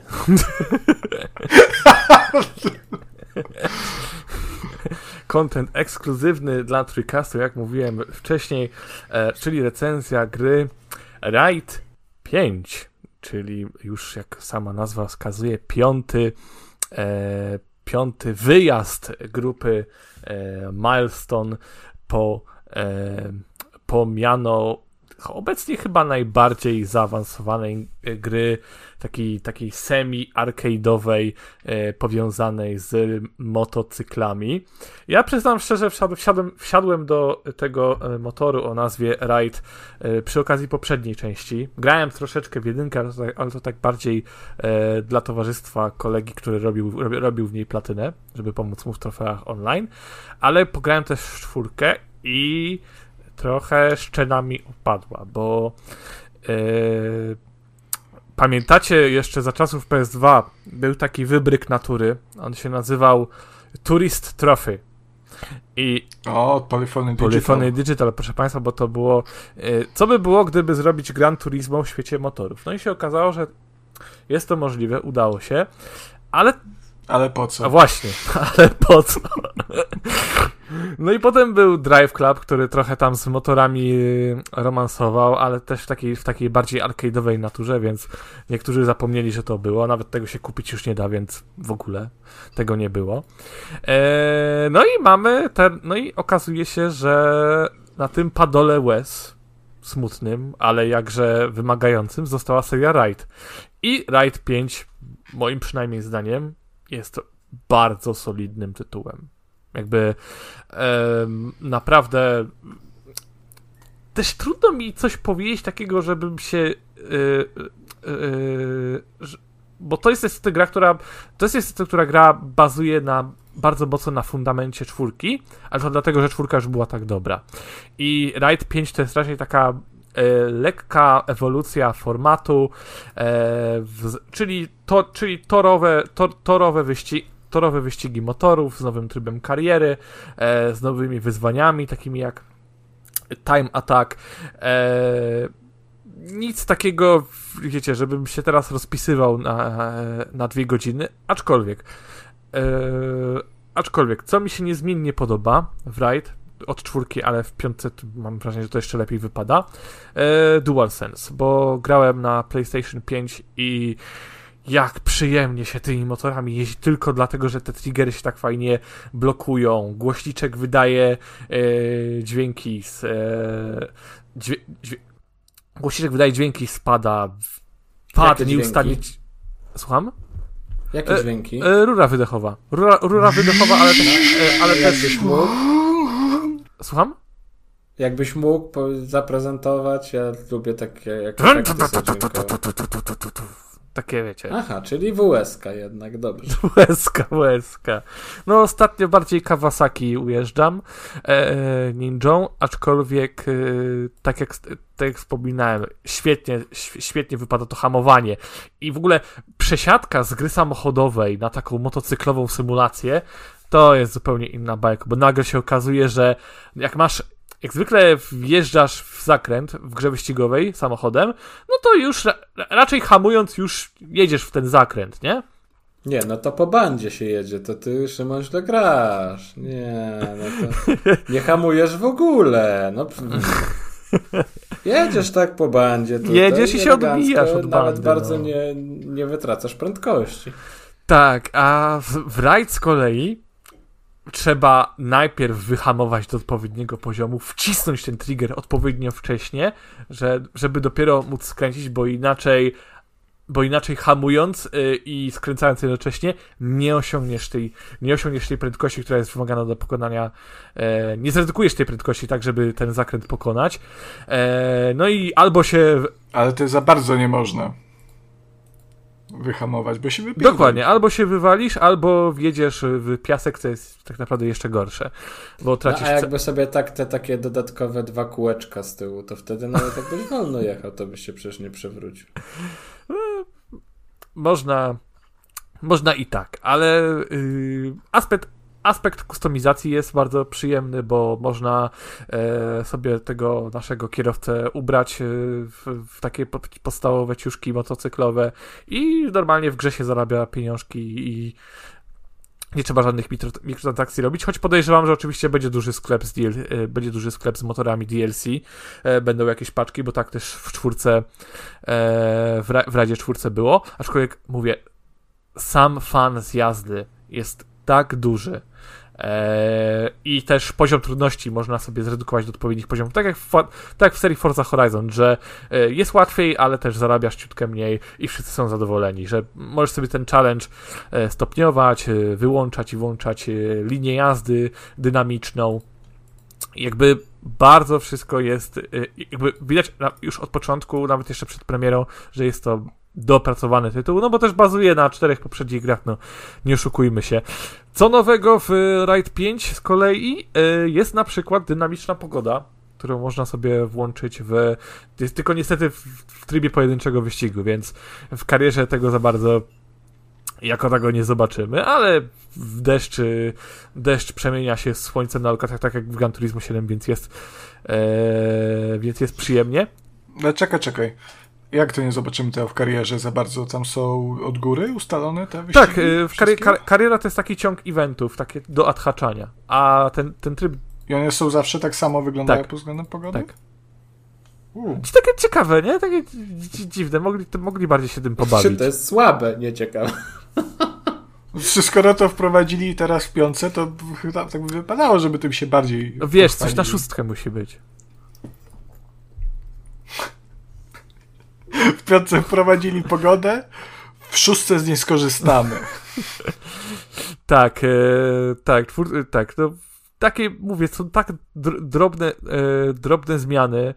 Content ekskluzywny dla Trójkastu, jak mówiłem wcześniej, czyli recenzja gry Raid 5, czyli już jak sama nazwa wskazuje, piąty wyjazd grupy Milestone po miano obecnie chyba najbardziej zaawansowanej gry, takiej semi-arcade'owej, powiązanej z motocyklami. Ja przyznam szczerze, wsiadłem do tego motoru o nazwie Raid przy okazji poprzedniej części. Grałem troszeczkę w jedynkę, ale to tak bardziej dla towarzystwa kolegi, który robił w niej platynę, żeby pomóc mu w trofeach online, ale pograłem też w 4 i trochę szczenami opadła, bo pamiętacie jeszcze za czasów PS2 był taki wybryk natury, on się nazywał Tourist Trophy. Od Polyphony Digital, proszę Państwa, bo to było... Co by było, gdyby zrobić Gran Turismo w świecie motorów? No i się okazało, że jest to możliwe, udało się, ale po co? A właśnie, ale po co? No i potem był Drive Club, który trochę tam z motorami romansował, ale też w takiej bardziej arcade'owej naturze, więc niektórzy zapomnieli, że to było. Nawet tego się kupić już nie da, więc w ogóle tego nie było. No i okazuje się, że na tym padole łez smutnym, ale jakże wymagającym została seria Raid. I Raid 5, moim przynajmniej zdaniem, jest bardzo solidnym tytułem. Jakby naprawdę też trudno mi coś powiedzieć takiego, żebym się bo to jest niestety gra, która bazuje bardzo mocno na fundamencie 4, ale to dlatego, że 4 już była tak dobra. I Raid 5 to jest raczej taka lekka ewolucja formatu, czyli torowe wyścigi motorów z nowym trybem kariery, z nowymi wyzwaniami, takimi jak Time Attack. Nic takiego, wiecie, żebym się teraz rozpisywał na 2 godziny, aczkolwiek, co mi się niezmiennie podoba w Raid, od 4, ale w 5 mam wrażenie, że to jeszcze lepiej wypada, DualSense, bo grałem na PlayStation 5 i jak przyjemnie się tymi motorami jeździ tylko dlatego, że te triggery się tak fajnie blokują. Głośniczek wydaje dźwięki z... Głośniczek wydaje dźwięki z pada. Pad nieustannie... Słucham? Jakie dźwięki? Rura wydechowa. Rura wydechowa, ale też... mógł? Słucham? Jakbyś mógł zaprezentować, ja lubię takie takie, wiecie. Aha, czyli WSK jednak, dobrze. WSK. No ostatnio bardziej Kawasaki ujeżdżam Ninją, aczkolwiek tak jak wspominałem, świetnie wypada to hamowanie. I w ogóle przesiadka z gry samochodowej na taką motocyklową symulację to jest zupełnie inna bajka, bo nagle się okazuje, że jak zwykle wjeżdżasz w zakręt w grze wyścigowej samochodem, no to już raczej hamując już jedziesz w ten zakręt, nie? Nie, no to po bandzie się jedzie, to ty, Szymon, źle grasz. Nie, no to nie hamujesz w ogóle. No, jedziesz tak po bandzie. Jedziesz i się odbijasz od bandy. Nawet bardzo nie wytracasz prędkości. Tak, a w Raid z kolei trzeba najpierw wyhamować do odpowiedniego poziomu, wcisnąć ten trigger odpowiednio wcześnie, żeby dopiero móc skręcić, bo inaczej hamując i skręcając jednocześnie nie osiągniesz tej prędkości, która jest wymagana do pokonania, nie zredukujesz tej prędkości tak, żeby ten zakręt pokonać. No i albo się... Ale to za bardzo nie można wyhamować, bo się wypierdolisz. Dokładnie, albo się wywalisz, albo wjedziesz w piasek, co jest tak naprawdę jeszcze gorsze, bo tracisz... A jakby sobie te takie dodatkowe 2 kółeczka z tyłu, to wtedy nawet jakbyś wolno jechał, to byś się przecież nie przewrócił. Można i tak, ale aspekt kustomizacji jest bardzo przyjemny, bo można sobie tego naszego kierowcę ubrać w takie podstawowe ciuszki motocyklowe i normalnie w grze się zarabia pieniążki i nie trzeba żadnych mikrotransakcji robić, choć podejrzewam, że oczywiście będzie duży sklep z motorami DLC, będą jakieś paczki, bo tak też w czwórce, w Radzie 4 było, aczkolwiek mówię, sam fan z jazdy jest tak duży i też poziom trudności można sobie zredukować do odpowiednich poziomów, tak jak w serii Forza Horizon, że jest łatwiej, ale też zarabiasz ciutkę mniej i wszyscy są zadowoleni, że możesz sobie ten challenge stopniować, wyłączać i włączać linię jazdy dynamiczną. Jakby bardzo wszystko jest, jakby widać już od początku, nawet jeszcze przed premierą, że jest to dopracowany tytuł, no bo też bazuje na 4 poprzednich grach, no nie oszukujmy się. Co nowego w Ride 5 z kolei jest na przykład dynamiczna pogoda, którą można sobie włączyć jest tylko niestety w trybie pojedynczego wyścigu, więc w karierze tego za bardzo jako tego nie zobaczymy, ale w deszcz przemienia się z słońcem na lokacjach, tak jak w Gran Turismo 7, więc jest przyjemnie. No czekaj. Jak to nie zobaczymy tego w karierze za bardzo? Tam są od góry ustalone te wyścigi? Tak, kariera to jest taki ciąg eventów, takie do odhaczania, a ten tryb... I one są zawsze tak samo wyglądają pod względem pogody? Tak. Takie ciekawe, nie? Takie dziwne, mogli bardziej się tym pobawić. To jest słabe, nie ciekawe. Skoro to wprowadzili teraz w 5, to chyba tak by wypadało, żeby tym się bardziej... No wiesz, coś na 6 musi być. W 5 wprowadzili pogodę, w 6 z niej skorzystamy. Tak, no takie, mówię, są tak drobne zmiany,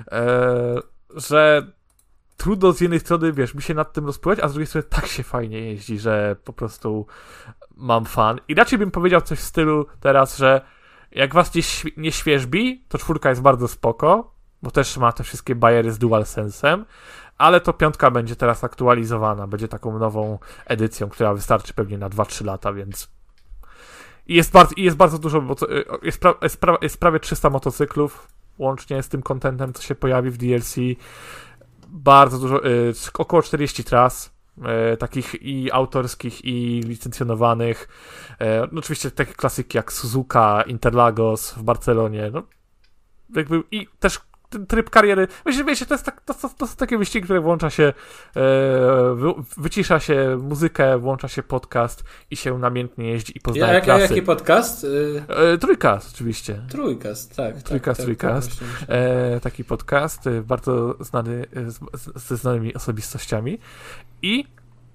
że trudno z jednej strony, wiesz, mi się nad tym rozpływać, a z drugiej strony tak się fajnie jeździ, że po prostu mam fan. I raczej bym powiedział coś w stylu teraz, że jak was nie świeżbi, to 4 jest bardzo spoko, bo też ma te wszystkie bajery z DualSense'em, ale to 5 będzie teraz aktualizowana, będzie taką nową edycją, która wystarczy pewnie na 2-3 lata, więc jest bardzo dużo, bo jest prawie 300 motocyklów, łącznie z tym contentem, co się pojawi w DLC, bardzo dużo, około 40 tras, takich i autorskich, i licencjonowanych, no oczywiście takie klasyki jak Suzuka, Interlagos w Barcelonie, no jakby i też ten tryb kariery, wiecie, to są takie wyścigi, które włącza się, wycisza się muzykę, włącza się podcast i się namiętnie jeździ i poznaje klasy. Jaki podcast? Trójkast oczywiście. Trójkast, tak. Trójkast. Taki podcast, bardzo znany, ze znanymi osobistościami. I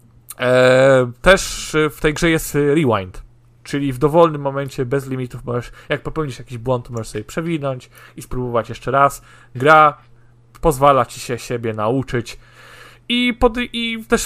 też w tej grze jest rewind. Czyli w dowolnym momencie, bez limitów, jak popełnisz jakiś błąd, to możesz sobie przewinąć i spróbować jeszcze raz. Gra pozwala ci się siebie nauczyć. I też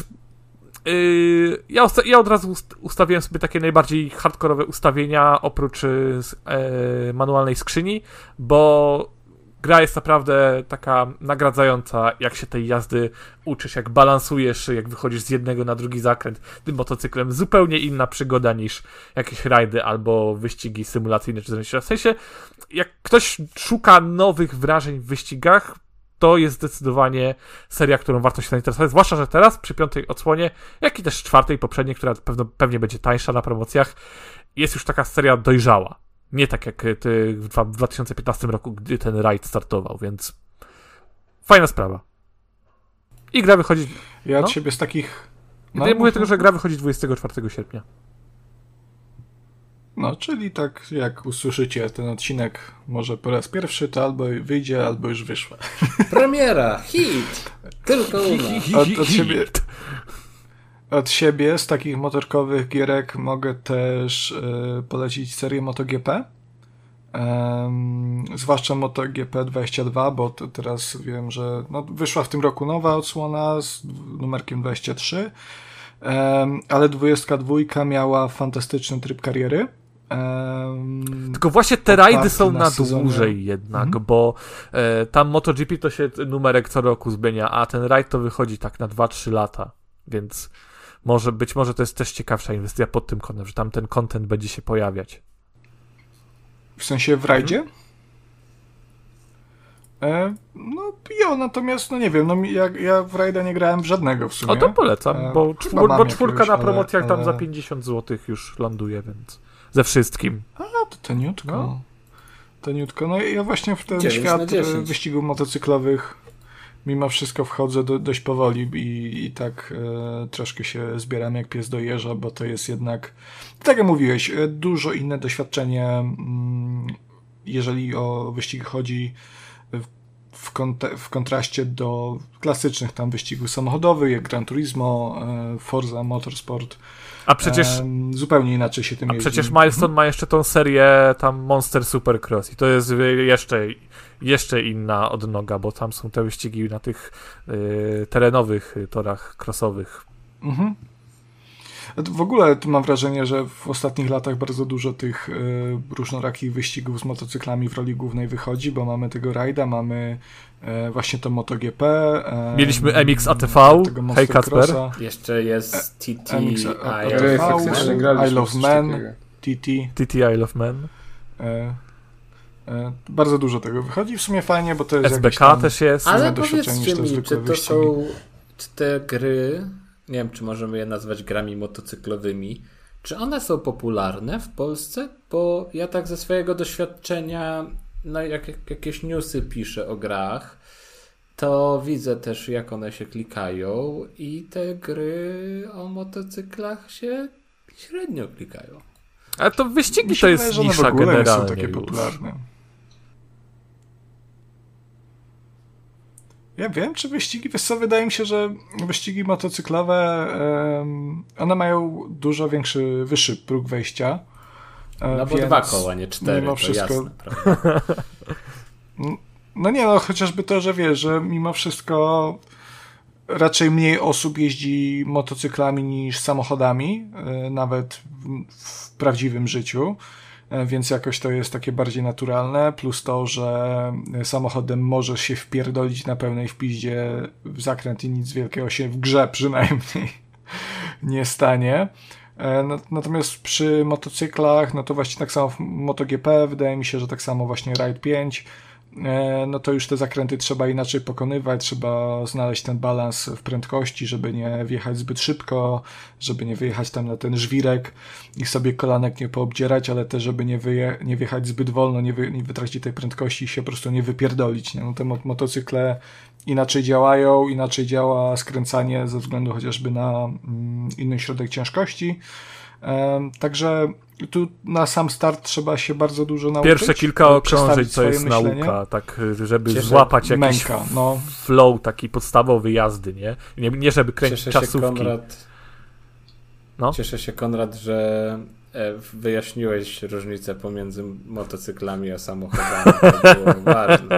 ja od razu ustawiłem sobie takie najbardziej hardkorowe ustawienia, oprócz manualnej skrzyni, bo gra jest naprawdę taka nagradzająca, jak się tej jazdy uczysz, jak balansujesz, jak wychodzisz z jednego na drugi zakręt tym motocyklem. Zupełnie inna przygoda niż jakieś rajdy albo wyścigi symulacyjne czy coś. W sensie, jak ktoś szuka nowych wrażeń w wyścigach, to jest zdecydowanie seria, którą warto się zainteresować. Zwłaszcza, że teraz przy 5 odsłonie, jak i też 4 poprzedniej, która pewnie będzie tańsza na promocjach, jest już taka seria dojrzała. Nie tak jak ty w 2015 roku, gdy ten rajd startował, więc fajna sprawa. I gra wychodzi... Ja od siebie z takich... Ja mówię tylko, że gra wychodzi 24 sierpnia. No, czyli tak jak usłyszycie ten odcinek może po raz pierwszy, to albo wyjdzie, albo już wyszła. Premiera, hit! Tylko u nas. Od siebie z takich motorkowych gierek mogę też polecić serię MotoGP. Zwłaszcza MotoGP 22, bo teraz wiem, że wyszła w tym roku nowa odsłona z numerkiem 23, ale 22 miała fantastyczny tryb kariery. Tylko właśnie te rajdy są na dłużej jednak, bo tam MotoGP to się numerek co roku zmienia, a ten rajd to wychodzi tak na 2-3 lata, więc być może to jest też ciekawsza inwestycja pod tym kątem, że tam ten content będzie się pojawiać. W sensie w rajdzie? Natomiast nie wiem, ja w rajda nie grałem w żadnego w sumie. O, to polecam, bo czwórka na promocjach tam za 50 zł już ląduje, więc ze wszystkim. To taniutko. Taniutko. No ja właśnie w ten świat wyścigów motocyklowych mimo wszystko wchodzę dość powoli i tak troszkę się zbieram jak pies do jeża, bo to jest jednak, tak jak mówiłeś, dużo inne doświadczenie, jeżeli o wyścig chodzi w kontraście do klasycznych tam wyścigów samochodowych, jak Gran Turismo, Forza Motorsport. A przecież zupełnie inaczej się tym jeździ. A przecież Milestone ma jeszcze tą serię tam Monster Supercross i to jest jeszcze inna odnoga, bo tam są te wyścigi na tych terenowych torach crossowych. W ogóle tu mam wrażenie, że w ostatnich latach bardzo dużo tych różnorakich wyścigów z motocyklami w roli głównej wychodzi, bo mamy tego rajda, mamy właśnie to MotoGP. Mieliśmy MX ATV, hej Kacper. Jeszcze jest TT, I Love Man, TT I Love Man. Bardzo dużo tego wychodzi, w sumie fajnie, bo to jest SBK też jest. Ale powiedzcie mi, czy to są te gry, nie wiem, czy możemy je nazwać grami motocyklowymi, czy one są popularne w Polsce? Bo ja tak ze swojego doświadczenia, jak jakieś newsy piszę o grach, to widzę też, jak one się klikają i te gry o motocyklach się średnio klikają. Ale to wyścigi to jest nisza generalnie. Są takie popularne. Ja wiem, czy wyścigi, wiesz co, wydaje mi się, że wyścigi motocyklowe, one mają dużo wyższy próg wejścia. No bo 2 koła, nie 4, mimo wszystko, jasne, prawda? Chociażby to, że wiesz, że mimo wszystko raczej mniej osób jeździ motocyklami niż samochodami, nawet w prawdziwym życiu. Więc jakoś to jest takie bardziej naturalne, plus to, że samochodem możesz się wpierdolić na pełnej wpiździe w zakręt i nic wielkiego się w grze przynajmniej nie stanie. Natomiast przy motocyklach, no to właśnie tak samo w MotoGP, wydaje mi się, że tak samo właśnie Ride 5, no to już te zakręty trzeba inaczej pokonywać, trzeba znaleźć ten balans w prędkości, żeby nie wjechać zbyt szybko, żeby nie wyjechać tam na ten żwirek i sobie kolanek nie poobdzierać, ale też żeby nie wjechać zbyt wolno, nie wytracić tej prędkości i się po prostu nie wypierdolić. Nie? No te motocykle inaczej działają, inaczej działa skręcanie ze względu chociażby na inny środek ciężkości. Także tu na sam start trzeba się bardzo dużo nauczyć. Pierwsze kilka okrążeń to jest myślenie. Nauka, tak, żeby złapać jakiś flow taki podstawowy jazdy, nie? Nie żeby kręcić czasówki. Cieszę się, Konrad, że wyjaśniłeś różnicę pomiędzy motocyklami a samochodami. To było ważne.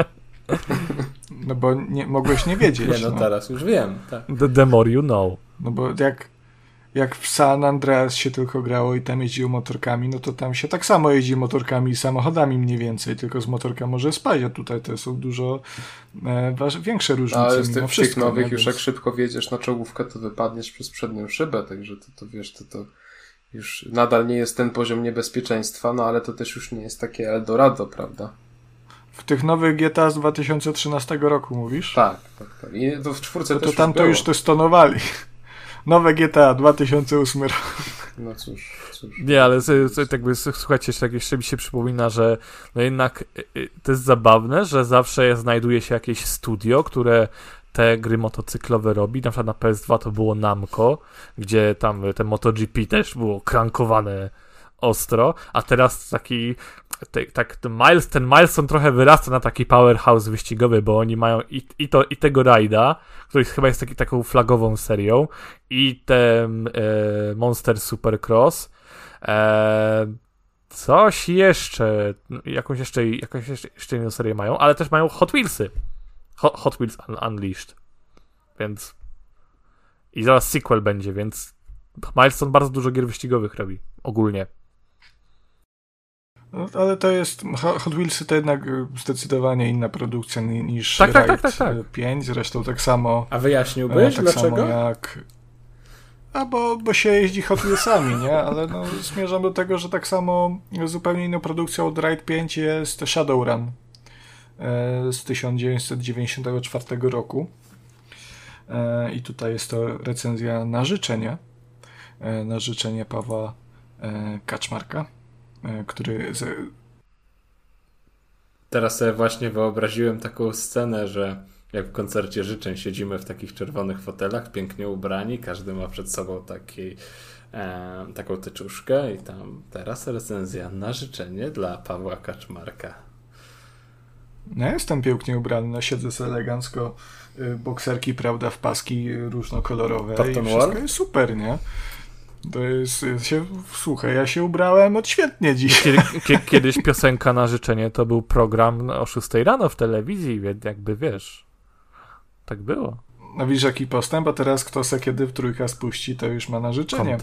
No bo mogłeś nie wiedzieć. Nie, teraz już wiem. Tak. The more you know. No bo jak w San Andreas się tylko grało i tam jeździło motorkami, no to tam się tak samo jeździ motorkami i samochodami mniej więcej, tylko z motorka może spać, a tutaj to są dużo większe różnice. Ale z tych nowych już jak szybko wjedziesz na czołówkę, to wypadniesz przez przednią szybę, także to wiesz, to już nadal nie jest ten poziom niebezpieczeństwa, no ale to też już nie jest takie Eldorado, prawda? W tych nowych GTA z 2013 roku mówisz? Tak. I to w 4 też to tam to już testonowali. Nowe GTA 2008 rok. No cóż. Nie, ale słuchajcie, jeszcze mi się przypomina, że no jednak to jest zabawne, że zawsze znajduje się jakieś studio, które te gry motocyklowe robi. Na przykład na PS2 to było Namco, gdzie tam te MotoGP też było krankowane ostro, a teraz ten milestone trochę wyrasta na taki powerhouse wyścigowy, bo oni mają i tego rajda, który chyba jest taką flagową serią, i ten Monster Supercross, coś jeszcze, jakąś jeszcze inną serię mają, ale też mają Hot Wheelsy. Hot Wheels Unleashed. Więc i zaraz sequel będzie, więc Milestone bardzo dużo gier wyścigowych robi, ogólnie. No, ale to jest, Hot Wheelsy to jednak zdecydowanie inna produkcja niż Ride 5, zresztą tak samo. A wyjaśniłbyś tak dlaczego? Samo jak... bo się jeździ Hot Wheelsami, nie? Ale no, zmierzam do tego, że tak samo zupełnie inną produkcją od Ride 5 jest Shadowrun z 1994 roku. I tutaj jest to recenzja na życzenie Pawła Kaczmarka, który... Teraz sobie właśnie wyobraziłem taką scenę, że jak w koncercie życzeń siedzimy w takich czerwonych fotelach, pięknie ubrani, każdy ma przed sobą taką teczuszkę i tam teraz recenzja na życzenie dla Pawła Kaczmarka. No, jestem pięknie ubrany, no, siedzę sobie elegancko, bokserki, prawda, w paski różnokolorowe i wszystko jest super, nie? To jest, słuchaj, ja się ubrałem odświetnie dziś. Kiedyś piosenka na życzenie to był program o 6 rano w telewizji, więc jakby wiesz, tak było. No widzisz jaki postęp, a teraz kto se kiedy w trójka spuści, to już ma na życzenie.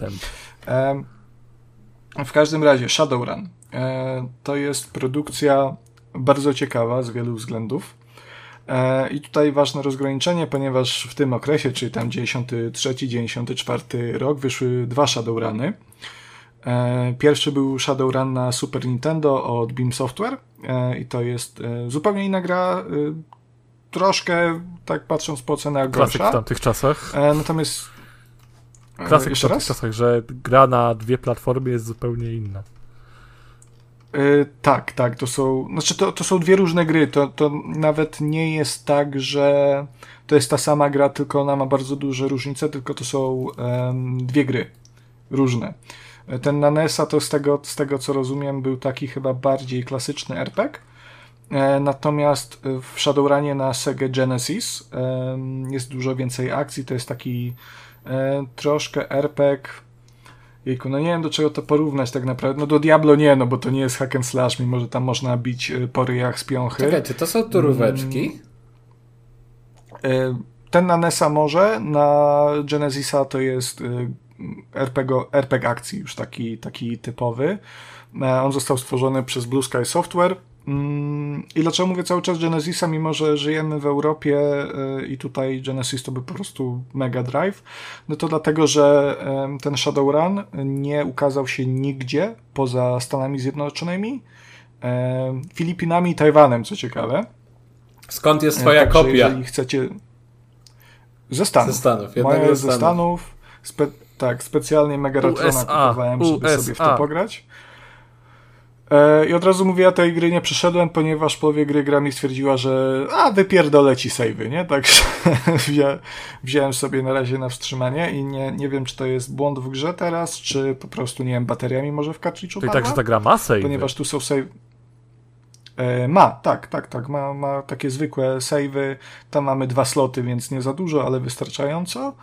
W każdym razie Shadowrun to jest produkcja bardzo ciekawa z wielu względów. I tutaj ważne rozgraniczenie, ponieważ w tym okresie, czyli tam 93-94 rok, wyszły dwa Shadowruny. Pierwszy był Shadowrun na Super Nintendo od Beam Software i to jest zupełnie inna gra, troszkę, tak patrząc po cenach, gorsza. Klasyk w tamtych czasach. Natomiast... Klasyk w tamtych czasach, że gra na dwie platformy jest zupełnie inna. Tak, to są, znaczy to są dwie różne gry, to nawet nie jest tak, że to jest ta sama gra, tylko ona ma bardzo duże różnice, tylko to są dwie gry różne. Ten na NES-a to z tego co rozumiem był taki chyba bardziej klasyczny RPG, natomiast w Shadowrunie na Sega Genesis jest dużo więcej akcji, to jest taki troszkę RPG. Jejku, no nie wiem do czego to porównać tak naprawdę. No do Diablo nie, no bo to nie jest hack and slash, mimo że tam można bić po ryjach z piąchy. Czekajcie, to są turóweczki? Ten na NES-a może, na Genesisa to jest RPG akcji już taki typowy. On został stworzony przez Blue Sky Software. I dlaczego mówię cały czas Genesisa, mimo że żyjemy w Europie i tutaj Genesis to był po prostu Mega Drive, no to dlatego, że ten Shadowrun nie ukazał się nigdzie poza Stanami Zjednoczonymi, Filipinami i Tajwanem, co ciekawe. Skąd jest twoja kopia? Jeżeli chcecie... Ze Stanów. Moja jest ze Stanów. Specjalnie Megatrona kupowałem, żeby sobie w to pograć. I od razu mówię, ja tej gry nie przeszedłem, ponieważ w połowie gry gra mi stwierdziła, że wypierdolę ci save'y, nie? Także wziąłem sobie na razie na wstrzymanie i nie wiem, czy to jest błąd w grze teraz, czy po prostu, nie wiem, bateriami może w kartridżu padła? To i tak, że ta gra ma save'y. Ponieważ tu są save... Ma takie zwykłe save'y, tam mamy 2 sloty, więc nie za dużo, ale wystarczająco.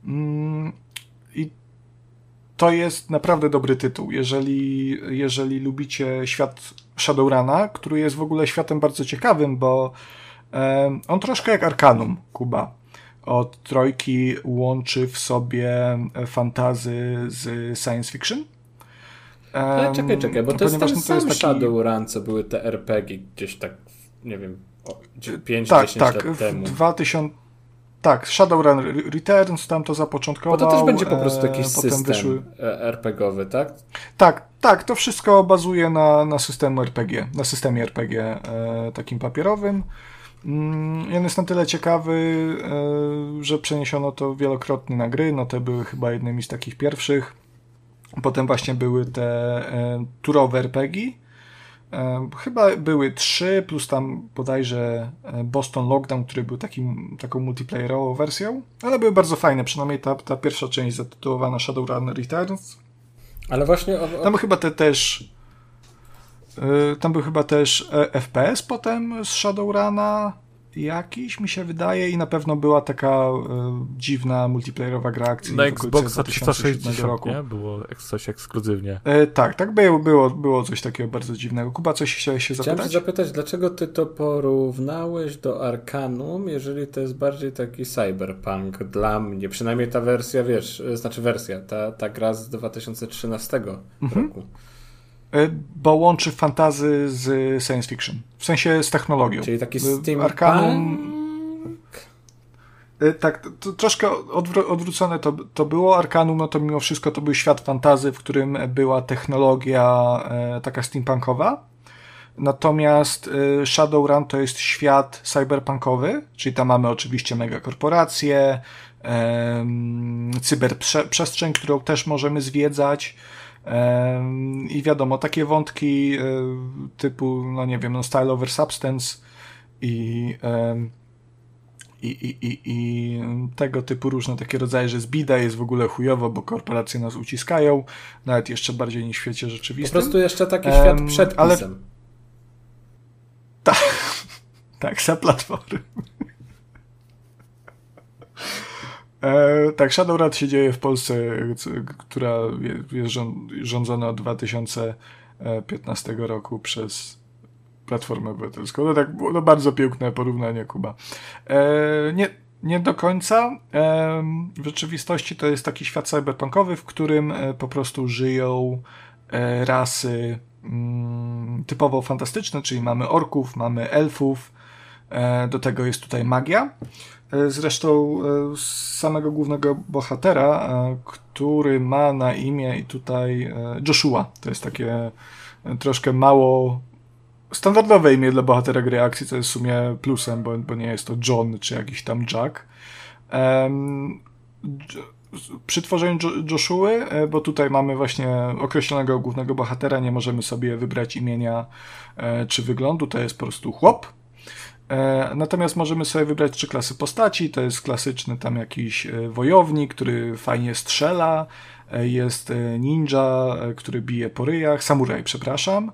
I to jest naprawdę dobry tytuł. Jeżeli lubicie świat Shadowruna, który jest w ogóle światem bardzo ciekawym, bo on troszkę jak Arcanum, Kuba. Od trójki łączy w sobie fantasy z science fiction. Ale czekaj, bo to jest ten sam taki... Shadowrun, co były te RPG gdzieś tak, nie wiem, 5-10 lat temu. 2000... Tak, Shadowrun Returns tam to zapoczątkował. Bo to też będzie po prostu jakiś system RPG-owy, tak? Tak, to wszystko bazuje na systemie RPG takim papierowym. On jest na tyle ciekawy, że przeniesiono to wielokrotnie na gry, no te były chyba jednymi z takich pierwszych. Potem właśnie były te turowe RPG. Chyba były 3, plus tam bodajże Boston Lockdown, który był taką multiplayerową wersją, ale były bardzo fajne, przynajmniej ta pierwsza część zatytułowana Shadowrun Returns. Ale właśnie... Tam był chyba też FPS potem z Shadowruna jakiś, mi się wydaje, i na pewno była taka dziwna multiplayerowa gra akcji na Xboxa 360 roku. Nie? Było coś ekskluzywnie. Tak, było coś takiego bardzo dziwnego. Kuba, coś chciałeś się zapytać? Chciałem się zapytać, dlaczego ty to porównałeś do Arcanum, jeżeli to jest bardziej taki cyberpunk dla mnie, przynajmniej ta wersja, ta gra z 2013 roku. Bo łączy fantasy z science fiction. W sensie z technologią. Czyli taki steampunk? Arcanum... Tak, to troszkę odwrócone to było. Arcanum, no to mimo wszystko to był świat fantasy, w którym była technologia taka steampunkowa. Natomiast Shadowrun to jest świat cyberpunkowy, czyli tam mamy oczywiście megakorporacje, cyberprzestrzeń, którą też możemy zwiedzać. I wiadomo, takie wątki typu, no nie wiem, style over substance i tego typu różne takie rodzaje, że zbida jest w ogóle chujowo, bo korporacje nas uciskają, nawet jeszcze bardziej niż w świecie rzeczywistym. Po prostu jeszcze taki świat przed pisem. Tak, za platformy. Tak, Shadowrun się dzieje w Polsce, która jest rządzona od 2015 roku przez Platformę Obywatelską. No tak, no bardzo piękne porównanie, Kuba. Nie do końca. W rzeczywistości to jest taki świat cyberpunkowy, w którym po prostu żyją rasy typowo fantastyczne, czyli mamy orków, mamy elfów, do tego jest tutaj magia. Zresztą z samego głównego bohatera, który ma na imię i tutaj Joshua. To jest takie troszkę mało standardowe imię dla bohatera gry akcji, co jest w sumie plusem, bo nie jest to John czy jakiś tam Jack. Przy tworzeniu Joshuły, bo tutaj mamy właśnie określonego głównego bohatera, nie możemy sobie wybrać imienia czy wyglądu, to jest po prostu chłop. Natomiast możemy sobie wybrać 3 klasy postaci. To jest klasyczny tam jakiś wojownik, który fajnie strzela, jest ninja, który bije po ryjach, samuraj, przepraszam.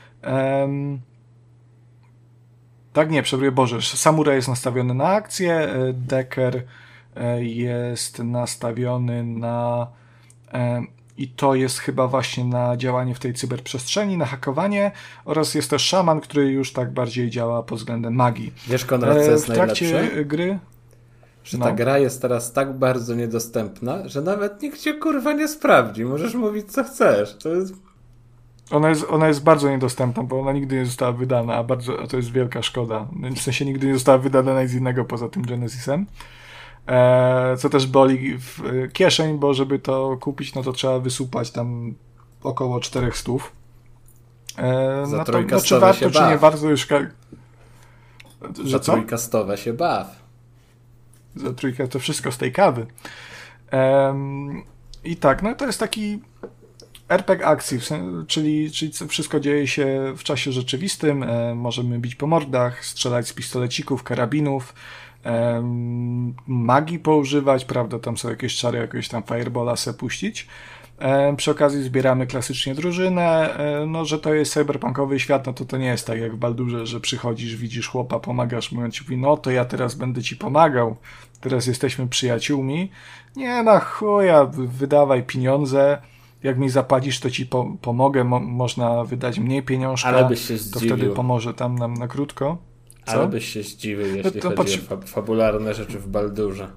Samuraj jest nastawiony na akcję, Decker jest nastawiony na... I to jest chyba właśnie na działanie w tej cyberprzestrzeni, na hakowanie, oraz jest też szaman, który już tak bardziej działa pod względem magii. Wiesz, Konrad, co jest najlepsze? W trakcie gry... Że ta gra jest teraz tak bardzo niedostępna, że nawet nikt cię kurwa nie sprawdzi. Możesz mówić co chcesz. To jest... Ona jest bardzo niedostępna, bo ona nigdy nie została wydana, a to jest wielka szkoda. W sensie nigdy nie została wydana na nic innego poza tym Genesisem. Co też boli w kieszeń, bo żeby to kupić, no to trzeba wysupać tam około 400. Za no to, trójkastowe czy warto, się czy baw. nie warto już... Za trójkastowe się baw. Za trójkę to wszystko z tej kawy. I tak, no to jest taki RPG akcji, czyli wszystko dzieje się w czasie rzeczywistym. Możemy bić po mordach, strzelać z pistolecików, karabinów, magii poużywać, prawda, tam są jakieś czary, jakiegoś tam firebola se puścić. Przy okazji zbieramy klasycznie drużynę, no, że to jest cyberpunkowy świat, no to nie jest tak jak w Baldurze, że przychodzisz, widzisz chłopa, pomagasz mu, on ci mówi, no to ja teraz będę ci pomagał, teraz jesteśmy przyjaciółmi. Nie, na chuja, wydawaj pieniądze, jak mi zapłacisz, to ci pomogę, można wydać mniej pieniążka, ale byś się zdziwił. To wtedy pomoże tam nam na krótko. Co? Ale byś się zdziwił, jeśli chodzi o fabularne rzeczy w Baldurze.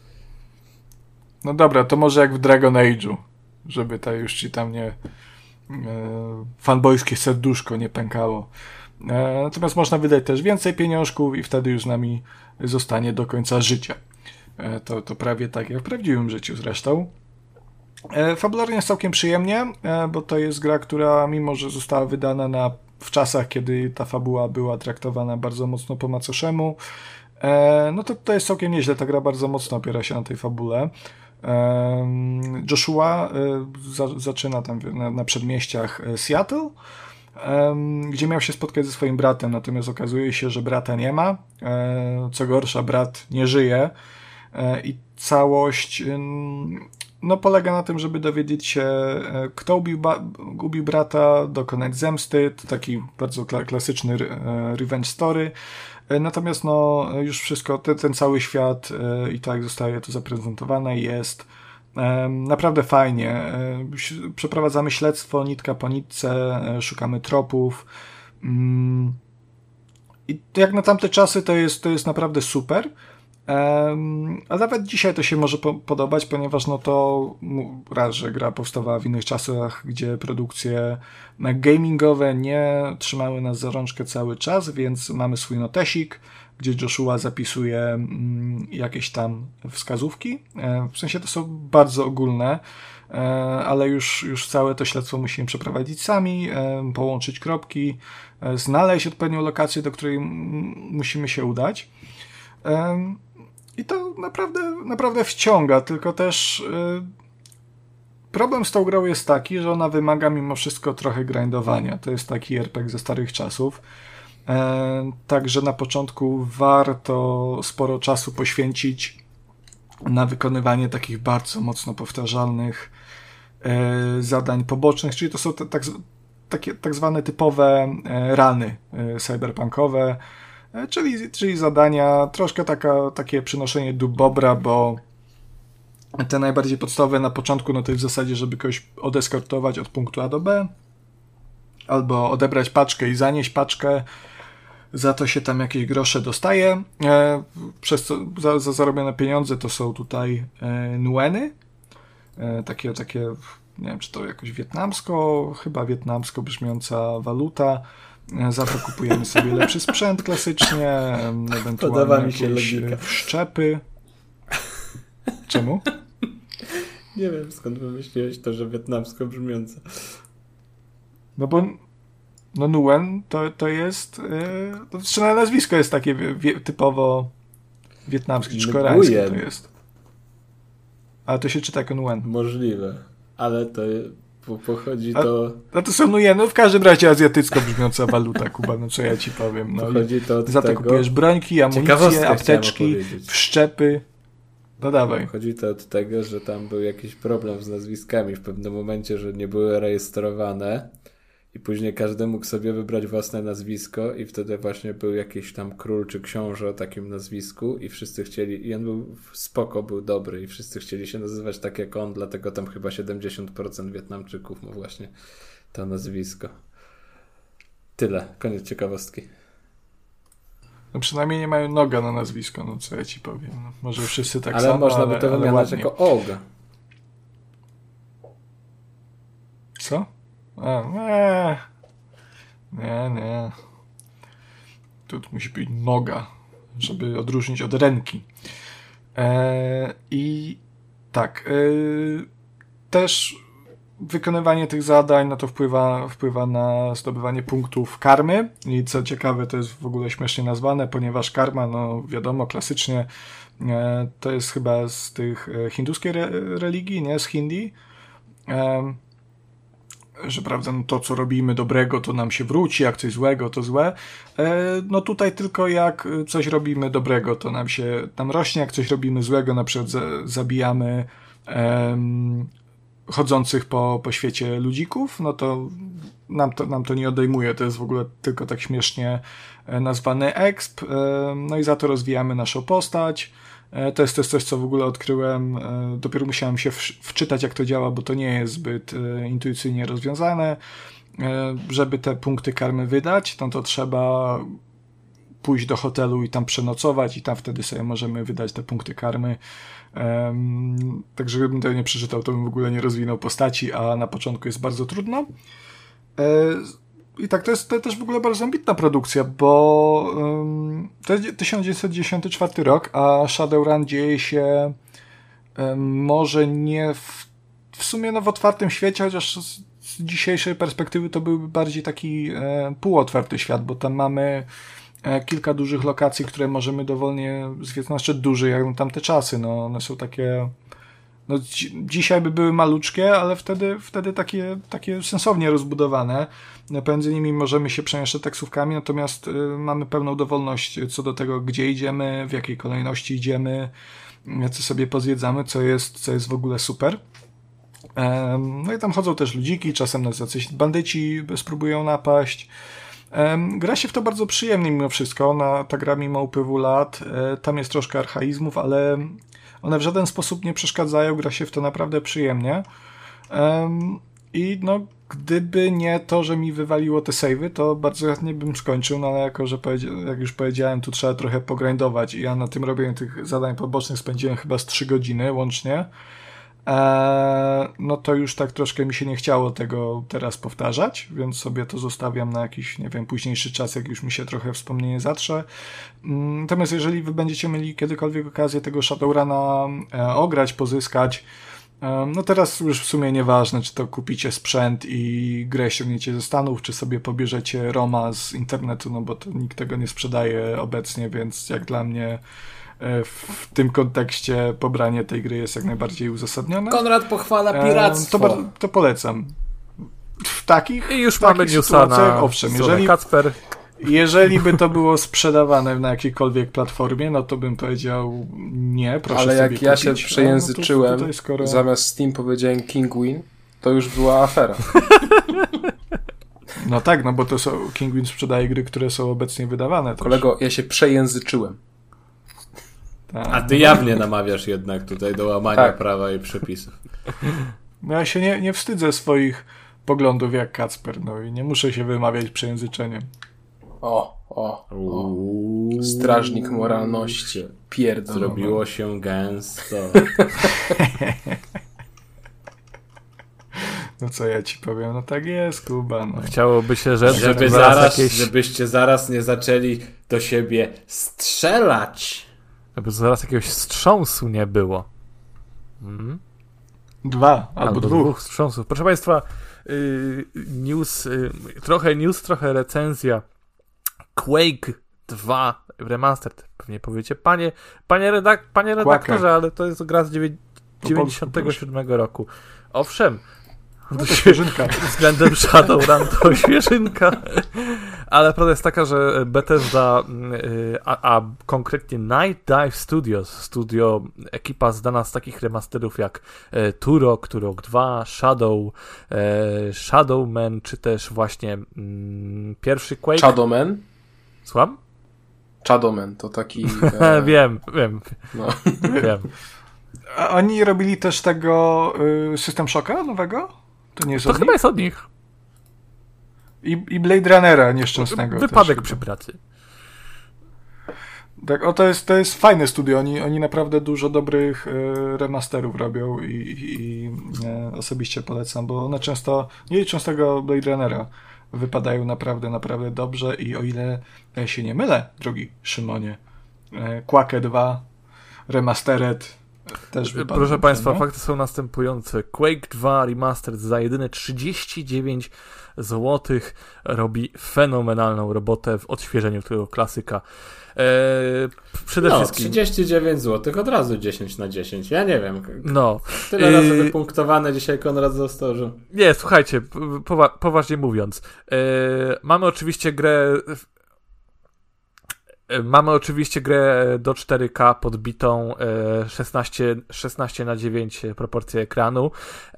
No dobra, to może jak w Dragon Age'u, żeby to już ci tam nie fanboyskie serduszko nie pękało. Natomiast można wydać też więcej pieniążków i wtedy już z nami zostanie do końca życia. To prawie tak jak w prawdziwym życiu zresztą. Fabularnie jest całkiem przyjemnie, bo to jest gra, która mimo, że została wydana w czasach, kiedy ta fabuła była traktowana bardzo mocno po macoszemu, no to jest całkiem nieźle. Ta gra bardzo mocno opiera się na tej fabule. Joshua zaczyna tam na przedmieściach Seattle, gdzie miał się spotkać ze swoim bratem, natomiast okazuje się, że brata nie ma. Co gorsza, brat nie żyje i całość no polega na tym, żeby dowiedzieć się, kto ubił brata, dokonać zemsty. To taki bardzo klasyczny revenge story. Natomiast no już wszystko, ten cały świat i tak zostaje to zaprezentowane, jest naprawdę fajnie. Przeprowadzamy śledztwo nitka po nitce, szukamy tropów. I jak na tamte czasy to jest naprawdę super. A nawet dzisiaj to się może podobać, ponieważ no to raz, że gra powstawała w innych czasach, gdzie produkcje gamingowe nie trzymały nas za rączkę cały czas, więc mamy swój notesik, gdzie Joshua zapisuje jakieś tam wskazówki. W sensie to są bardzo ogólne, ale już całe to śledztwo musimy przeprowadzić sami, połączyć kropki, znaleźć odpowiednią lokację, do której musimy się udać. I to naprawdę wciąga, tylko też problem z tą grą jest taki, że ona wymaga mimo wszystko trochę grindowania. To jest taki RPG ze starych czasów. Także na początku warto sporo czasu poświęcić na wykonywanie takich bardzo mocno powtarzalnych zadań pobocznych, czyli to są takie tak zwane typowe rany cyberpunkowe, czyli zadania, troszkę takie przynoszenie dubobra, bo te najbardziej podstawowe na początku, no to jest w zasadzie, żeby kogoś odeskortować od punktu A do B, albo odebrać paczkę i zanieść paczkę, za to się tam jakieś grosze dostaje, przez co za zarobione pieniądze to są tutaj nueny, takie, nie wiem, czy to jakoś chyba wietnamsko brzmiąca waluta. Za to kupujemy sobie lepszy sprzęt klasycznie, ewentualnie jakieś wszczepy. Czemu? Nie wiem, skąd wymyśliłeś to, że wietnamsko brzmiące. No bo Nguyen to jest, to nazwisko jest takie typowo wietnamskie, czy koreańskie to jest. Ale to się czyta jako Nguyen. Możliwe, ale to pochodzi to... No to są Nguyeny, w każdym razie azjatycko brzmiąca waluta, Kuba, no co ja ci powiem. No pochodzi to od za to kupujesz brońki, amunicję, apteczki, wszczepy. No dawaj. Chodzi to od tego, że tam był jakiś problem z nazwiskami w pewnym momencie, że nie były rejestrowane i później każdy mógł sobie wybrać własne nazwisko i wtedy właśnie był jakiś tam król czy książę o takim nazwisku i wszyscy chcieli, i on był spoko, był dobry i wszyscy chcieli się nazywać tak jak on, dlatego tam chyba 70% Wietnamczyków ma właśnie to nazwisko. Tyle, koniec ciekawostki. No przynajmniej nie mają Noga na nazwisko, no co ja ci powiem. No, może wszyscy tak ale samo, można by to wymieniać jako Og. Co? Nie. Tu musi być noga, żeby odróżnić od ręki. I tak. Też wykonywanie tych zadań, no to wpływa na zdobywanie punktów karmy. I co ciekawe, to jest w ogóle śmiesznie nazwane, ponieważ karma, no wiadomo, klasycznie to jest chyba z tych hinduskiej religii, nie? Z Hindi. Że prawda, no to co robimy dobrego, to nam się wróci, jak coś złego, to złe. No tutaj tylko jak coś robimy dobrego, to nam rośnie, jak coś robimy złego, na przykład zabijamy chodzących po świecie ludzików, no to nam to nie odejmuje, to jest w ogóle tylko tak śmiesznie nazwany exp, no i za to rozwijamy naszą postać. To jest też coś, co w ogóle odkryłem, dopiero musiałem się wczytać, jak to działa, bo to nie jest zbyt intuicyjnie rozwiązane. Żeby te punkty karmy wydać, no to trzeba pójść do hotelu i tam przenocować i tam wtedy sobie możemy wydać te punkty karmy. Także gdybym tego nie przeczytał, to bym w ogóle nie rozwinął postaci, a na początku jest bardzo trudno. I tak, to jest też w ogóle bardzo ambitna produkcja, bo to jest 1994 rok, a Shadowrun dzieje się może nie w sumie w otwartym świecie, chociaż z dzisiejszej perspektywy to byłby bardziej taki półotwarty świat, bo tam mamy kilka dużych lokacji, które możemy dowolnie zwiedzić, znaczy duże jak na tamte czasy, no one są takie, no dzisiaj by były maluczkie, ale wtedy takie sensownie rozbudowane. Pomiędzy nimi możemy się przemieszczać taksówkami, natomiast mamy pełną dowolność co do tego, gdzie idziemy, w jakiej kolejności idziemy. co sobie pozwiedzamy, co jest w ogóle super. No i tam chodzą też ludziki, czasem nas jacyś bandyci spróbują napaść. Gra się w to bardzo przyjemnie mimo wszystko. Ta gra mimo upływu lat. Tam jest troszkę archaizmów, ale one w żaden sposób nie przeszkadzają. Gra się w to naprawdę przyjemnie. I no, gdyby nie to, że mi wywaliło te save'y, to bardzo chętnie bym skończył, no ale jako, że jak już powiedziałem, tu trzeba trochę pogrindować i ja na tym robieniu tych zadań pobocznych spędziłem chyba z 3 godziny łącznie. No to już tak troszkę mi się nie chciało tego teraz powtarzać, więc sobie to zostawiam na jakiś, nie wiem, późniejszy czas, jak już mi się trochę wspomnienie zatrze. Natomiast jeżeli wy będziecie mieli kiedykolwiek okazję tego Shadowruna ograć, pozyskać, no teraz już w sumie nieważne, czy to kupicie sprzęt i grę ściągniecie ze Stanów, czy sobie pobierzecie ROMa z internetu, no bo to nikt tego nie sprzedaje obecnie, więc jak dla mnie w tym kontekście pobranie tej gry jest jak najbardziej uzasadnione. Konrad pochwala piractwo. To polecam. W takich I już mamy newsa na owszem, Kacper. Jeżeli by to było sprzedawane na jakiejkolwiek platformie, no to bym powiedział nie, proszę ale sobie jak ja kupić. się przejęzyczyłem, zamiast Steam powiedziałem Kinguin, to już była afera. No tak, no bo to Kinguin sprzedaje gry, które są obecnie wydawane. Kolego, ja się przejęzyczyłem. A ty jawnie namawiasz jednak tutaj do łamania prawa i przepisów. No ja się nie wstydzę swoich poglądów jak Kacper, no i nie muszę się wymawiać przejęzyczeniem. Strażnik moralności. Pierdolę. Zrobiło się gęsto. No co ja ci powiem, no tak jest, Kuba. No. Chciałoby się rzec, żebyście zaraz nie zaczęli do siebie strzelać. Żeby zaraz jakiegoś wstrząsu nie było. 2 albo 2 wstrząsów. Proszę Państwa, news, trochę recenzja. Quake 2 Remastered. Pewnie powiecie, panie redaktorze, ale to jest gra z 97 roku. Owszem, to świeżynka. Względem Shadowrun to świeżynka. Ale prawda jest taka, że Bethesda, a konkretnie Night Dive Studios, ekipa znana z takich remasterów jak Turok 2, Shadowman, czy też właśnie pierwszy Quake. Shadowman? Słucham? Shadowman to taki... Wiem. No. Wiem. A oni robili też tego System Shocka nowego? To nie jest to chyba jest od nich. I Blade Runnera nieszczęsnego. Wypadek też, przy pracy. Tak, to jest fajne studio. Oni naprawdę dużo dobrych remasterów robią i osobiście polecam, bo one często, nie licząc tego Blade Runnera, wypadają naprawdę dobrze i o ile się nie mylę, drogi Szymonie, Quake 2 Remastered też wypadł. Proszę Państwa, fakty są następujące. Quake 2 Remastered za jedyne 39 zł robi fenomenalną robotę w odświeżeniu tego klasyka. Przede wszystkim 39 zł, od razu 10 na 10. Ja nie wiem. No. Tyle razy wypunktowane dzisiaj Konrad został, że... Nie, słuchajcie, poważnie mówiąc. Mamy oczywiście grę do 4K podbitą 16:9 proporcje ekranu.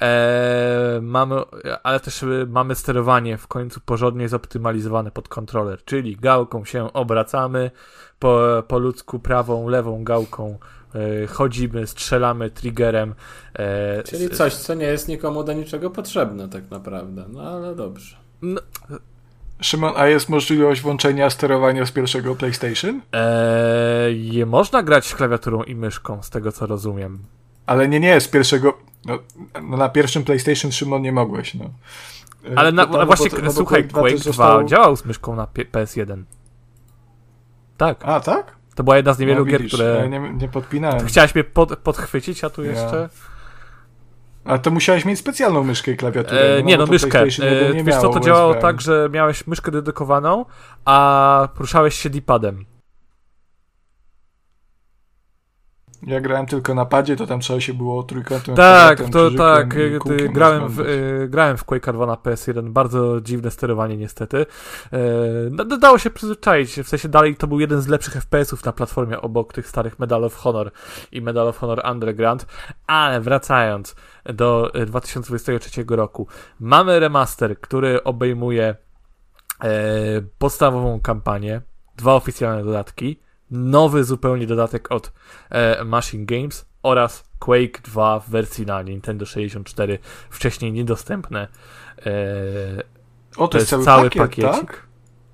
Ale też mamy sterowanie w końcu porządnie zoptymalizowane pod kontroler, czyli gałką się obracamy, po ludzku prawą, lewą gałką chodzimy, strzelamy triggerem. Czyli coś, co nie jest nikomu do niczego potrzebne tak naprawdę. No ale dobrze. No. Szymon, a jest możliwość włączenia sterowania z pierwszego PlayStation? Można grać klawiaturą i myszką, z tego co rozumiem. Ale nie, z pierwszego... No, na pierwszym PlayStation, Szymon, nie mogłeś, no. Ale właśnie, słuchaj, Quake 2 działał z myszką na PS1. Tak. A, tak? To była jedna z niewielu gier, które... Ja nie podpinałem. Chciałeś mnie podchwycić, a tu jeszcze... A to musiałeś mieć specjalną myszkę i klawiaturę. Myszkę. Wiesz co, to działało tak, że miałeś myszkę dedykowaną, a poruszałeś się D-padem. Ja grałem tylko na padzie, to tam trzeba się było trójkątem. Tak, to tak. Grałem w Quake'a 2 na PS1. Bardzo dziwne sterowanie niestety. Dało się przyzwyczaić. W sensie dalej to był jeden z lepszych FPS-ów na platformie obok tych starych Medal of Honor i Medal of Honor Underground. Ale wracając do 2023 roku. Mamy remaster, który obejmuje podstawową kampanię, 2 oficjalne dodatki, nowy zupełnie dodatek od Machine Games oraz Quake 2 w wersji na Nintendo 64, wcześniej niedostępne. To jest cały pakiecik. Tak?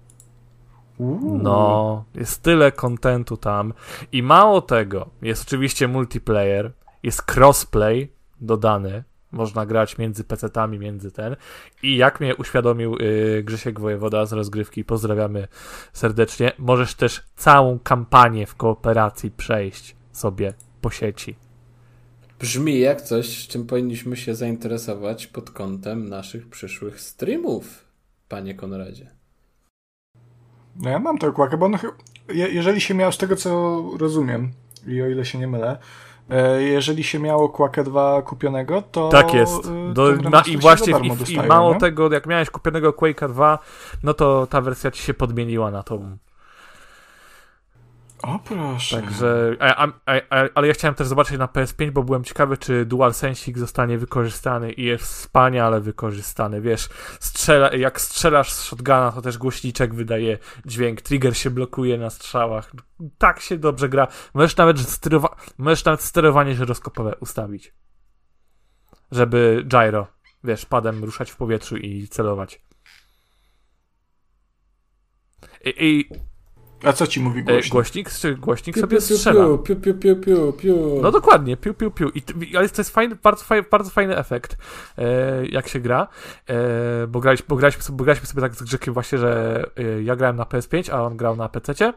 No, jest tyle kontentu tam i mało tego, jest oczywiście multiplayer, jest crossplay dodany, można grać między PC-tami, i jak mnie uświadomił Grzesiek Wojewoda z rozgrywki, pozdrawiamy serdecznie, możesz też całą kampanię w kooperacji przejść sobie po sieci. Brzmi jak coś, czym powinniśmy się zainteresować pod kątem naszych przyszłych streamów, panie Konradzie. No ja mam to Quake'a, bo jeżeli się miał, z tego co rozumiem i o ile się nie mylę, jeżeli się miało Quake'a 2 kupionego, to... Tak jest. I właśnie mało tego, jak miałeś kupionego Quake'a 2, no to ta wersja ci się podmieniła na tą. O proszę. Także, ale ja chciałem też zobaczyć na PS5, bo byłem ciekawy, czy DualSense zostanie wykorzystany i jest wspaniale wykorzystany. Wiesz, jak strzelasz z shotguna, to też głośniczek wydaje dźwięk, trigger się blokuje na strzałach. Tak się dobrze gra. Możesz nawet sterowanie żyroskopowe ustawić. Żeby gyro, wiesz, padem ruszać w powietrzu i celować. A co ci mówi głośnik? Głośnik sobie strzela. Piu. No dokładnie, piu. Ale to jest fajny, bardzo fajny efekt, jak się gra, bo graliśmy sobie tak z Grzekiem właśnie, że ja grałem na PS5, a on grał na PC-cie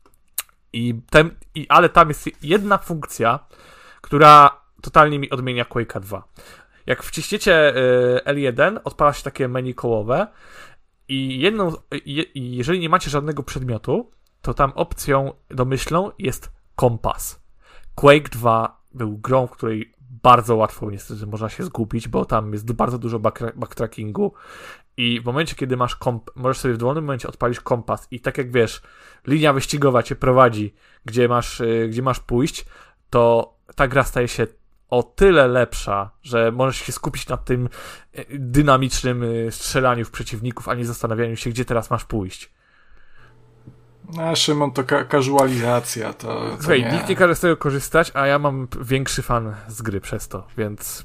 ale tam jest jedna funkcja, która totalnie mi odmienia Quake'a 2. Jak wciśniecie L1, odpala się takie menu kołowe i jeżeli nie macie żadnego przedmiotu, to tam opcją domyślną jest kompas. Quake 2 był grą, w której bardzo łatwo niestety można się zgubić, bo tam jest bardzo dużo backtrackingu i w momencie, kiedy możesz sobie w dowolnym momencie odpalić kompas i tak jak wiesz, linia wyścigowa cię prowadzi, gdzie masz pójść, to ta gra staje się o tyle lepsza, że możesz się skupić na tym dynamicznym strzelaniu w przeciwników, a nie zastanawianiu się, gdzie teraz masz pójść. No, Szymon, to casualizacja, to słuchaj, nie. Nikt nie każe z tego korzystać, a ja mam większy fan z gry przez to, więc...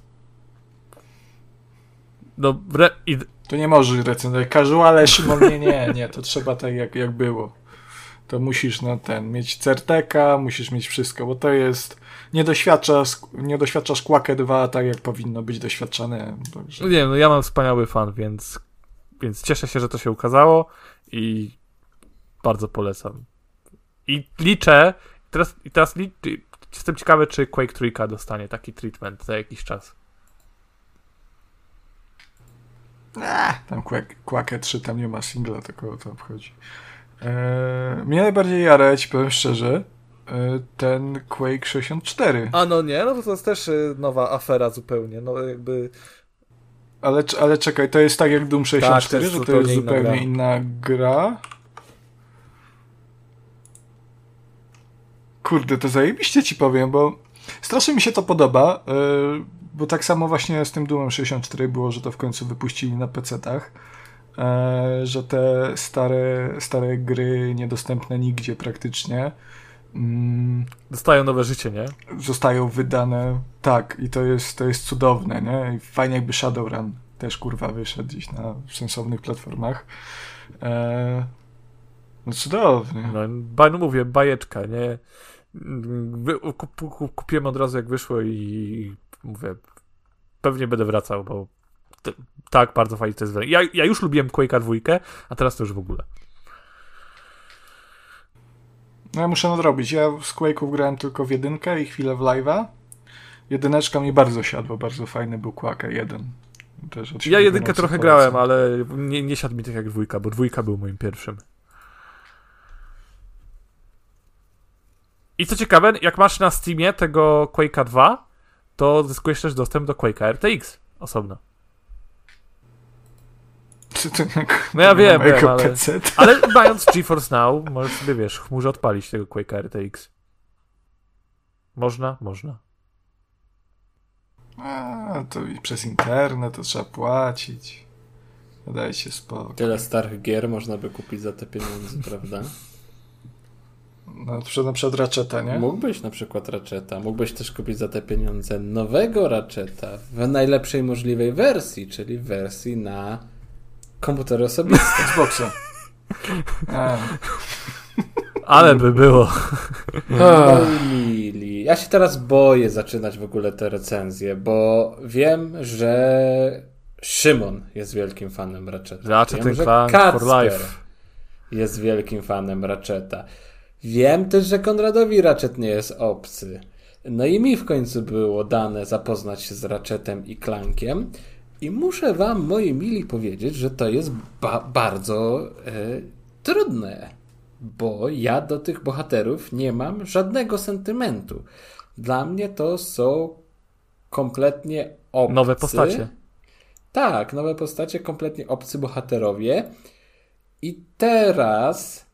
No, to nie możesz recenzować casuale, Szymon, nie, to trzeba tak jak było. To musisz mieć certeka, musisz mieć wszystko, bo to jest... Nie doświadczasz Quake'a 2 tak, jak powinno być doświadczane. Także... Nie, no ja mam wspaniały fan, więc cieszę się, że to się ukazało i bardzo polecam. I liczę, teraz jestem ciekawy, czy Quake 3 dostanie taki treatment za jakiś czas. Tam Quake 3 tam nie ma singla, tylko to obchodzi. Mnie najbardziej jara, ci powiem szczerze, ten Quake 64. A no nie, no to jest też nowa afera zupełnie, no jakby... Ale czekaj, to jest tak jak Doom 64, że to jest zupełnie inna gra? Kurde, to zajebiście ci powiem, bo strasznie mi się to podoba, bo tak samo właśnie z tym Doomem 64 było, że to w końcu wypuścili na PC-tach, że te stare gry niedostępne nigdzie praktycznie dostają nowe życie, nie? Zostają wydane, tak, i to jest cudowne, nie? I fajnie jakby Shadowrun też kurwa wyszedł gdzieś na sensownych platformach. No cudownie. No mówię, bajeczka, nie? Kupiłem od razu jak wyszło i mówię, pewnie będę wracał, bo tak bardzo fajnie to jest. Ja już lubiłem Quake'a 2, a teraz to już w ogóle. No ja muszę nadrobić. Ja z Quake'ów grałem tylko w 1 i chwilę w live'a. 1 mi bardzo siadła, bardzo fajny był Quake 1. Też ja 1 trochę grałem, ale nie siadł mi tak jak 2, bo 2 był moim pierwszym. I co ciekawe, jak masz na Steamie tego Quake'a 2, to zyskujesz też dostęp do Quake'a RTX osobno. No ja wiem, ale mając GeForce Now, możesz sobie, wiesz, w chmurze odpalić tego Quake'a RTX. Można. To i przez internet to trzeba płacić. Daj się spokój. Tyle starych gier można by kupić za te pieniądze, prawda? No, na przykład Ratcheta, nie? Mógłbyś na przykład Ratcheta. Mógłbyś też kupić za te pieniądze nowego Ratcheta w najlepszej możliwej wersji, czyli w wersji na komputery osobiste. Xboxa. Ale by było. Mili. Ja się teraz boję zaczynać w ogóle te recenzje, bo wiem, że Szymon jest wielkim fanem Ratcheta. Ratchet & Clank for life. Jest wielkim fanem Ratcheta. Wiem też, że Konradowi Ratchet nie jest obcy. No i mi w końcu było dane zapoznać się z Ratchetem i Clankiem. I muszę wam, moi mili, powiedzieć, że to jest bardzo trudne. Bo ja do tych bohaterów nie mam żadnego sentymentu. Dla mnie to są kompletnie obcy. Nowe postacie. Tak, nowe postacie, kompletnie obcy bohaterowie. I teraz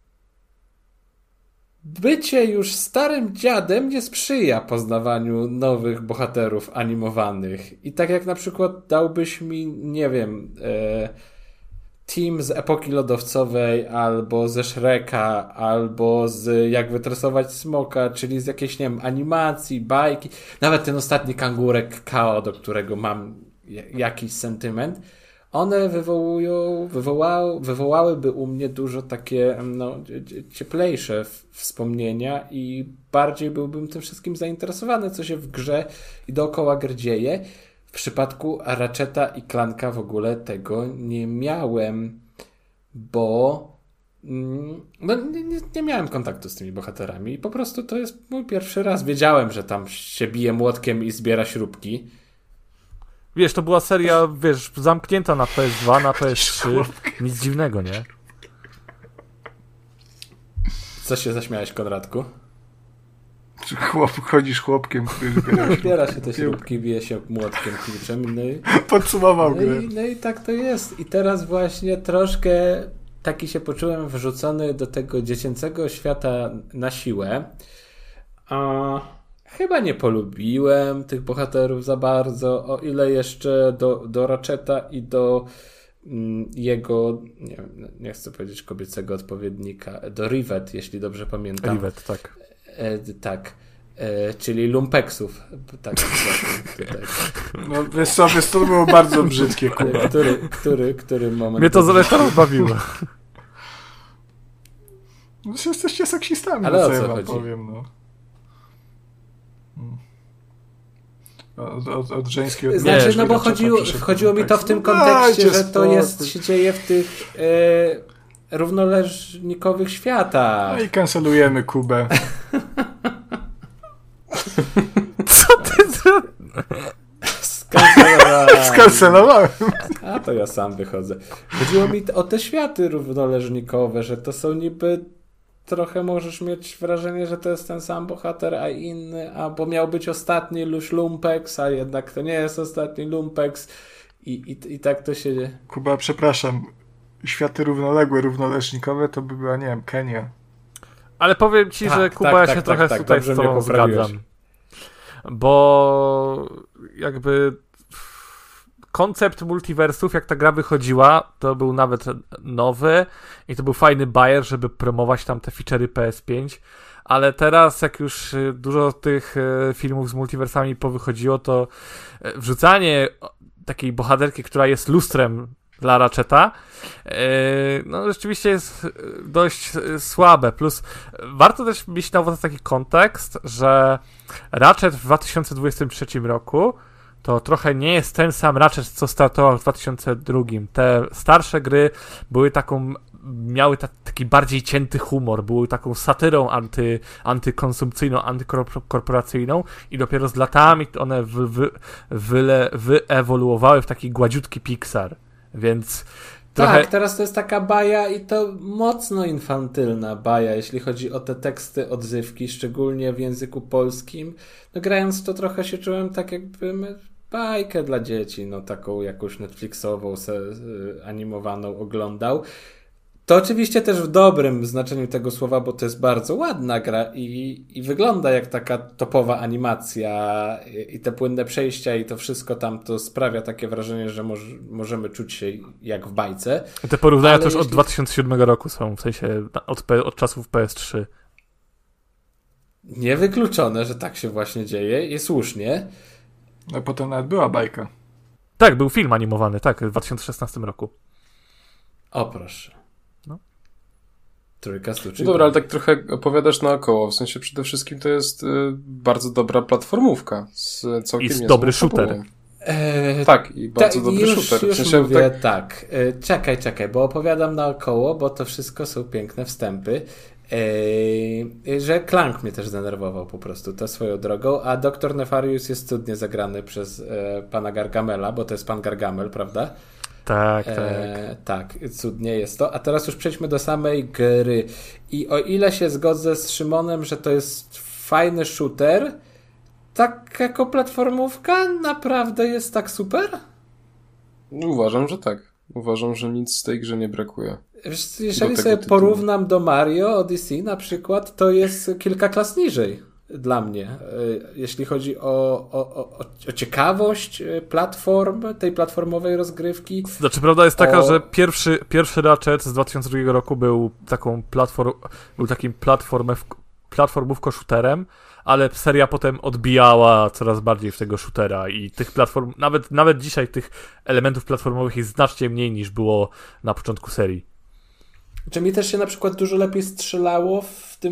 bycie już starym dziadem nie sprzyja poznawaniu nowych bohaterów animowanych. I tak jak na przykład dałbyś mi, nie wiem, team z epoki lodowcowej, albo ze Shreka, albo z Jak wytresować smoka, czyli z jakiejś, nie wiem, animacji, bajki. Nawet ten ostatni kangurek Kao, do którego mam jakiś sentyment. One wywołałyby u mnie dużo takie cieplejsze wspomnienia i bardziej byłbym tym wszystkim zainteresowany, co się w grze i dookoła gry dzieje. W przypadku Ratcheta i Clanka w ogóle tego nie miałem, bo nie miałem kontaktu z tymi bohaterami i po prostu to jest mój pierwszy raz. Wiedziałem, że tam się bije młotkiem i zbiera śrubki. Wiesz, to była seria, wiesz, zamknięta na PS2, na PS3. Nic dziwnego, nie? Co się zaśmiałeś, Konradku? Chodzisz chłopkiem, który zbiera się te śrubki, bije się młotkiem, kluczem. No i, podsumował grę. No i tak to jest. I teraz właśnie troszkę taki się poczułem wrzucony do tego dziecięcego świata na siłę. Chyba nie polubiłem tych bohaterów za bardzo, o ile jeszcze do Ratcheta i do jego, nie chcę powiedzieć kobiecego odpowiednika, do Rivet, jeśli dobrze pamiętam. Rivet, tak. Tak. Czyli lumpeksów. Tak, tutaj. No wiesz co, to było bardzo brzydkie, Kuba. Który moment... Mnie to zresztą rozbawiło. No, jesteście seksistami, ale o co ja chodzi? Powiem, no. Od żeńskiej od znaczy, no bo chodziło mi to w tym kontekście, że to się dzieje w tych równoleżnikowych światach. No i kancelujemy Kubę. Co ty zrobiłeś? Skancelowałem. A to ja sam wychodzę. Chodziło mi o te światy równoleżnikowe, że to są niby trochę możesz mieć wrażenie, że to jest ten sam bohater, a inny, bo miał być ostatni Lumpex, a jednak to nie jest ostatni Lumpex i tak to się... Kuba, przepraszam, światy równoległe, równoleżnikowe to by była, nie wiem, Kenia. Ale powiem ci, że Kuba, ja się trochę tutaj z tobą zgadzam. Bo jakby koncept multiversów, jak ta gra wychodziła, to był nawet nowy i to był fajny bajer, żeby promować tam te feature'y PS5, ale teraz jak już dużo tych filmów z multiversami powychodziło, to wrzucanie takiej bohaterki, która jest lustrem dla Ratcheta, no rzeczywiście jest dość słabe. Plus warto też mieć na uwadze taki kontekst, że Ratchet w 2023 roku to trochę nie jest ten sam Ratchet, co startował w 2002. Te starsze gry były miały taki bardziej cięty humor, były taką satyrą antykonsumpcyjną, antykorporacyjną i dopiero z latami one wyewoluowały w taki gładziutki Pixar. Więc Tak, teraz to jest taka baja i to mocno infantylna baja, jeśli chodzi o te teksty, odzywki, szczególnie w języku polskim. No grając to trochę się czułem tak jakbym bajkę dla dzieci, no taką jakąś Netflixową, animowaną oglądał. To oczywiście też w dobrym znaczeniu tego słowa, bo to jest bardzo ładna gra i wygląda jak taka topowa animacja i te płynne przejścia i to wszystko tam to sprawia takie wrażenie, że możemy czuć się jak w bajce. Te porównania też od 2007 roku są, w sensie od czasów PS3. Niewykluczone, że tak się właśnie dzieje i słusznie. No potem nawet była bajka. Tak, był film animowany, tak, w 2016 roku. O proszę. Trójkastu, no dobra, ale tak trochę opowiadasz naokoło. W sensie przede wszystkim to jest bardzo dobra platformówka z całkiem i dobry shooter. Tak, i bardzo dobry shooter. W sensie, mówię, tak. Czekaj, bo opowiadam naokoło, bo to wszystko są piękne wstępy. Że Clank mnie też zdenerwował po prostu, to swoją drogą, a Dr. Nefarious jest cudnie zagrany przez pana Gargamela, bo to jest pan Gargamel, prawda? Tak. Tak, cudnie jest to. A teraz już przejdźmy do samej gry. I o ile się zgodzę z Szymonem, że to jest fajny shooter, tak jako platformówka naprawdę jest tak super? Uważam, że tak. Uważam, że nic z tej grze nie brakuje. Jeżeli sobie porównam do Mario Odyssey na przykład, to jest kilka klas niżej dla mnie, jeśli chodzi o ciekawość platform, tej platformowej rozgrywki. Znaczy, prawda jest taka, że pierwszy Ratchet z 2002 roku był takim platformówko-shooterem, ale seria potem odbijała coraz bardziej w tego shootera i tych platform, nawet dzisiaj tych elementów platformowych jest znacznie mniej niż było na początku serii. Czy mi też się na przykład dużo lepiej strzelało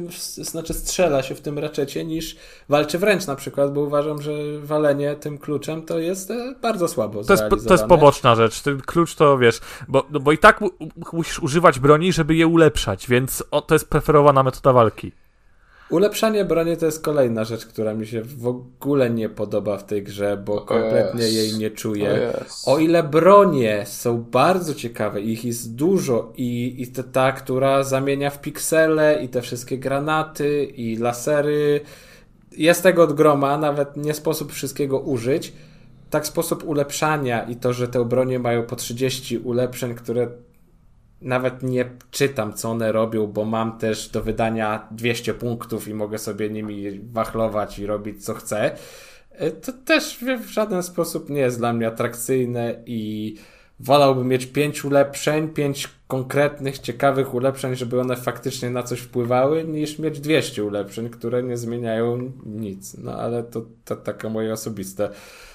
strzela się w tym Ratchetie niż walczy wręcz na przykład, bo uważam, że walenie tym kluczem to jest bardzo słabo zrealizowane. To jest poboczna rzecz. Ten klucz to wiesz, bo i tak musisz używać broni, żeby je ulepszać, więc to jest preferowana metoda walki. Ulepszanie broni to jest kolejna rzecz, która mi się w ogóle nie podoba w tej grze, bo kompletnie jej nie czuję. O ile bronie są bardzo ciekawe, ich jest dużo i ta, która zamienia w piksele i te wszystkie granaty i lasery, jest tego od groma, nawet nie sposób wszystkiego użyć. Tak sposób ulepszania i to, że te bronie mają po 30 ulepszeń, które nawet nie czytam, co one robią, bo mam też do wydania 200 punktów i mogę sobie nimi wachlować i robić, co chcę. To też w żaden sposób nie jest dla mnie atrakcyjne i wolałbym mieć 5 ulepszeń, 5 konkretnych, ciekawych ulepszeń, żeby one faktycznie na coś wpływały, niż mieć 200 ulepszeń, które nie zmieniają nic. No ale to takie moje osobiste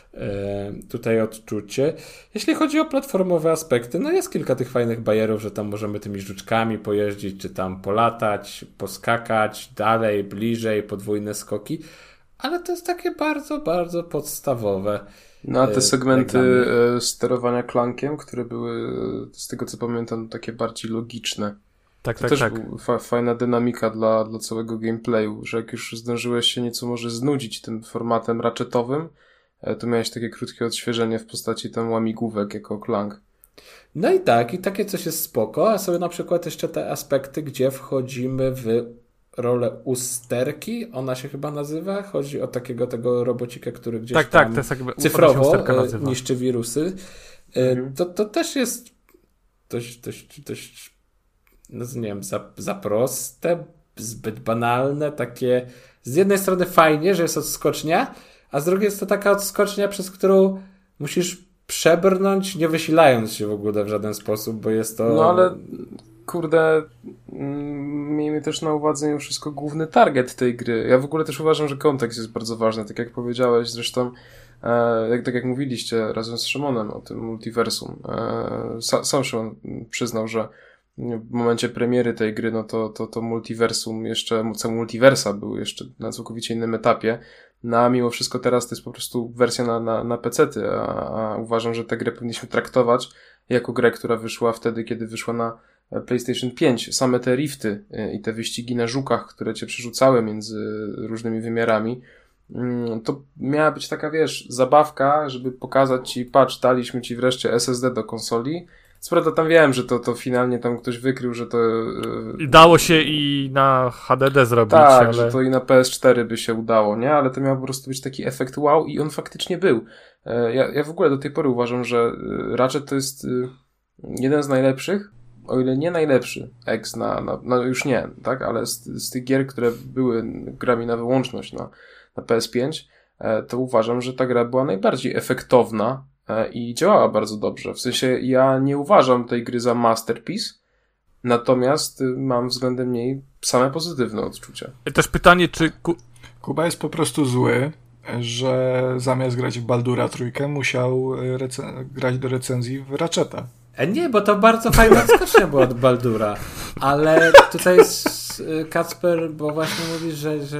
tutaj odczucie. Jeśli chodzi o platformowe aspekty, no jest kilka tych fajnych bajerów, że tam możemy tymi żuczkami pojeździć, czy tam polatać, poskakać dalej, bliżej, podwójne skoki, ale to jest takie bardzo, bardzo podstawowe. No a te segmenty sterowania Clankiem, które były, z tego co pamiętam, takie bardziej logiczne. Tak. Była fajna dynamika dla całego gameplayu, że jak już zdążyłeś się nieco może znudzić tym formatem ratchetowym, to miałeś takie krótkie odświeżenie w postaci tam łamigłówek jako Clank. No i tak, i takie coś jest spoko, a są na przykład jeszcze te aspekty, gdzie wchodzimy w rolę usterki, ona się chyba nazywa, chodzi o tego robocika, który gdzieś tam to jest jakby cyfrowo niszczy wirusy. To też jest dość no nie wiem, za proste, zbyt banalne, takie z jednej strony fajnie, że jest odskocznia, a z drugiej jest to taka odskocznia, przez którą musisz przebrnąć, nie wysilając się w ogóle w żaden sposób, bo jest to... No ale kurde, miejmy też na uwadze mimo wszystko główny target tej gry. Ja w ogóle też uważam, że kontekst jest bardzo ważny, tak jak powiedziałeś zresztą, tak jak mówiliście razem z Szymonem o tym multiversum. Sam Szymon przyznał, że w momencie premiery tej gry, no to multiversum jeszcze, całe multiversa były jeszcze na całkowicie innym etapie. No a mimo wszystko teraz to jest po prostu wersja na PC-ty, a uważam, że tę grę powinniśmy traktować jako grę, która wyszła wtedy, kiedy wyszła na PlayStation 5. Same te rifty i te wyścigi na żukach, które cię przerzucały między różnymi wymiarami, to miała być taka, wiesz, zabawka, żeby pokazać ci, patrz, daliśmy ci wreszcie SSD do konsoli, Co prawda tam wiem, że to finalnie tam ktoś wykrył, że to... I dało się i na HDD zrobić, tak, ale... że to i na PS4 by się udało, nie? Ale to miał po prostu być taki efekt wow i on faktycznie był. Ja w ogóle do tej pory uważam, że Ratchet to jest jeden z najlepszych, o ile nie najlepszy ex no już nie, tak? Ale z tych gier, które były grami na wyłączność na PS5, to uważam, że ta gra była najbardziej efektowna i działała bardzo dobrze. W sensie ja nie uważam tej gry za masterpiece, natomiast mam względem niej same pozytywne odczucia. Też pytanie, czy... Kuba jest po prostu zły, że zamiast grać w Baldura trójkę musiał grać do recenzji w Ratcheta. Nie, bo to bardzo fajna odskocznia była od Baldura. Ale tutaj jest Kacper, bo właśnie mówisz,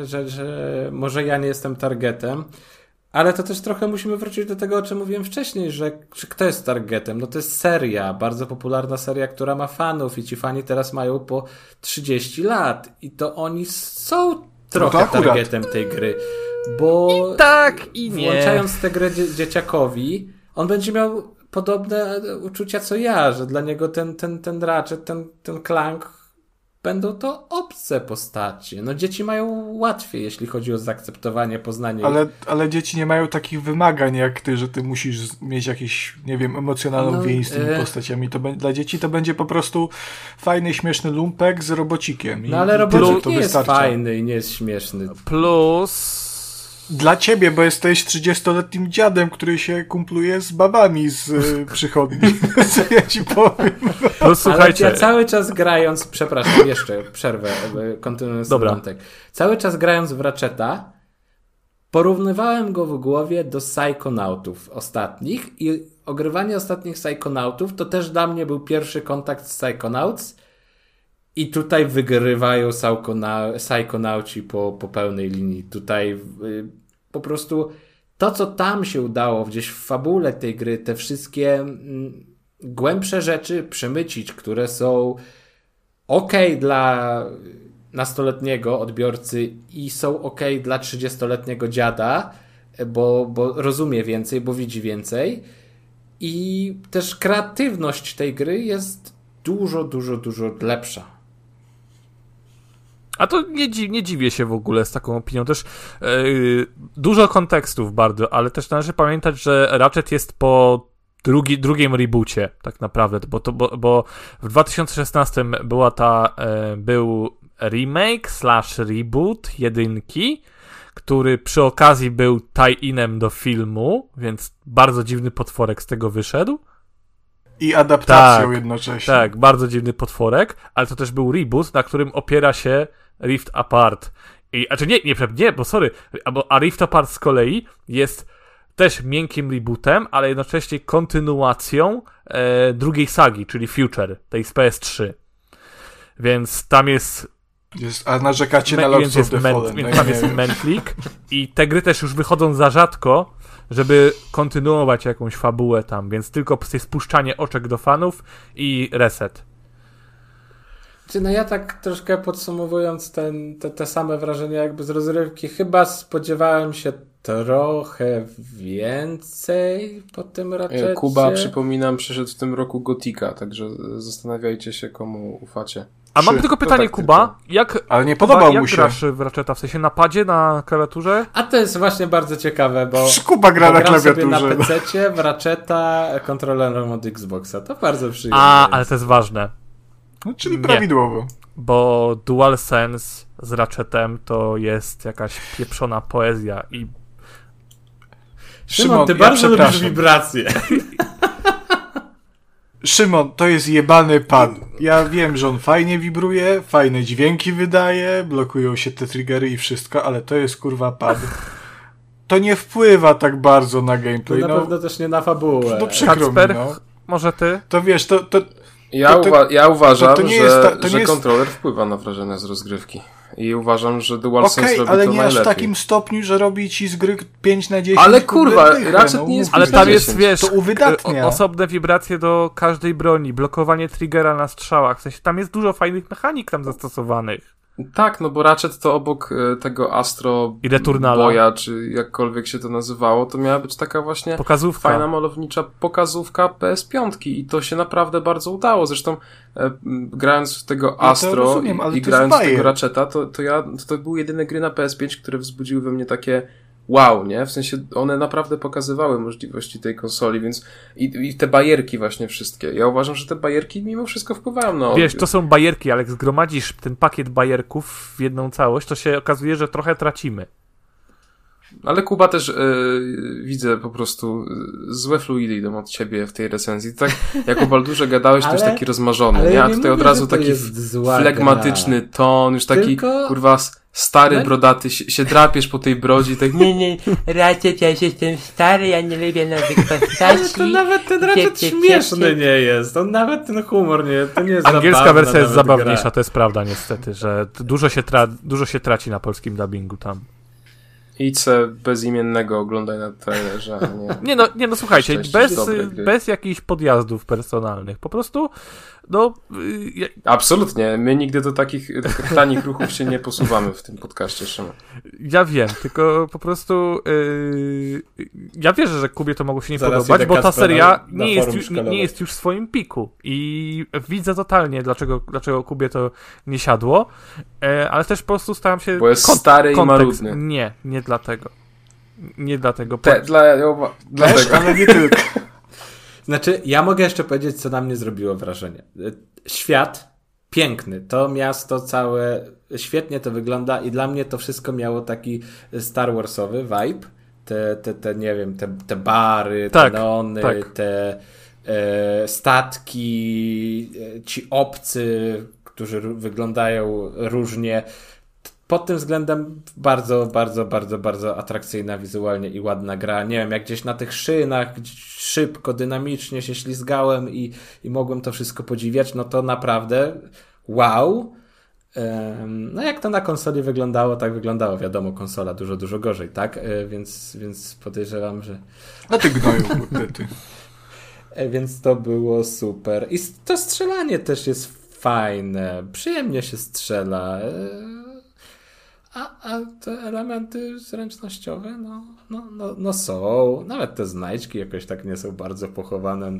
że może ja nie jestem targetem. Ale to też trochę musimy wrócić do tego, o czym mówiłem wcześniej, że kto jest targetem? No to jest seria, bardzo popularna seria, która ma fanów i ci fani teraz mają po 30 lat. I to oni są trochę targetem tej gry. Bo i tak, i nie. Włączając tę grę dzieciakowi, on będzie miał podobne uczucia co ja, że dla niego ten Ratchet, ten Clank będą to obce postacie. No dzieci mają łatwiej, jeśli chodzi o zaakceptowanie, poznanie. Ale dzieci nie mają takich wymagań jak ty, że ty musisz mieć jakiś, nie wiem, emocjonalną więź z tymi postaciami. Dla dzieci to będzie po prostu fajny, śmieszny lumpek z robocikiem. No ale robocik nie jest fajny i nie jest śmieszny. Plus... Dla ciebie, bo jesteś 30-letnim dziadem, który się kumpluje z babami z przychodni. Co ja ci powiem? No, słuchajcie. Ale ja cały czas grając, przepraszam, jeszcze przerwę, kontynuując ten wątek. Cały czas grając w Ratcheta, porównywałem go w głowie do Psychonautów ostatnich i ogrywanie ostatnich Psychonautów to też dla mnie był pierwszy kontakt z Psychonauts i tutaj wygrywają Psychonauci po pełnej linii. Tutaj po prostu to, co tam się udało gdzieś w fabule tej gry, te wszystkie głębsze rzeczy przemycić, które są okej dla nastoletniego odbiorcy i są okej dla 30-letniego dziada, bo rozumie więcej, bo widzi więcej. I też kreatywność tej gry jest dużo lepsza. A to nie dziwię się w ogóle z taką opinią. Też dużo kontekstów bardzo, ale też należy pamiętać, że Ratchet jest po drugim reboocie tak naprawdę, bo w 2016 był remake / reboot jedynki, który przy okazji był tie-inem do filmu, więc bardzo dziwny potworek z tego wyszedł. I adaptacją jednocześnie. Tak, bardzo dziwny potworek, ale to też był reboot, na którym opiera się Rift Apart. A Rift Apart z kolei jest też miękkim rebootem, ale jednocześnie kontynuacją drugiej sagi, czyli Future, tej z PS3. Więc tam a narzekacie na Lords of the Fallen. Tam jest Mentlik i te gry też już wychodzą za rzadko, żeby kontynuować jakąś fabułę tam, więc tylko spuszczanie oczek do fanów i reset. No ja tak troszkę podsumowując te same wrażenia jakby z rozrywki, chyba spodziewałem się trochę więcej po tym Ratchetie. Kuba, przypominam, przyszedł w tym roku Gotika, także zastanawiajcie się, komu ufacie. A mam tylko pytanie, tak, Kuba, ale nie podobał mu się. Grasz w Ratcheta, w sensie na padzie, na klawiaturze? A to jest właśnie bardzo ciekawe, bo Kuba gra na klawiaturze. Sobie na PC-cie w Ratcheta kontrolerem od Xboxa. To bardzo przyjemne. Ale to jest ważne. No, czyli prawidłowo. Bo DualSense z Ratchetem to jest jakaś pieprzona poezja i... Szymon, ty bardzo lubisz wibracje. Szymon, to jest jebany pad. Ja wiem, że on fajnie wibruje, fajne dźwięki wydaje, blokują się te triggery i wszystko, ale to jest kurwa pad. To nie wpływa tak bardzo na gameplay. To na pewno też nie na fabułę. No przykro mi, no. Może ty? To wiesz, Ja uważam, że kontroler wpływa na wrażenia z rozgrywki. I uważam, że DualSense robi to najlepiej. Ale nie aż w takim stopniu, że robi ci z gry 5/10. Ale kurwa, Ratchet nie jest 5/10. Ale tam jest, wiesz, to uwydatnia. Osobne wibracje do każdej broni, blokowanie triggera na strzałach. W sensie tam jest dużo fajnych mechanik tam zastosowanych. Tak, no bo Ratchet to obok tego Astro Boya, czy jakkolwiek się to nazywało, to miała być taka właśnie fajna, malownicza pokazówka PS5 i to się naprawdę bardzo udało. Zresztą grając w tego Astro i grając w tego Ratcheta, to były jedyne gry na PS5, które wzbudziły we mnie takie wow, nie? W sensie one naprawdę pokazywały możliwości tej konsoli, więc i te bajerki właśnie wszystkie. Ja uważam, że te bajerki mimo wszystko wpływają na odbiór. Wiesz, to są bajerki, ale jak zgromadzisz ten pakiet bajerków w jedną całość, to się okazuje, że trochę tracimy. Ale Kuba też widzę po prostu złe fluidy idą od ciebie w tej recenzji. Tak jak o Baldurze gadałeś, to już taki rozmarzony, nie? A tutaj od razu taki flegmatyczny ton, już taki kurwa stary, brodaty, się drapiesz po tej brodzi, tak nie, Ratchet, ja jestem stary, ja nie lubię nowych postaci. Ale to nawet ten Ratchet śmieszny nie jest, on nawet ten humor nie jest, to nie jest angielska wersja jest zabawniejsza, to jest prawda niestety, że dużo się traci na polskim dubbingu tam. Idź se bezimiennego oglądaj na trailerze, a nie, słuchajcie, bez jakichś podjazdów personalnych, po prostu Absolutnie, my nigdy do takich tanich ruchów się nie posuwamy w tym podcaście, Szymon. Ja wiem, tylko po prostu ja wierzę, że Kubie to mogło się nie podobać, bo ta seria nie jest już w swoim piku i widzę totalnie, dlaczego Kubie to nie siadło, ale też po prostu staram się... Bo jest stary i marudny. Nie dlatego. Nie dlatego. Dlatego. Ale nie tylko. Znaczy, ja mogę jeszcze powiedzieć, co na mnie zrobiło wrażenie. Świat piękny. To miasto całe świetnie to wygląda i dla mnie to wszystko miało taki Star Warsowy vibe. Te nie wiem, te bary, te neony, te statki, ci obcy, którzy wyglądają różnie. Pod tym względem bardzo, bardzo, bardzo, bardzo atrakcyjna wizualnie i ładna gra. Nie wiem, jak gdzieś na tych szynach szybko, dynamicznie się ślizgałem i mogłem to wszystko podziwiać, no to naprawdę wow. No jak to na konsoli wyglądało, tak wyglądało. Wiadomo, konsola dużo, dużo gorzej, tak? Więc podejrzewam, że... No ty gnoju, kurde ty. Więc to było super. I to strzelanie też jest fajne. Przyjemnie się strzela. A te elementy zręcznościowe, no są. Nawet te znajdźki jakoś tak nie są bardzo pochowane.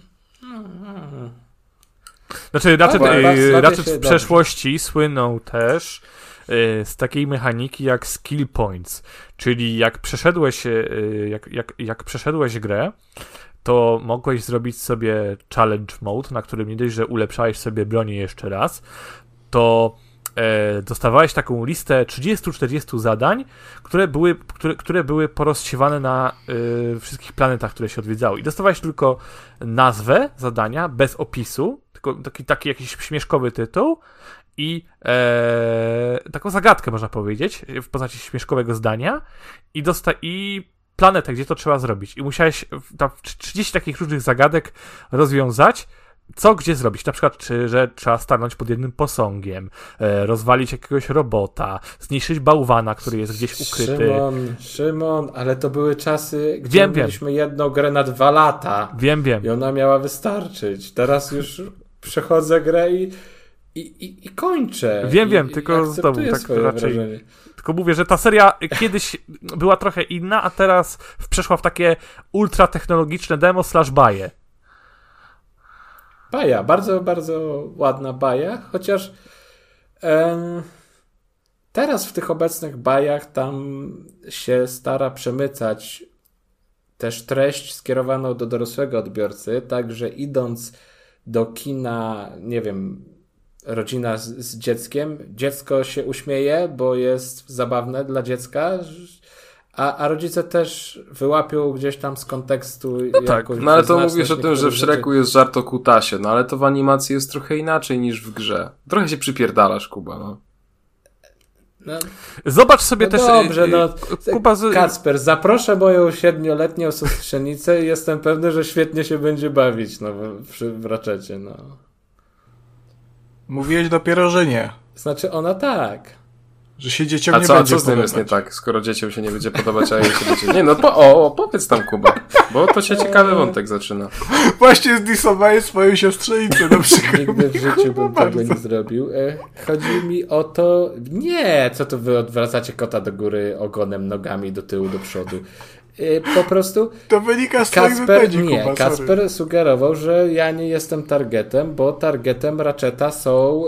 Znaczy, Ratchet w przeszłości słynął też z takiej mechaniki jak skill points, czyli jak przeszedłeś grę, to mogłeś zrobić sobie challenge mode, na którym nie dość, że ulepszałeś sobie bronię jeszcze raz, to dostawałeś taką listę 30-40 zadań, które były porozsiewane na wszystkich planetach, które się odwiedzały. I dostawałeś tylko nazwę zadania, bez opisu, tylko taki jakiś śmieszkowy tytuł i taką zagadkę, można powiedzieć, w postaci śmieszkowego zdania i planetę, gdzie to trzeba zrobić. I musiałeś tam 30 takich różnych zagadek rozwiązać, co gdzie zrobić. Na przykład, że trzeba stanąć pod jednym posągiem, rozwalić jakiegoś robota, zniszczyć bałwana, który jest gdzieś ukryty. Szymon, ale to były czasy, gdzie mieliśmy jedną grę na 2 lata. Wiem. I ona miała wystarczyć. Teraz już przechodzę grę i kończę. Wiem, tylko znowu tak raczej... Wrażenie. Tylko mówię, że ta seria kiedyś była trochę inna, a teraz przeszła w takie ultratechnologiczne demo / baje. Baja, bardzo, bardzo ładna baja, chociaż teraz w tych obecnych bajach tam się stara przemycać też treść skierowaną do dorosłego odbiorcy, także idąc do kina, nie wiem, rodzina z dzieckiem, dziecko się uśmieje, bo jest zabawne dla dziecka, a rodzice też wyłapią gdzieś tam z kontekstu. No tak, no ale to mówisz o tym, że w Shreku jest żart o kutasie, no ale to w animacji jest trochę inaczej niż w grze. Trochę się przypierdalasz, Kuba, no. Zobacz sobie też... Dobrze, Kuba Kacper, zaproszę moją 7-letnią siostrzenicę i jestem pewny, że świetnie się będzie bawić w Ratchetie, no. Mówiłeś dopiero, że nie. Znaczy ona tak. Że się dzieciom nie będzie podobać. A co z tym jest nie tak, skoro dzieciom się nie będzie podobać, a jej się będzie... Nie, no powiedz tam, Kuba. Bo to się ciekawy wątek zaczyna. Właśnie zdisowałeś swoją siostrzenicę na przykład. Nigdy w życiu bym tego nie zrobił. Chodzi mi o to... Nie, co to wy odwracacie kota do góry ogonem, nogami do tyłu, do przodu. Po prostu... To wynika z twoich wypowiedzi, Kuba, Kacper sugerował, że ja nie jestem targetem, bo targetem Ratcheta są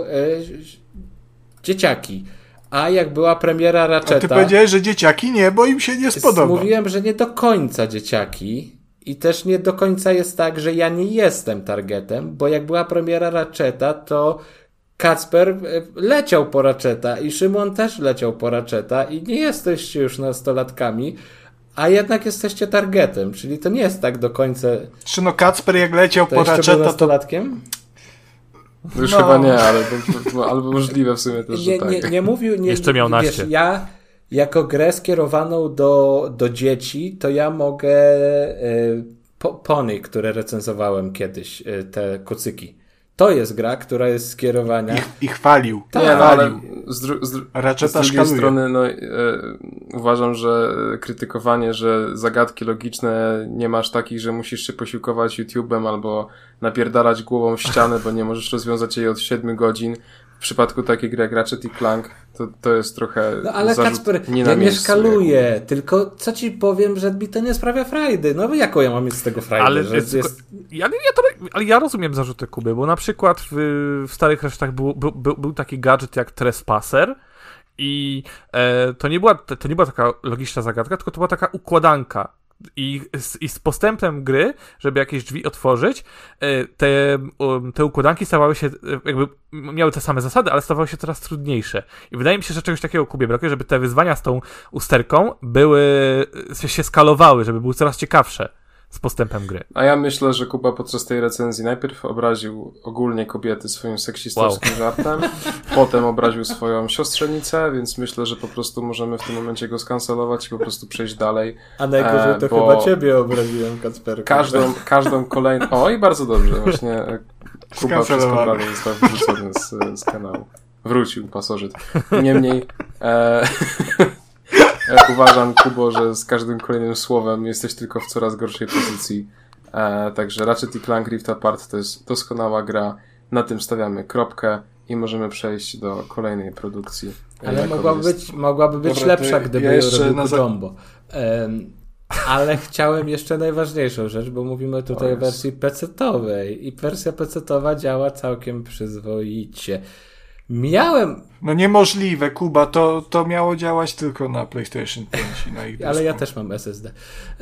dzieciaki. A jak była premiera Ratcheta... A ty powiedziałeś, że dzieciaki nie, bo im się nie spodoba. Mówiłem, że nie do końca dzieciaki i też nie do końca jest tak, że ja nie jestem targetem, bo jak była premiera Ratcheta, to Kacper leciał po Ratcheta i Szymon też leciał po Ratcheta i nie jesteście już nastolatkami, a jednak jesteście targetem, czyli to nie jest tak do końca... Czy no Kacper jak leciał to po Ratcheta, to... nastolatkiem? Już chyba nie, ale albo możliwe w sumie też, że tak. Nie mówił... Jeszcze miał naście. Wiesz, ja jako grę skierowaną do dzieci, to ja mogę Pony, które recenzowałem kiedyś, te kucyki. To jest gra, która jest skierowana... I chwalił. Tak, nie, no, ale z drugiej strony uważam, że krytykowanie, że zagadki logiczne nie masz takich, że musisz się posiłkować YouTube'em albo napierdalać głową w ścianę, bo nie możesz rozwiązać jej od 7 godzin. W przypadku takiej gry jak Ratchet i Clank to jest trochę no ale Kacper, ja nie szkaluję, tylko co ci powiem, że mi to nie sprawia frajdy. No jaką ja mam mieć z tego frajdy? Ale, ale ja rozumiem zarzuty Kuby, bo na przykład w starych resztach był taki gadżet jak Trespasser i to nie była taka logiczna zagadka, tylko to była taka układanka. I z postępem gry, żeby jakieś drzwi otworzyć, te układanki stawały się, jakby miały te same zasady, ale stawały się coraz trudniejsze. I wydaje mi się, że czegoś takiego Kubie brakuje, żeby te wyzwania z tą usterką się skalowały, żeby były coraz ciekawsze z postępem gry. A ja myślę, że Kuba podczas tej recenzji najpierw obraził ogólnie kobiety swoim seksistowskim żartem, potem obraził swoją siostrzenicę, więc myślę, że po prostu możemy w tym momencie go skancelować i po prostu przejść dalej. A najgorzej to chyba ciebie obraziłem, Kacperku. Każdą kolejną... O, i bardzo dobrze, właśnie Kuba przez poprawę został wyrzucony z kanału. Wrócił pasożyt. Niemniej... uważam, Kubo, że z każdym kolejnym słowem jesteś tylko w coraz gorszej pozycji. Także Ratchet i Clank Rift Apart to jest doskonała gra. Na tym stawiamy kropkę i możemy przejść do kolejnej produkcji. Ale mogłaby być lepsza, gdyby robił Jumbo. Ale chciałem jeszcze najważniejszą rzecz, bo mówimy tutaj o wersji PC-towej i wersja PC-towa działa całkiem przyzwoicie. No niemożliwe, Kuba, to miało działać tylko na PlayStation 5 i na ich ale ja też mam SSD.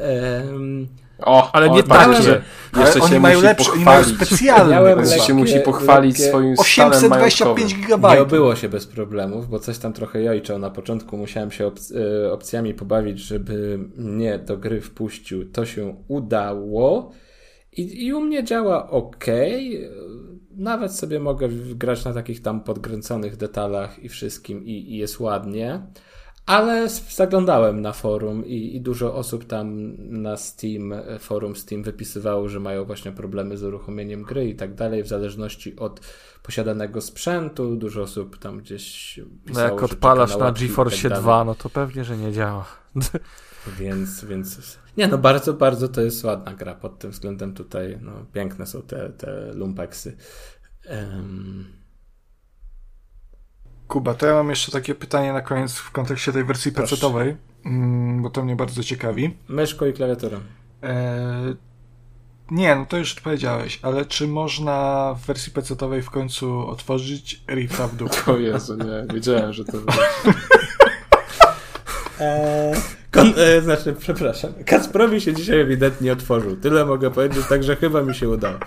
Ale nie tak, że oni mają lepsze, oni mają specjalne. Się musi pochwalić swoim 825 GB. Nie obyło się bez problemów, bo coś tam trochę jojczał na początku. Musiałem się opcjami pobawić, żeby mnie do gry wpuścił. To się udało i u mnie działa okej. Nawet sobie mogę grać na takich tam podkręconych detalach i wszystkim i jest ładnie, ale zaglądałem na forum i dużo osób tam na forum Steam wypisywało, że mają właśnie problemy z uruchomieniem gry i tak dalej, w zależności od posiadanego sprzętu. Dużo osób tam gdzieś pisało, no jak odpalasz na GeForce 2, no to pewnie, że nie działa. Więc nie, no bardzo, bardzo to jest ładna gra pod tym względem tutaj, no piękne są te lumpeksy. Kuba, to ja mam jeszcze takie pytanie na koniec w kontekście tej wersji PC-towej, bo to mnie bardzo ciekawi. Myszką i klawiaturą. Nie, no to już powiedziałeś, ale czy można w wersji PC-towej w końcu otworzyć Rifta w dupę? O Jezu, nie, wiedziałem, że to Znaczy, przepraszam. Kacprowi się dzisiaj ewidentnie otworzył. Tyle mogę powiedzieć, także chyba mi się udało.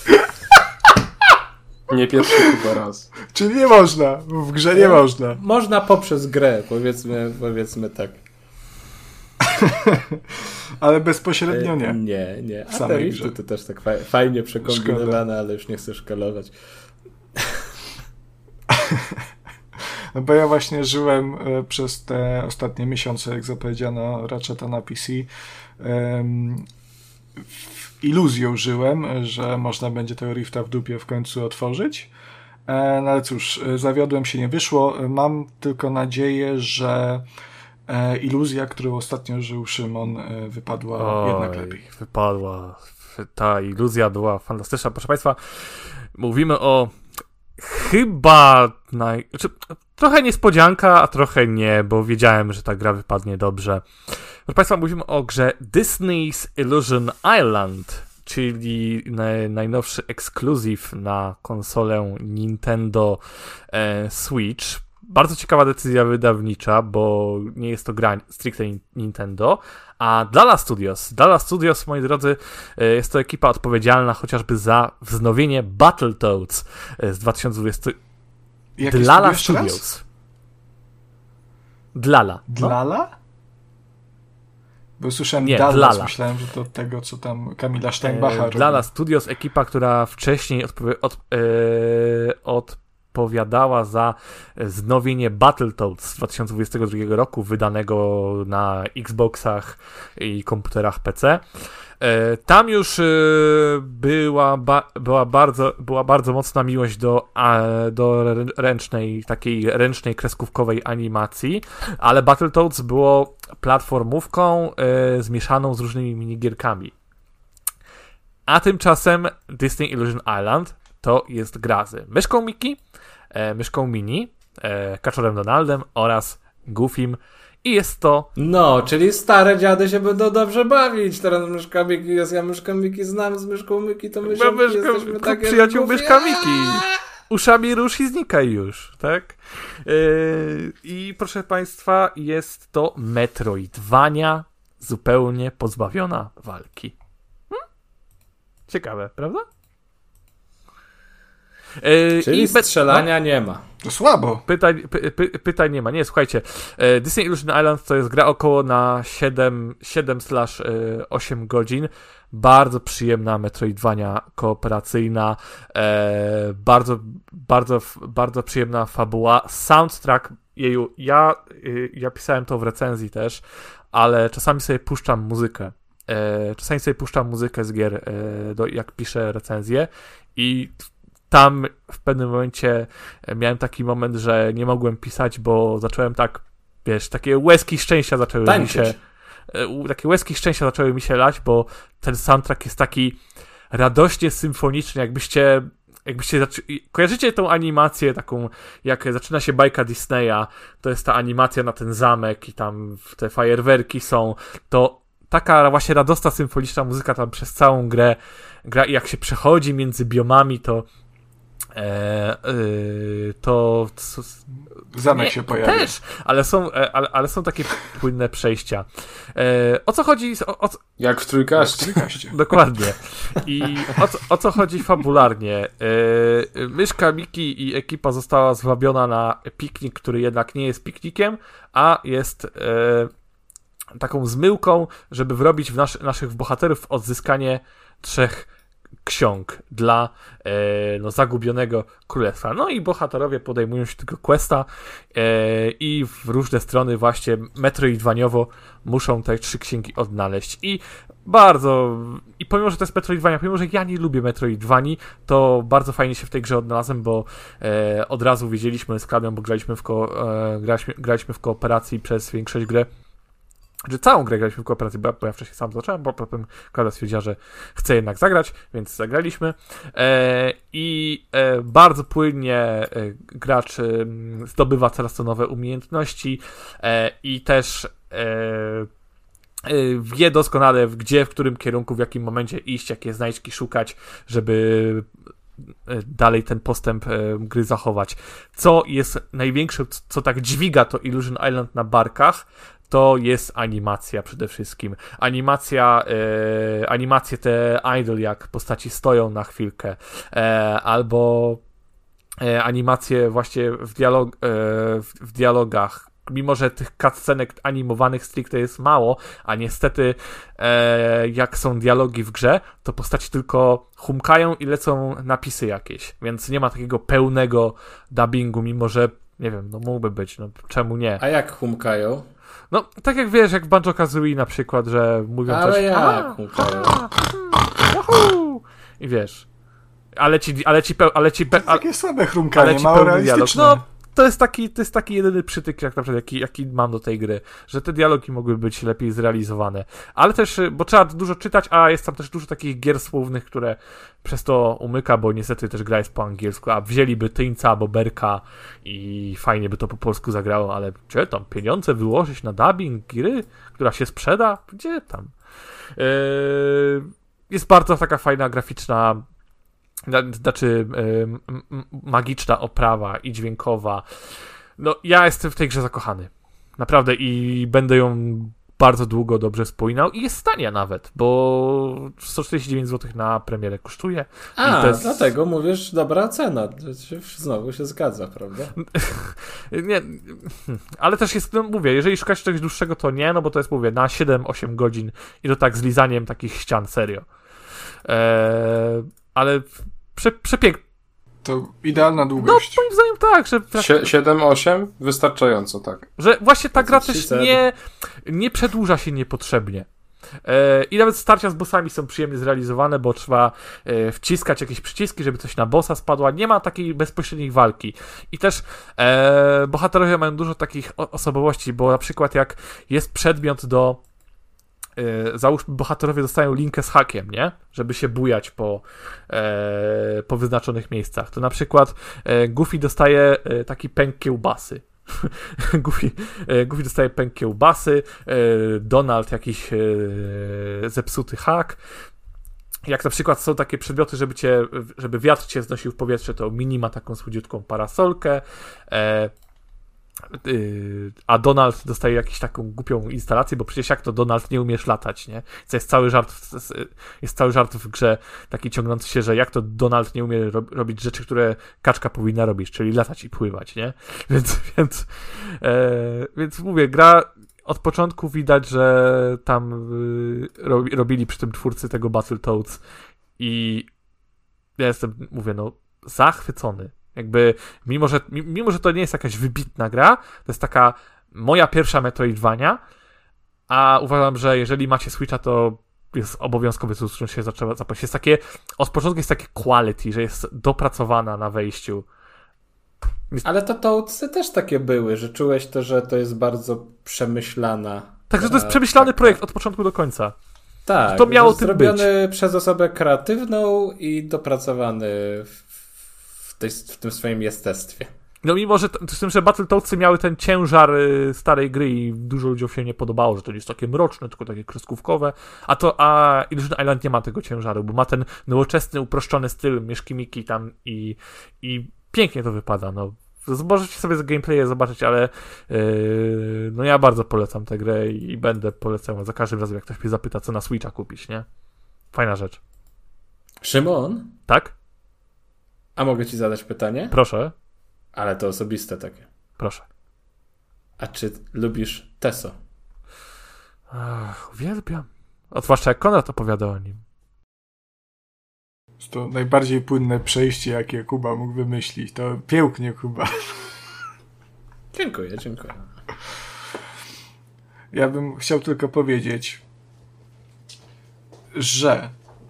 Nie pierwszy chyba raz. Czyli nie można. W grze nie można. Można poprzez grę, powiedzmy tak. Ale bezpośrednio nie. Nie. A te Rifty to też tak fajnie przekombinowane, ale już nie chcę szkalować. No bo ja właśnie żyłem przez te ostatnie miesiące, jak zapowiedziano Ratcheta na PC, iluzją żyłem, że można będzie tego Rifta w dupie w końcu otworzyć. No ale cóż, zawiodłem się, nie wyszło. Mam tylko nadzieję, że iluzja, którą ostatnio żył Szymon, wypadła jednak lepiej. Wypadła. Ta iluzja była fantastyczna. Proszę Państwa, mówimy o chyba trochę niespodzianka, a trochę nie, bo wiedziałem, że ta gra wypadnie dobrze. Proszę Państwa, mówimy o grze Disney's Illusion Island, czyli najnowszy ekskluzyw na konsolę Nintendo Switch. Bardzo ciekawa decyzja wydawnicza, bo nie jest to gra stricte Nintendo, a Dala Studios, moi drodzy, jest to ekipa odpowiedzialna chociażby za wznowienie Battletoads z 2020. Dlala Studios. Dlala. Dlala? Bo słyszałem Dallas, myślałem, że to tego, co tam Kamila Steinbacha robi. Dlala Studios, ekipa, która wcześniej odpowiadała za wznowienie Battletoads z 2022 roku, wydanego na Xboxach i komputerach PC. Tam już była bardzo mocna miłość do takiej ręcznej, kreskówkowej animacji, ale Battletoads było platformówką zmieszaną z różnymi minigierkami. A tymczasem Disney Illusion Island to jest gra z myszką Mickey, myszką Minnie, kaczorem Donaldem oraz Goofym. I jest to... No, czyli stare dziady się będą dobrze bawić. Teraz myszka Mickey jest, ja myszkę Mickey znam, z myszką Mickey to myszą Mickey jesteśmy takie... Przyjaciół myszka Mickey. Uszami rusz i znikaj już, tak? I proszę Państwa, jest to Metroidvania zupełnie pozbawiona walki. Ciekawe, prawda? Czyli strzelania nie ma. To słabo. Pytań nie ma. Nie, słuchajcie. Disney Illusion Island to jest gra około na 7/8 godzin. Bardzo przyjemna Metroidvania kooperacyjna. Bardzo przyjemna fabuła. Soundtrack jeju. Ja pisałem to w recenzji też, ale czasami sobie puszczam muzykę. Z gier, jak piszę recenzję i tam w pewnym momencie miałem taki moment, że nie mogłem pisać, bo zacząłem takie łezki szczęścia zaczęły mi się lać, bo ten soundtrack jest taki radośnie symfoniczny, jakbyście kojarzycie tą animację taką, jak zaczyna się bajka Disneya, to jest ta animacja na ten zamek i tam te fajerwerki są, to taka właśnie radosna symfoniczna muzyka tam przez całą grę gra i jak się przechodzi między biomami, to zamek się pojawia. Też, ale są takie płynne przejścia. O co chodzi? Jak w Trójkaście. Dokładnie. I o co chodzi fabularnie? Myszka Mickey i ekipa została zwabiona na piknik, który jednak nie jest piknikiem, a jest taką zmyłką, żeby wrobić w naszych bohaterów odzyskanie 3 ksiąg dla zagubionego królestwa. No i bohaterowie podejmują się tego questa i w różne strony właśnie metroidwaniowo muszą te 3 księgi odnaleźć. I pomimo, że to jest Metroidvania, pomimo, że ja nie lubię Metroidvanii, to bardzo fajnie się w tej grze odnalazłem, bo od razu wiedzieliśmy z Klaudią, bo graliśmy w kooperacji przez większość gry, że całą grę graliśmy w kooperacji, bo ja wcześniej sam zacząłem, bo potem Klaudia stwierdziła, że chce jednak zagrać, więc zagraliśmy. Bardzo płynnie gracz zdobywa coraz to nowe umiejętności i też wie doskonale, w którym kierunku, w jakim momencie iść, jakie znajdźki szukać, żeby dalej ten postęp gry zachować. Co jest największe, co tak dźwiga to Illusion Island na barkach, to jest animacja przede wszystkim. Animacje te idle, jak postaci stoją na chwilkę, albo animacje właśnie w dialogach. Mimo że tych cutscenek animowanych stricte jest mało, a niestety jak są dialogi w grze, to postaci tylko humkają i lecą napisy jakieś, więc nie ma takiego pełnego dubbingu, mimo że, nie wiem, no mógłby być, no czemu nie? A jak humkają? No, tak jak wiesz, jak w Banjo-Kazooie na przykład, że mówią ale coś... jak humkają? I wiesz... Ale ci takie słabe chrumkanie, mało realistyczne. No, to jest taki jedyny przytyk, jak naprawdę, jaki mam do tej gry, że te dialogi mogły być lepiej zrealizowane. Ale też, bo trzeba dużo czytać, a jest tam też dużo takich gier słownych, które przez to umyka, bo niestety też gra jest po angielsku, a wzięliby Tyńca albo Berka i fajnie by to po polsku zagrało, ale gdzie tam pieniądze wyłożyć na dubbing gry, która się sprzeda? Gdzie tam? Jest bardzo taka fajna, graficzna, znaczy magiczna oprawa i dźwiękowa. No, ja jestem w tej grze zakochany. Naprawdę i będę ją bardzo długo dobrze wspominał i jest tania nawet, bo 149 zł na premierę kosztuje. Dlatego mówisz dobra cena. Znowu się zgadza, prawda? Nie, ale też jest, no mówię, jeżeli szukasz czegoś dłuższego, to nie, no bo to jest, mówię, na 7-8 godzin i to tak z lizaniem takich ścian, serio. Ale przepięknie. To idealna długość. No, moim zdaniem tak, że... 7-8? Wystarczająco, tak. Że właśnie ta gra też nie przedłuża się niepotrzebnie. I nawet starcia z bossami są przyjemnie zrealizowane, bo trzeba wciskać jakieś przyciski, żeby coś na bossa spadła. Nie ma takiej bezpośredniej walki. I też bohaterowie mają dużo takich osobowości, bo na przykład jak jest przedmiot do... załóżmy, bohaterowie dostają linkę z hakiem, nie? Żeby się bujać po wyznaczonych miejscach. To na przykład Goofy dostaje taki pęk kiełbasy. Goofy dostaje pęk kiełbasy, Donald jakiś zepsuty hak. Jak na przykład są takie przedmioty, żeby wiatr cię znosił w powietrze, to Mini ma taką słodziutką parasolkę, a Donald dostaje jakąś taką głupią instalację, bo przecież jak to Donald nie umiesz latać, nie? To jest cały żart w grze taki ciągnący się, że jak to Donald nie umie robić rzeczy, które kaczka powinna robić, czyli latać i pływać, nie? Więc mówię, gra od początku widać, że tam robili przy tym twórcy tego Battletoads i ja jestem, mówię, no zachwycony. Jakby, mimo że to nie jest jakaś wybitna gra, to jest taka moja pierwsza Metroidvania, a uważam, że jeżeli macie Switcha, to jest obowiązkowy że się zaczęła zapłacić. Jest takie, od początku jest takie quality, że jest dopracowana na wejściu. Ale to Toadsy też takie były, że czułeś to, że to jest bardzo przemyślana. Także to jest przemyślany projekt od początku do końca. Tak, to miało tym zrobiony przez osobę kreatywną i dopracowany w tym swoim jestestwie. No mimo, że z tym, że Battletoadsy miały ten ciężar starej gry i dużo ludziom się nie podobało, że to nie jest takie mroczne, tylko takie kreskówkowe, a Illusion Island nie ma tego ciężaru, bo ma ten nowoczesny, uproszczony styl Mieszki-Miki tam i pięknie to wypada, no. Możecie sobie z gameplaye zobaczyć, ale no ja bardzo polecam tę grę i będę polecał za każdym razem, jak ktoś mnie zapyta, co na Switcha kupić, nie? Fajna rzecz. Szymon? Tak? A mogę ci zadać pytanie? Proszę. Ale to osobiste takie. Proszę. A czy lubisz Teso? Uwielbiam. Zwłaszcza jak Konrad opowiada o nim. To najbardziej płynne przejście, jakie Kuba mógł wymyślić. To pięknie, Kuba. Dziękuję. Ja bym chciał tylko powiedzieć, że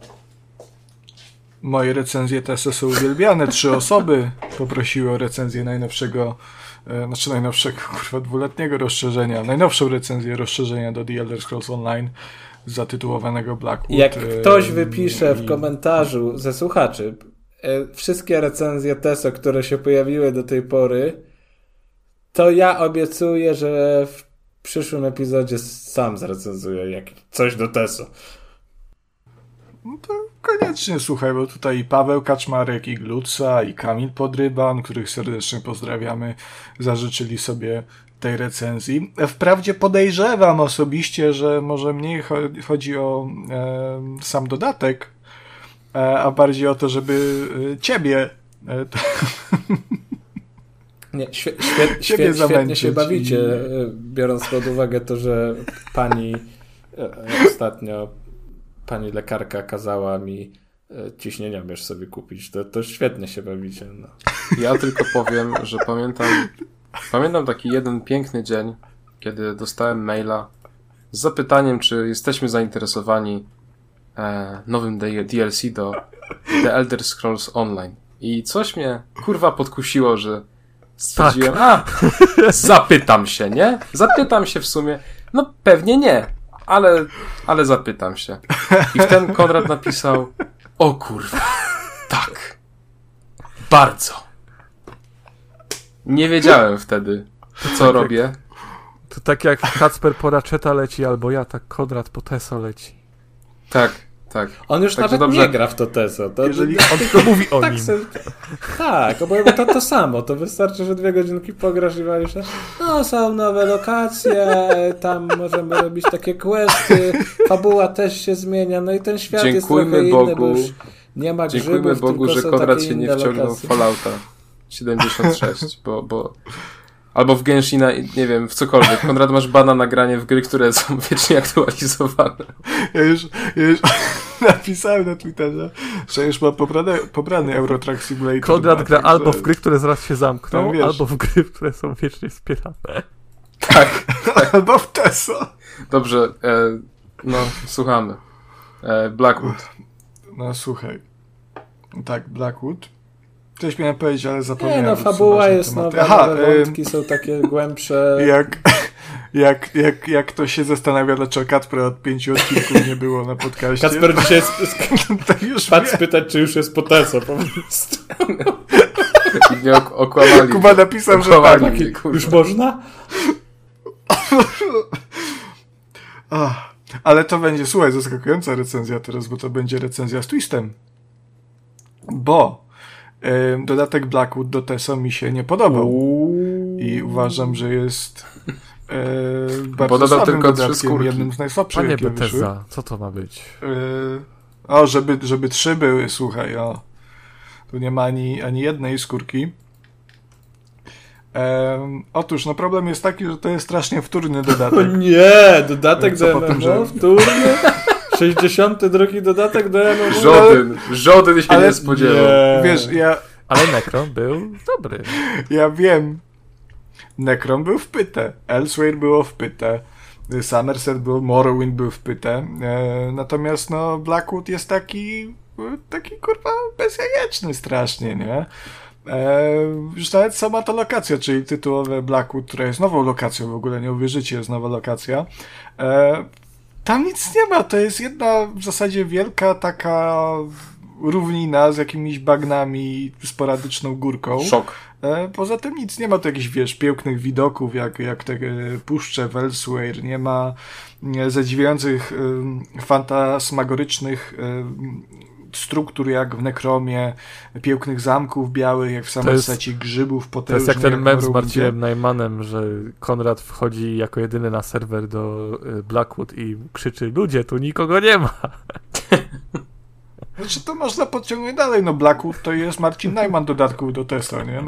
moje recenzje Teso są uwielbiane. 3 osoby poprosiły o recenzję najnowszego, dwuletniego rozszerzenia, najnowszą recenzję rozszerzenia do The Elder Scrolls Online zatytułowanego Blackwood. Jak ktoś wypisze w komentarzu ze słuchaczy wszystkie recenzje Teso, które się pojawiły do tej pory, to ja obiecuję, że w przyszłym epizodzie sam zrecenzuję coś do Teso. No to koniecznie słuchaj, bo tutaj i Paweł Kaczmarek, i Gluca, i Kamil Podryban, których serdecznie pozdrawiamy, zażyczyli sobie tej recenzji. Wprawdzie podejrzewam osobiście, że może mniej chodzi o sam dodatek, a bardziej o to, żeby ciebie nie, świetnie się bawicie, biorąc pod uwagę to, że ostatnio pani lekarka kazała mi ciśnieniomierz sobie kupić. To świetnie się bawicie. No. Ja tylko powiem, że pamiętam taki jeden piękny dzień, kiedy dostałem maila z zapytaniem, czy jesteśmy zainteresowani nowym DLC do The Elder Scrolls Online. I coś mnie kurwa podkusiło, że Stwierdziłem, zapytam się, nie? Zapytam się w sumie. No pewnie nie, ale zapytam się. I wtedy Konrad napisał, o kurwa, tak, bardzo. Nie wiedziałem wtedy, co robię. To tak jak Kacper po Ratcheta leci, albo ja, tak Konrad po Teso leci. Tak. On już nawet dobrze nie gra w to Teso. Jeżeli on tylko mówi o nim. Tak, bo to samo. To wystarczy, że 2 godzinki pograsz i walisz. No, są nowe lokacje, tam możemy robić takie questy, fabuła też się zmienia, no i ten świat jest trochę inny, bo już nie ma grzybów. Dziękujmy Bogu, że Konrad się nie wciągnął w Fallouta 76, bo albo w Genshina, nie wiem, w cokolwiek. Konrad, masz bana na granie w gry, które są wiecznie aktualizowane. Ja już napisałem na Twitterze, że już mam pobrany Euro Truck Simulator. Konrad gra albo w gry, które zaraz się zamkną, albo w gry, które są wiecznie wspierane. Tak. Albo w Teso. Dobrze, słuchamy. Blackwood. No słuchaj. Tak, Blackwood. Coś miałem powiedzieć, ale zapomniałem. Fabuła jest nowa, wątki są takie głębsze. Jak ktoś się zastanawia, dlaczego Kacper od 5 odcinków nie było na podcaście. Kacper dzisiaj padł spytać, czy już jest po Teso po prostu. I mnie okłamali. Kuba napisał, że tak. Już można? Ale to będzie, słuchaj, zaskakująca recenzja teraz, bo to będzie recenzja z twistem. Bo dodatek Blackwood do Teso mi się nie podobał. I uważam, że jest bardzo słabym dodatkiem, jednym z najsłabszych, Panie jakie wyszły. Bethesda, co to ma być? Żeby 3 były, słuchaj, tu nie ma ani jednej skórki. Otóż, problem jest taki, że to jest strasznie wtórny dodatek. O nie, dodatek do MMO wtórny? 62 dodatek do MMO? Żaden się nie spodziewał. Wiesz, Ale Necron był dobry. Ja wiem. Necron był w pytę. Elsewhere było w pytę. Somerset był, Morrowind był w pytę. Natomiast Blackwood jest taki kurwa bezjajeczny strasznie, nie? Już nawet sama ta lokacja, czyli tytułowe Blackwood, która jest nową lokacją, w ogóle nie uwierzycie, jest nowa lokacja. Tam nic nie ma, to jest jedna w zasadzie wielka taka równina z jakimiś bagnami, sporadyczną górką. Szok. Poza tym nic nie ma, tu jakichś, pięknych widoków, jak te puszcze w Elsewhere, nie ma zadziwiających, fantasmagorycznych struktur jak w Necromie, pięknych zamków białych, jak w Somersecie, grzybów potężnych. To jest jak ten mem z Marcinem Najmanem, że Konrad wchodzi jako jedyny na serwer do Blackwood i krzyczy: ludzie, tu nikogo nie ma. Znaczy to można podciągnąć dalej, Blackwood to jest Marcin Najman dodatków do Teso, nie?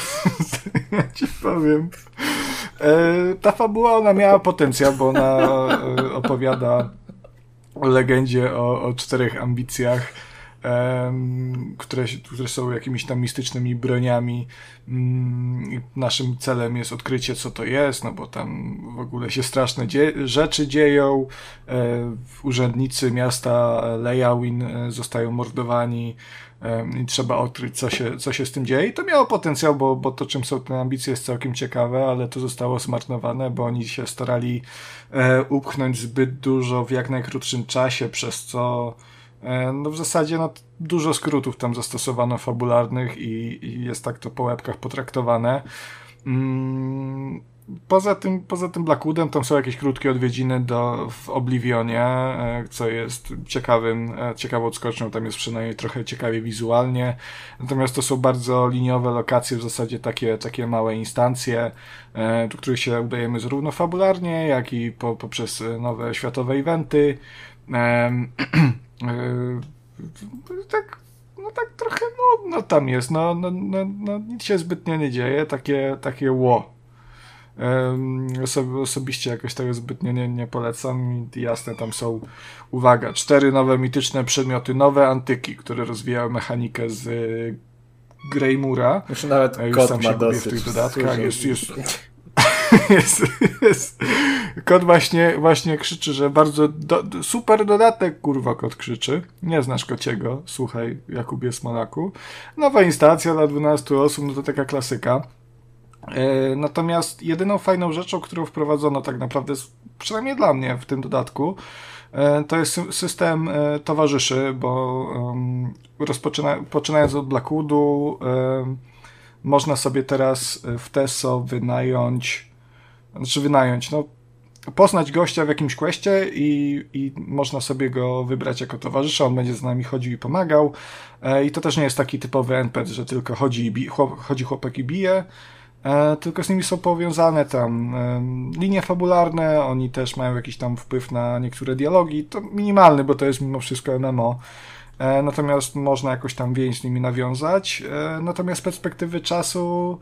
Ja ci powiem. Ta fabuła, ona miała potencjał, bo ona opowiada o legendzie o 4 ambicjach, które są jakimiś tam mistycznymi broniami. Naszym celem jest odkrycie, co to jest, bo tam w ogóle się straszne rzeczy dzieją. Urzędnicy miasta Leyawiin zostają mordowani i trzeba odkryć, co się z tym dzieje. I to miało potencjał, bo to, czym są te ambicje, jest całkiem ciekawe, ale to zostało zmarnowane, bo oni się starali upchnąć zbyt dużo w jak najkrótszym czasie, przez co w zasadzie dużo skrótów tam zastosowano fabularnych i jest tak to po łebkach potraktowane. Poza tym Blackwoodem tam są jakieś krótkie odwiedziny w Oblivionie, co jest ciekawą odskocznią, tam jest przynajmniej trochę ciekawie wizualnie. Natomiast to są bardzo liniowe lokacje, w zasadzie takie małe instancje, do których się udajemy zarówno fabularnie, jak i poprzez nowe światowe eventy. Tak trochę tam jest, nic się zbytnio nie dzieje, takie osobiście jakoś tego zbytnio nie polecam i jasne, tam są, uwaga, 4 nowe mityczne przedmioty, nowe antyki, które rozwijają mechanikę z Greymura. Już nawet kod ma dosyć. W tych dodatkach jest. Kot właśnie krzyczy, że bardzo super dodatek, kurwa, kot krzyczy. Nie znasz kociego, słuchaj, Jakubie Smolaku. Nowa instalacja dla 12 osób, to taka klasyka. Natomiast jedyną fajną rzeczą, którą wprowadzono tak naprawdę, przynajmniej dla mnie w tym dodatku, to jest system towarzyszy, bo poczynając od Blackwoodu można sobie teraz w TESO poznać gościa w jakimś questie i można sobie go wybrać jako towarzysza, on będzie z nami chodził i pomagał. I to też nie jest taki typowy NPC, że tylko chodzi chłopak i bije, tylko z nimi są powiązane tam linie fabularne, oni też mają jakiś tam wpływ na niektóre dialogi, to minimalny, bo to jest mimo wszystko MMO. Natomiast można jakoś tam więź z nimi nawiązać. Natomiast z perspektywy czasu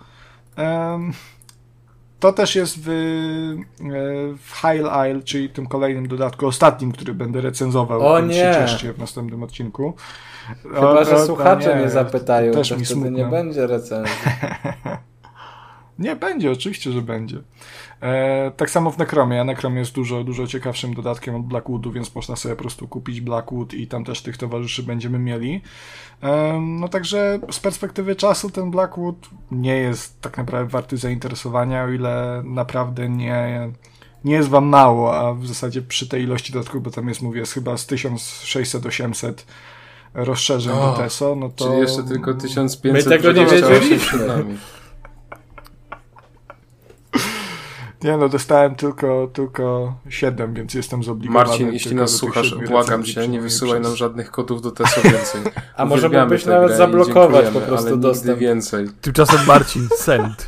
to też jest w Hyl Isle, czyli tym kolejnym dodatku, ostatnim, który będę recenzował. Więc się cieszcie w następnym odcinku. Chyba, że słuchacze mnie zapytają, to wtedy smutno. Nie będzie recenzji. Nie, będzie, oczywiście, że będzie. Tak samo w Necromie. Necrom jest dużo ciekawszym dodatkiem od Blackwoodu, więc można sobie po prostu kupić Blackwood i tam też tych towarzyszy będziemy mieli. No także z perspektywy czasu ten Blackwood nie jest tak naprawdę warty zainteresowania, o ile naprawdę nie jest wam mało, a w zasadzie przy tej ilości dodatków, bo tam jest, mówię, jest chyba z 1600-800 rozszerzeń do TESO, no to... Czyli jeszcze tylko 1500. My tego nie wiedzieliśmy. Nie no, dostałem tylko 7, więc jestem zobligowany. Marcin, jeśli nas słuchasz, błagam cię, nie wysyłaj nam żadnych kodów do TESO więcej. A może mógłbyś nawet zablokować po prostu dostęp. Więcej. Tymczasem Marcin, send.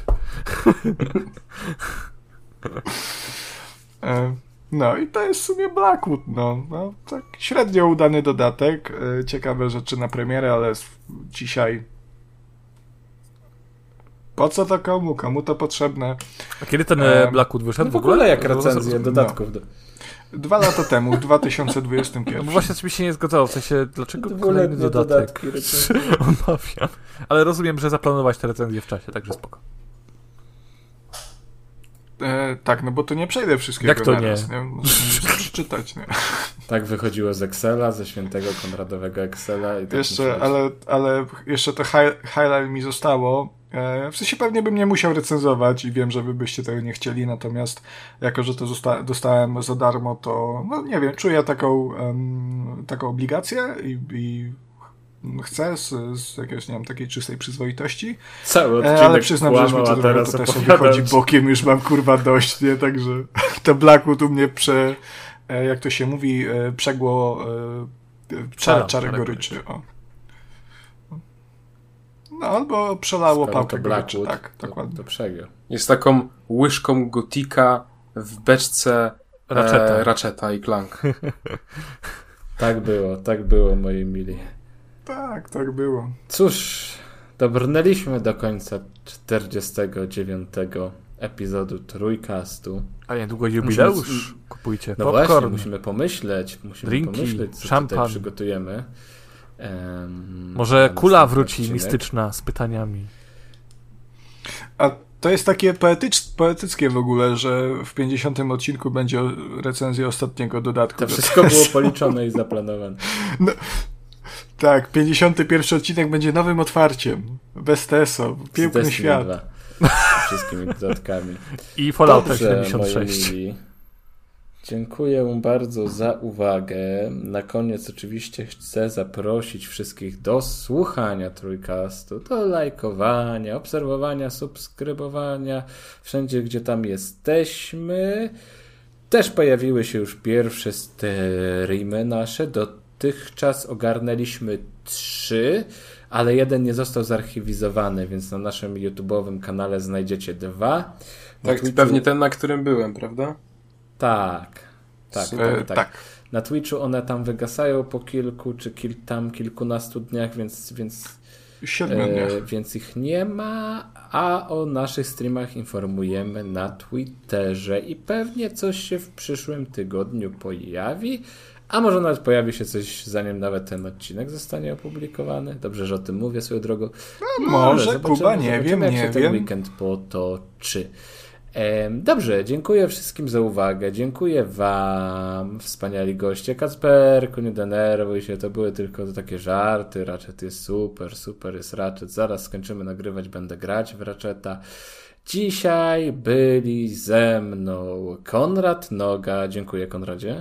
No i to jest w sumie Blackwood, no tak średnio udany dodatek, ciekawe rzeczy na premierę, ale dzisiaj po co to komu to potrzebne. A kiedy ten Blackwood wyszedł w ogóle jak recenzje dodatków? 2 lata temu, w 2021. No bo właśnie coś mi się nie zgadzało, w sensie dlaczego kolejny dodatek omawiam. Ale rozumiem, że zaplanować te recenzje w czasie, także spoko. Tak, no bo to nie przejdę wszystkiego. Jak to naraz, nie? Muszę przeczytać, nie? Tak wychodziło z Excela, ze świętego Konradowego Excela. I tak jeszcze, ale jeszcze to highlight mi zostało. W sensie pewnie bym nie musiał recenzować i wiem, że wy byście tego nie chcieli, natomiast jako, że to dostałem za darmo, to no nie wiem, czuję taką obligację i chcę z jakiejś, nie wiem, takiej czystej przyzwoitości. Cały odcinek ale przyznam, że mi to też wychodzi bokiem, już mam kurwa dość, nie? Także to Blackwood u mnie jak to się mówi, przegło czarę goryczy. O. No, albo przelało pałkę goryczy, tak, dokładnie. To przegiął. Jest taką łyżką gotika w beczce Ratcheta i Clank. Tak było, moi mili. Tak było. Cóż, dobrnęliśmy do końca 49 epizodu Trójkastu. A niedługo jubileusz. Kupujcie no popcorn. Właśnie, musimy pomyśleć, co szampan. tutaj przygotujemy. Może kula wróci mistyczna z pytaniami. A to jest takie poetyckie w ogóle, że w 50. odcinku będzie recenzja ostatniego dodatku. To wszystko było policzone i zaplanowane. No, tak, 51. odcinek będzie nowym otwarciem. Bez TESO. Piękny świat. Z wszystkimi dodatkami. I Fallout 76. Dziękuję bardzo za uwagę. Na koniec oczywiście chcę zaprosić wszystkich do słuchania Trójkastu, do lajkowania, obserwowania, subskrybowania, wszędzie gdzie tam jesteśmy. Też pojawiły się już pierwsze streamy nasze. Dotychczas ogarnęliśmy 3, ale jeden nie został zarchiwizowany, więc na naszym YouTube'owym kanale znajdziecie 2. Tak, Twitchu... pewnie ten, na którym byłem, prawda? Tak. Na Twitchu one tam wygasają po kilku czy kilkunastu dniach, więc 7 dniach. Więc ich nie ma, a o naszych streamach informujemy na Twitterze i pewnie coś się w przyszłym tygodniu pojawi, a może nawet pojawi się coś, zanim nawet ten odcinek zostanie opublikowany. Dobrze, że o tym mówię swoją drogą. Może Kuba, nie wiem. Jak się ten weekend potoczy. Dobrze, dziękuję wszystkim za uwagę. Dziękuję wam, wspaniali goście. Kacperku, nie denerwuj się, to były tylko takie żarty. Ratchet jest super jest Ratchet. Zaraz skończymy nagrywać, będę grać w Ratcheta. Dzisiaj byli ze mną Konrad Noga. Dziękuję, Konradzie.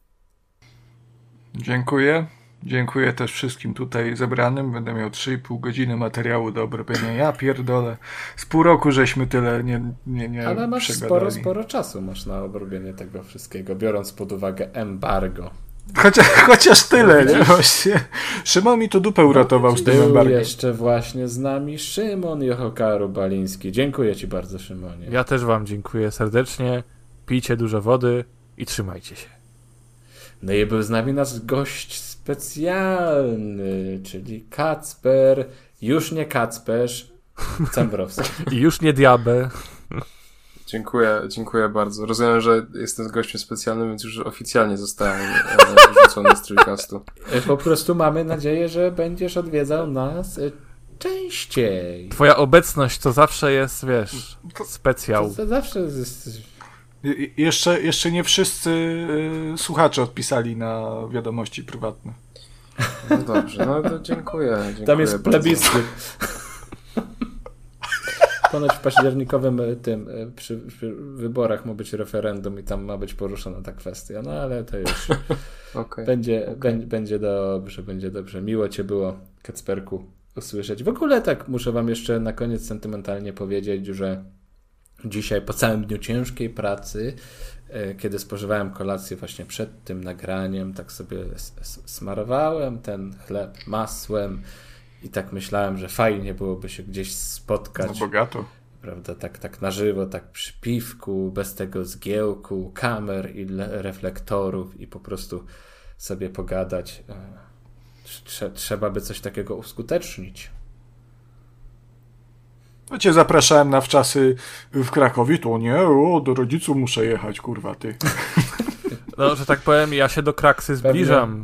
Dziękuję. Dziękuję też wszystkim tutaj zebranym. Będę miał 3,5 godziny materiału do obrobienia. Ja pierdolę. Z pół roku żeśmy tyle nie ale masz sporo czasu masz na obrobienie tego wszystkiego, biorąc pod uwagę embargo. Chociaż tyle, nie? Właśnie. Szymon mi tu dupę uratował z tym embargo. Jeszcze właśnie z nami Szymon Jochokaru-Baliński. Dziękuję ci bardzo, Szymonie. Ja też wam dziękuję serdecznie. Pijcie dużo wody i trzymajcie się. No i był z nami nasz gość specjalny, czyli Kacper, już nie Kacperz, Cembrowski. I już nie Diabeł. Dziękuję bardzo. Rozumiem, że jestem gościem specjalnym, więc już oficjalnie zostałem wyrzucony z Trójkastu. Po prostu mamy nadzieję, że będziesz odwiedzał nas częściej. Twoja obecność to zawsze jest, wiesz, specjał. To zawsze jest... Jeszcze nie wszyscy słuchacze odpisali na wiadomości prywatne. No dobrze, no to dziękuję. Tam jest plebiscyt. Ponoć w październikowym przy wyborach ma być referendum i tam ma być poruszona ta kwestia. No ale to już okay. Będzie dobrze. Miło cię było, Kacperku, usłyszeć. W ogóle tak muszę wam jeszcze na koniec sentymentalnie powiedzieć, że dzisiaj po całym dniu ciężkiej pracy, kiedy spożywałem kolację właśnie przed tym nagraniem, tak sobie smarowałem ten chleb masłem i tak myślałem, że fajnie byłoby się gdzieś spotkać. No bogato. Prawda, tak na żywo, tak przy piwku, bez tego zgiełku, kamer i reflektorów i po prostu sobie pogadać. Trzeba by coś takiego uskutecznić. No cię zapraszałem na wczasy w Krakowie, to nie, do rodziców muszę jechać, kurwa, ty. No, że tak powiem, ja się do Kraksy zbliżam,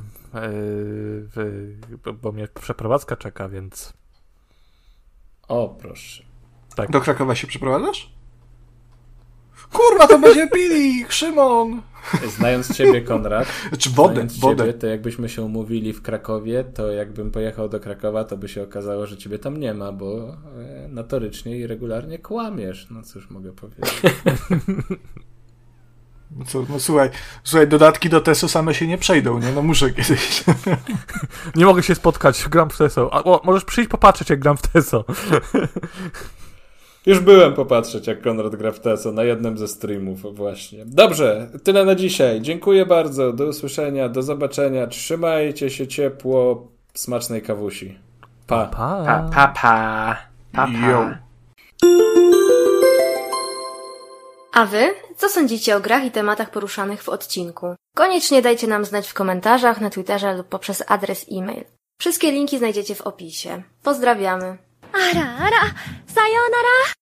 bo mnie przeprowadzka czeka, więc... O, proszę. Tak. Do Krakowa się przeprowadzasz? Kurwa, to będzie Billy, Szymon! Znając ciebie, Konrad, znaczy wodę. Ciebie, to jakbyśmy się umówili w Krakowie, to jakbym pojechał do Krakowa, to by się okazało, że ciebie tam nie ma, bo notorycznie i regularnie kłamiesz. No cóż mogę powiedzieć. No słuchaj, dodatki do TESO same się nie przejdą, nie? No muszę kiedyś. Nie mogę się spotkać, gram w TESO. Możesz przyjść popatrzeć, jak gram w TESO. Już byłem popatrzeć, jak Konrad gra w TESO na jednym ze streamów właśnie. Dobrze, tyle na dzisiaj. Dziękuję bardzo, do usłyszenia, do zobaczenia. Trzymajcie się ciepło, smacznej kawusi. Pa. Pa, pa, pa. Pa, pa. A wy? Co sądzicie o grach i tematach poruszanych w odcinku? Koniecznie dajcie nam znać w komentarzach, na Twitterze lub poprzez adres e-mail. Wszystkie linki znajdziecie w opisie. Pozdrawiamy. Ara, sayonara!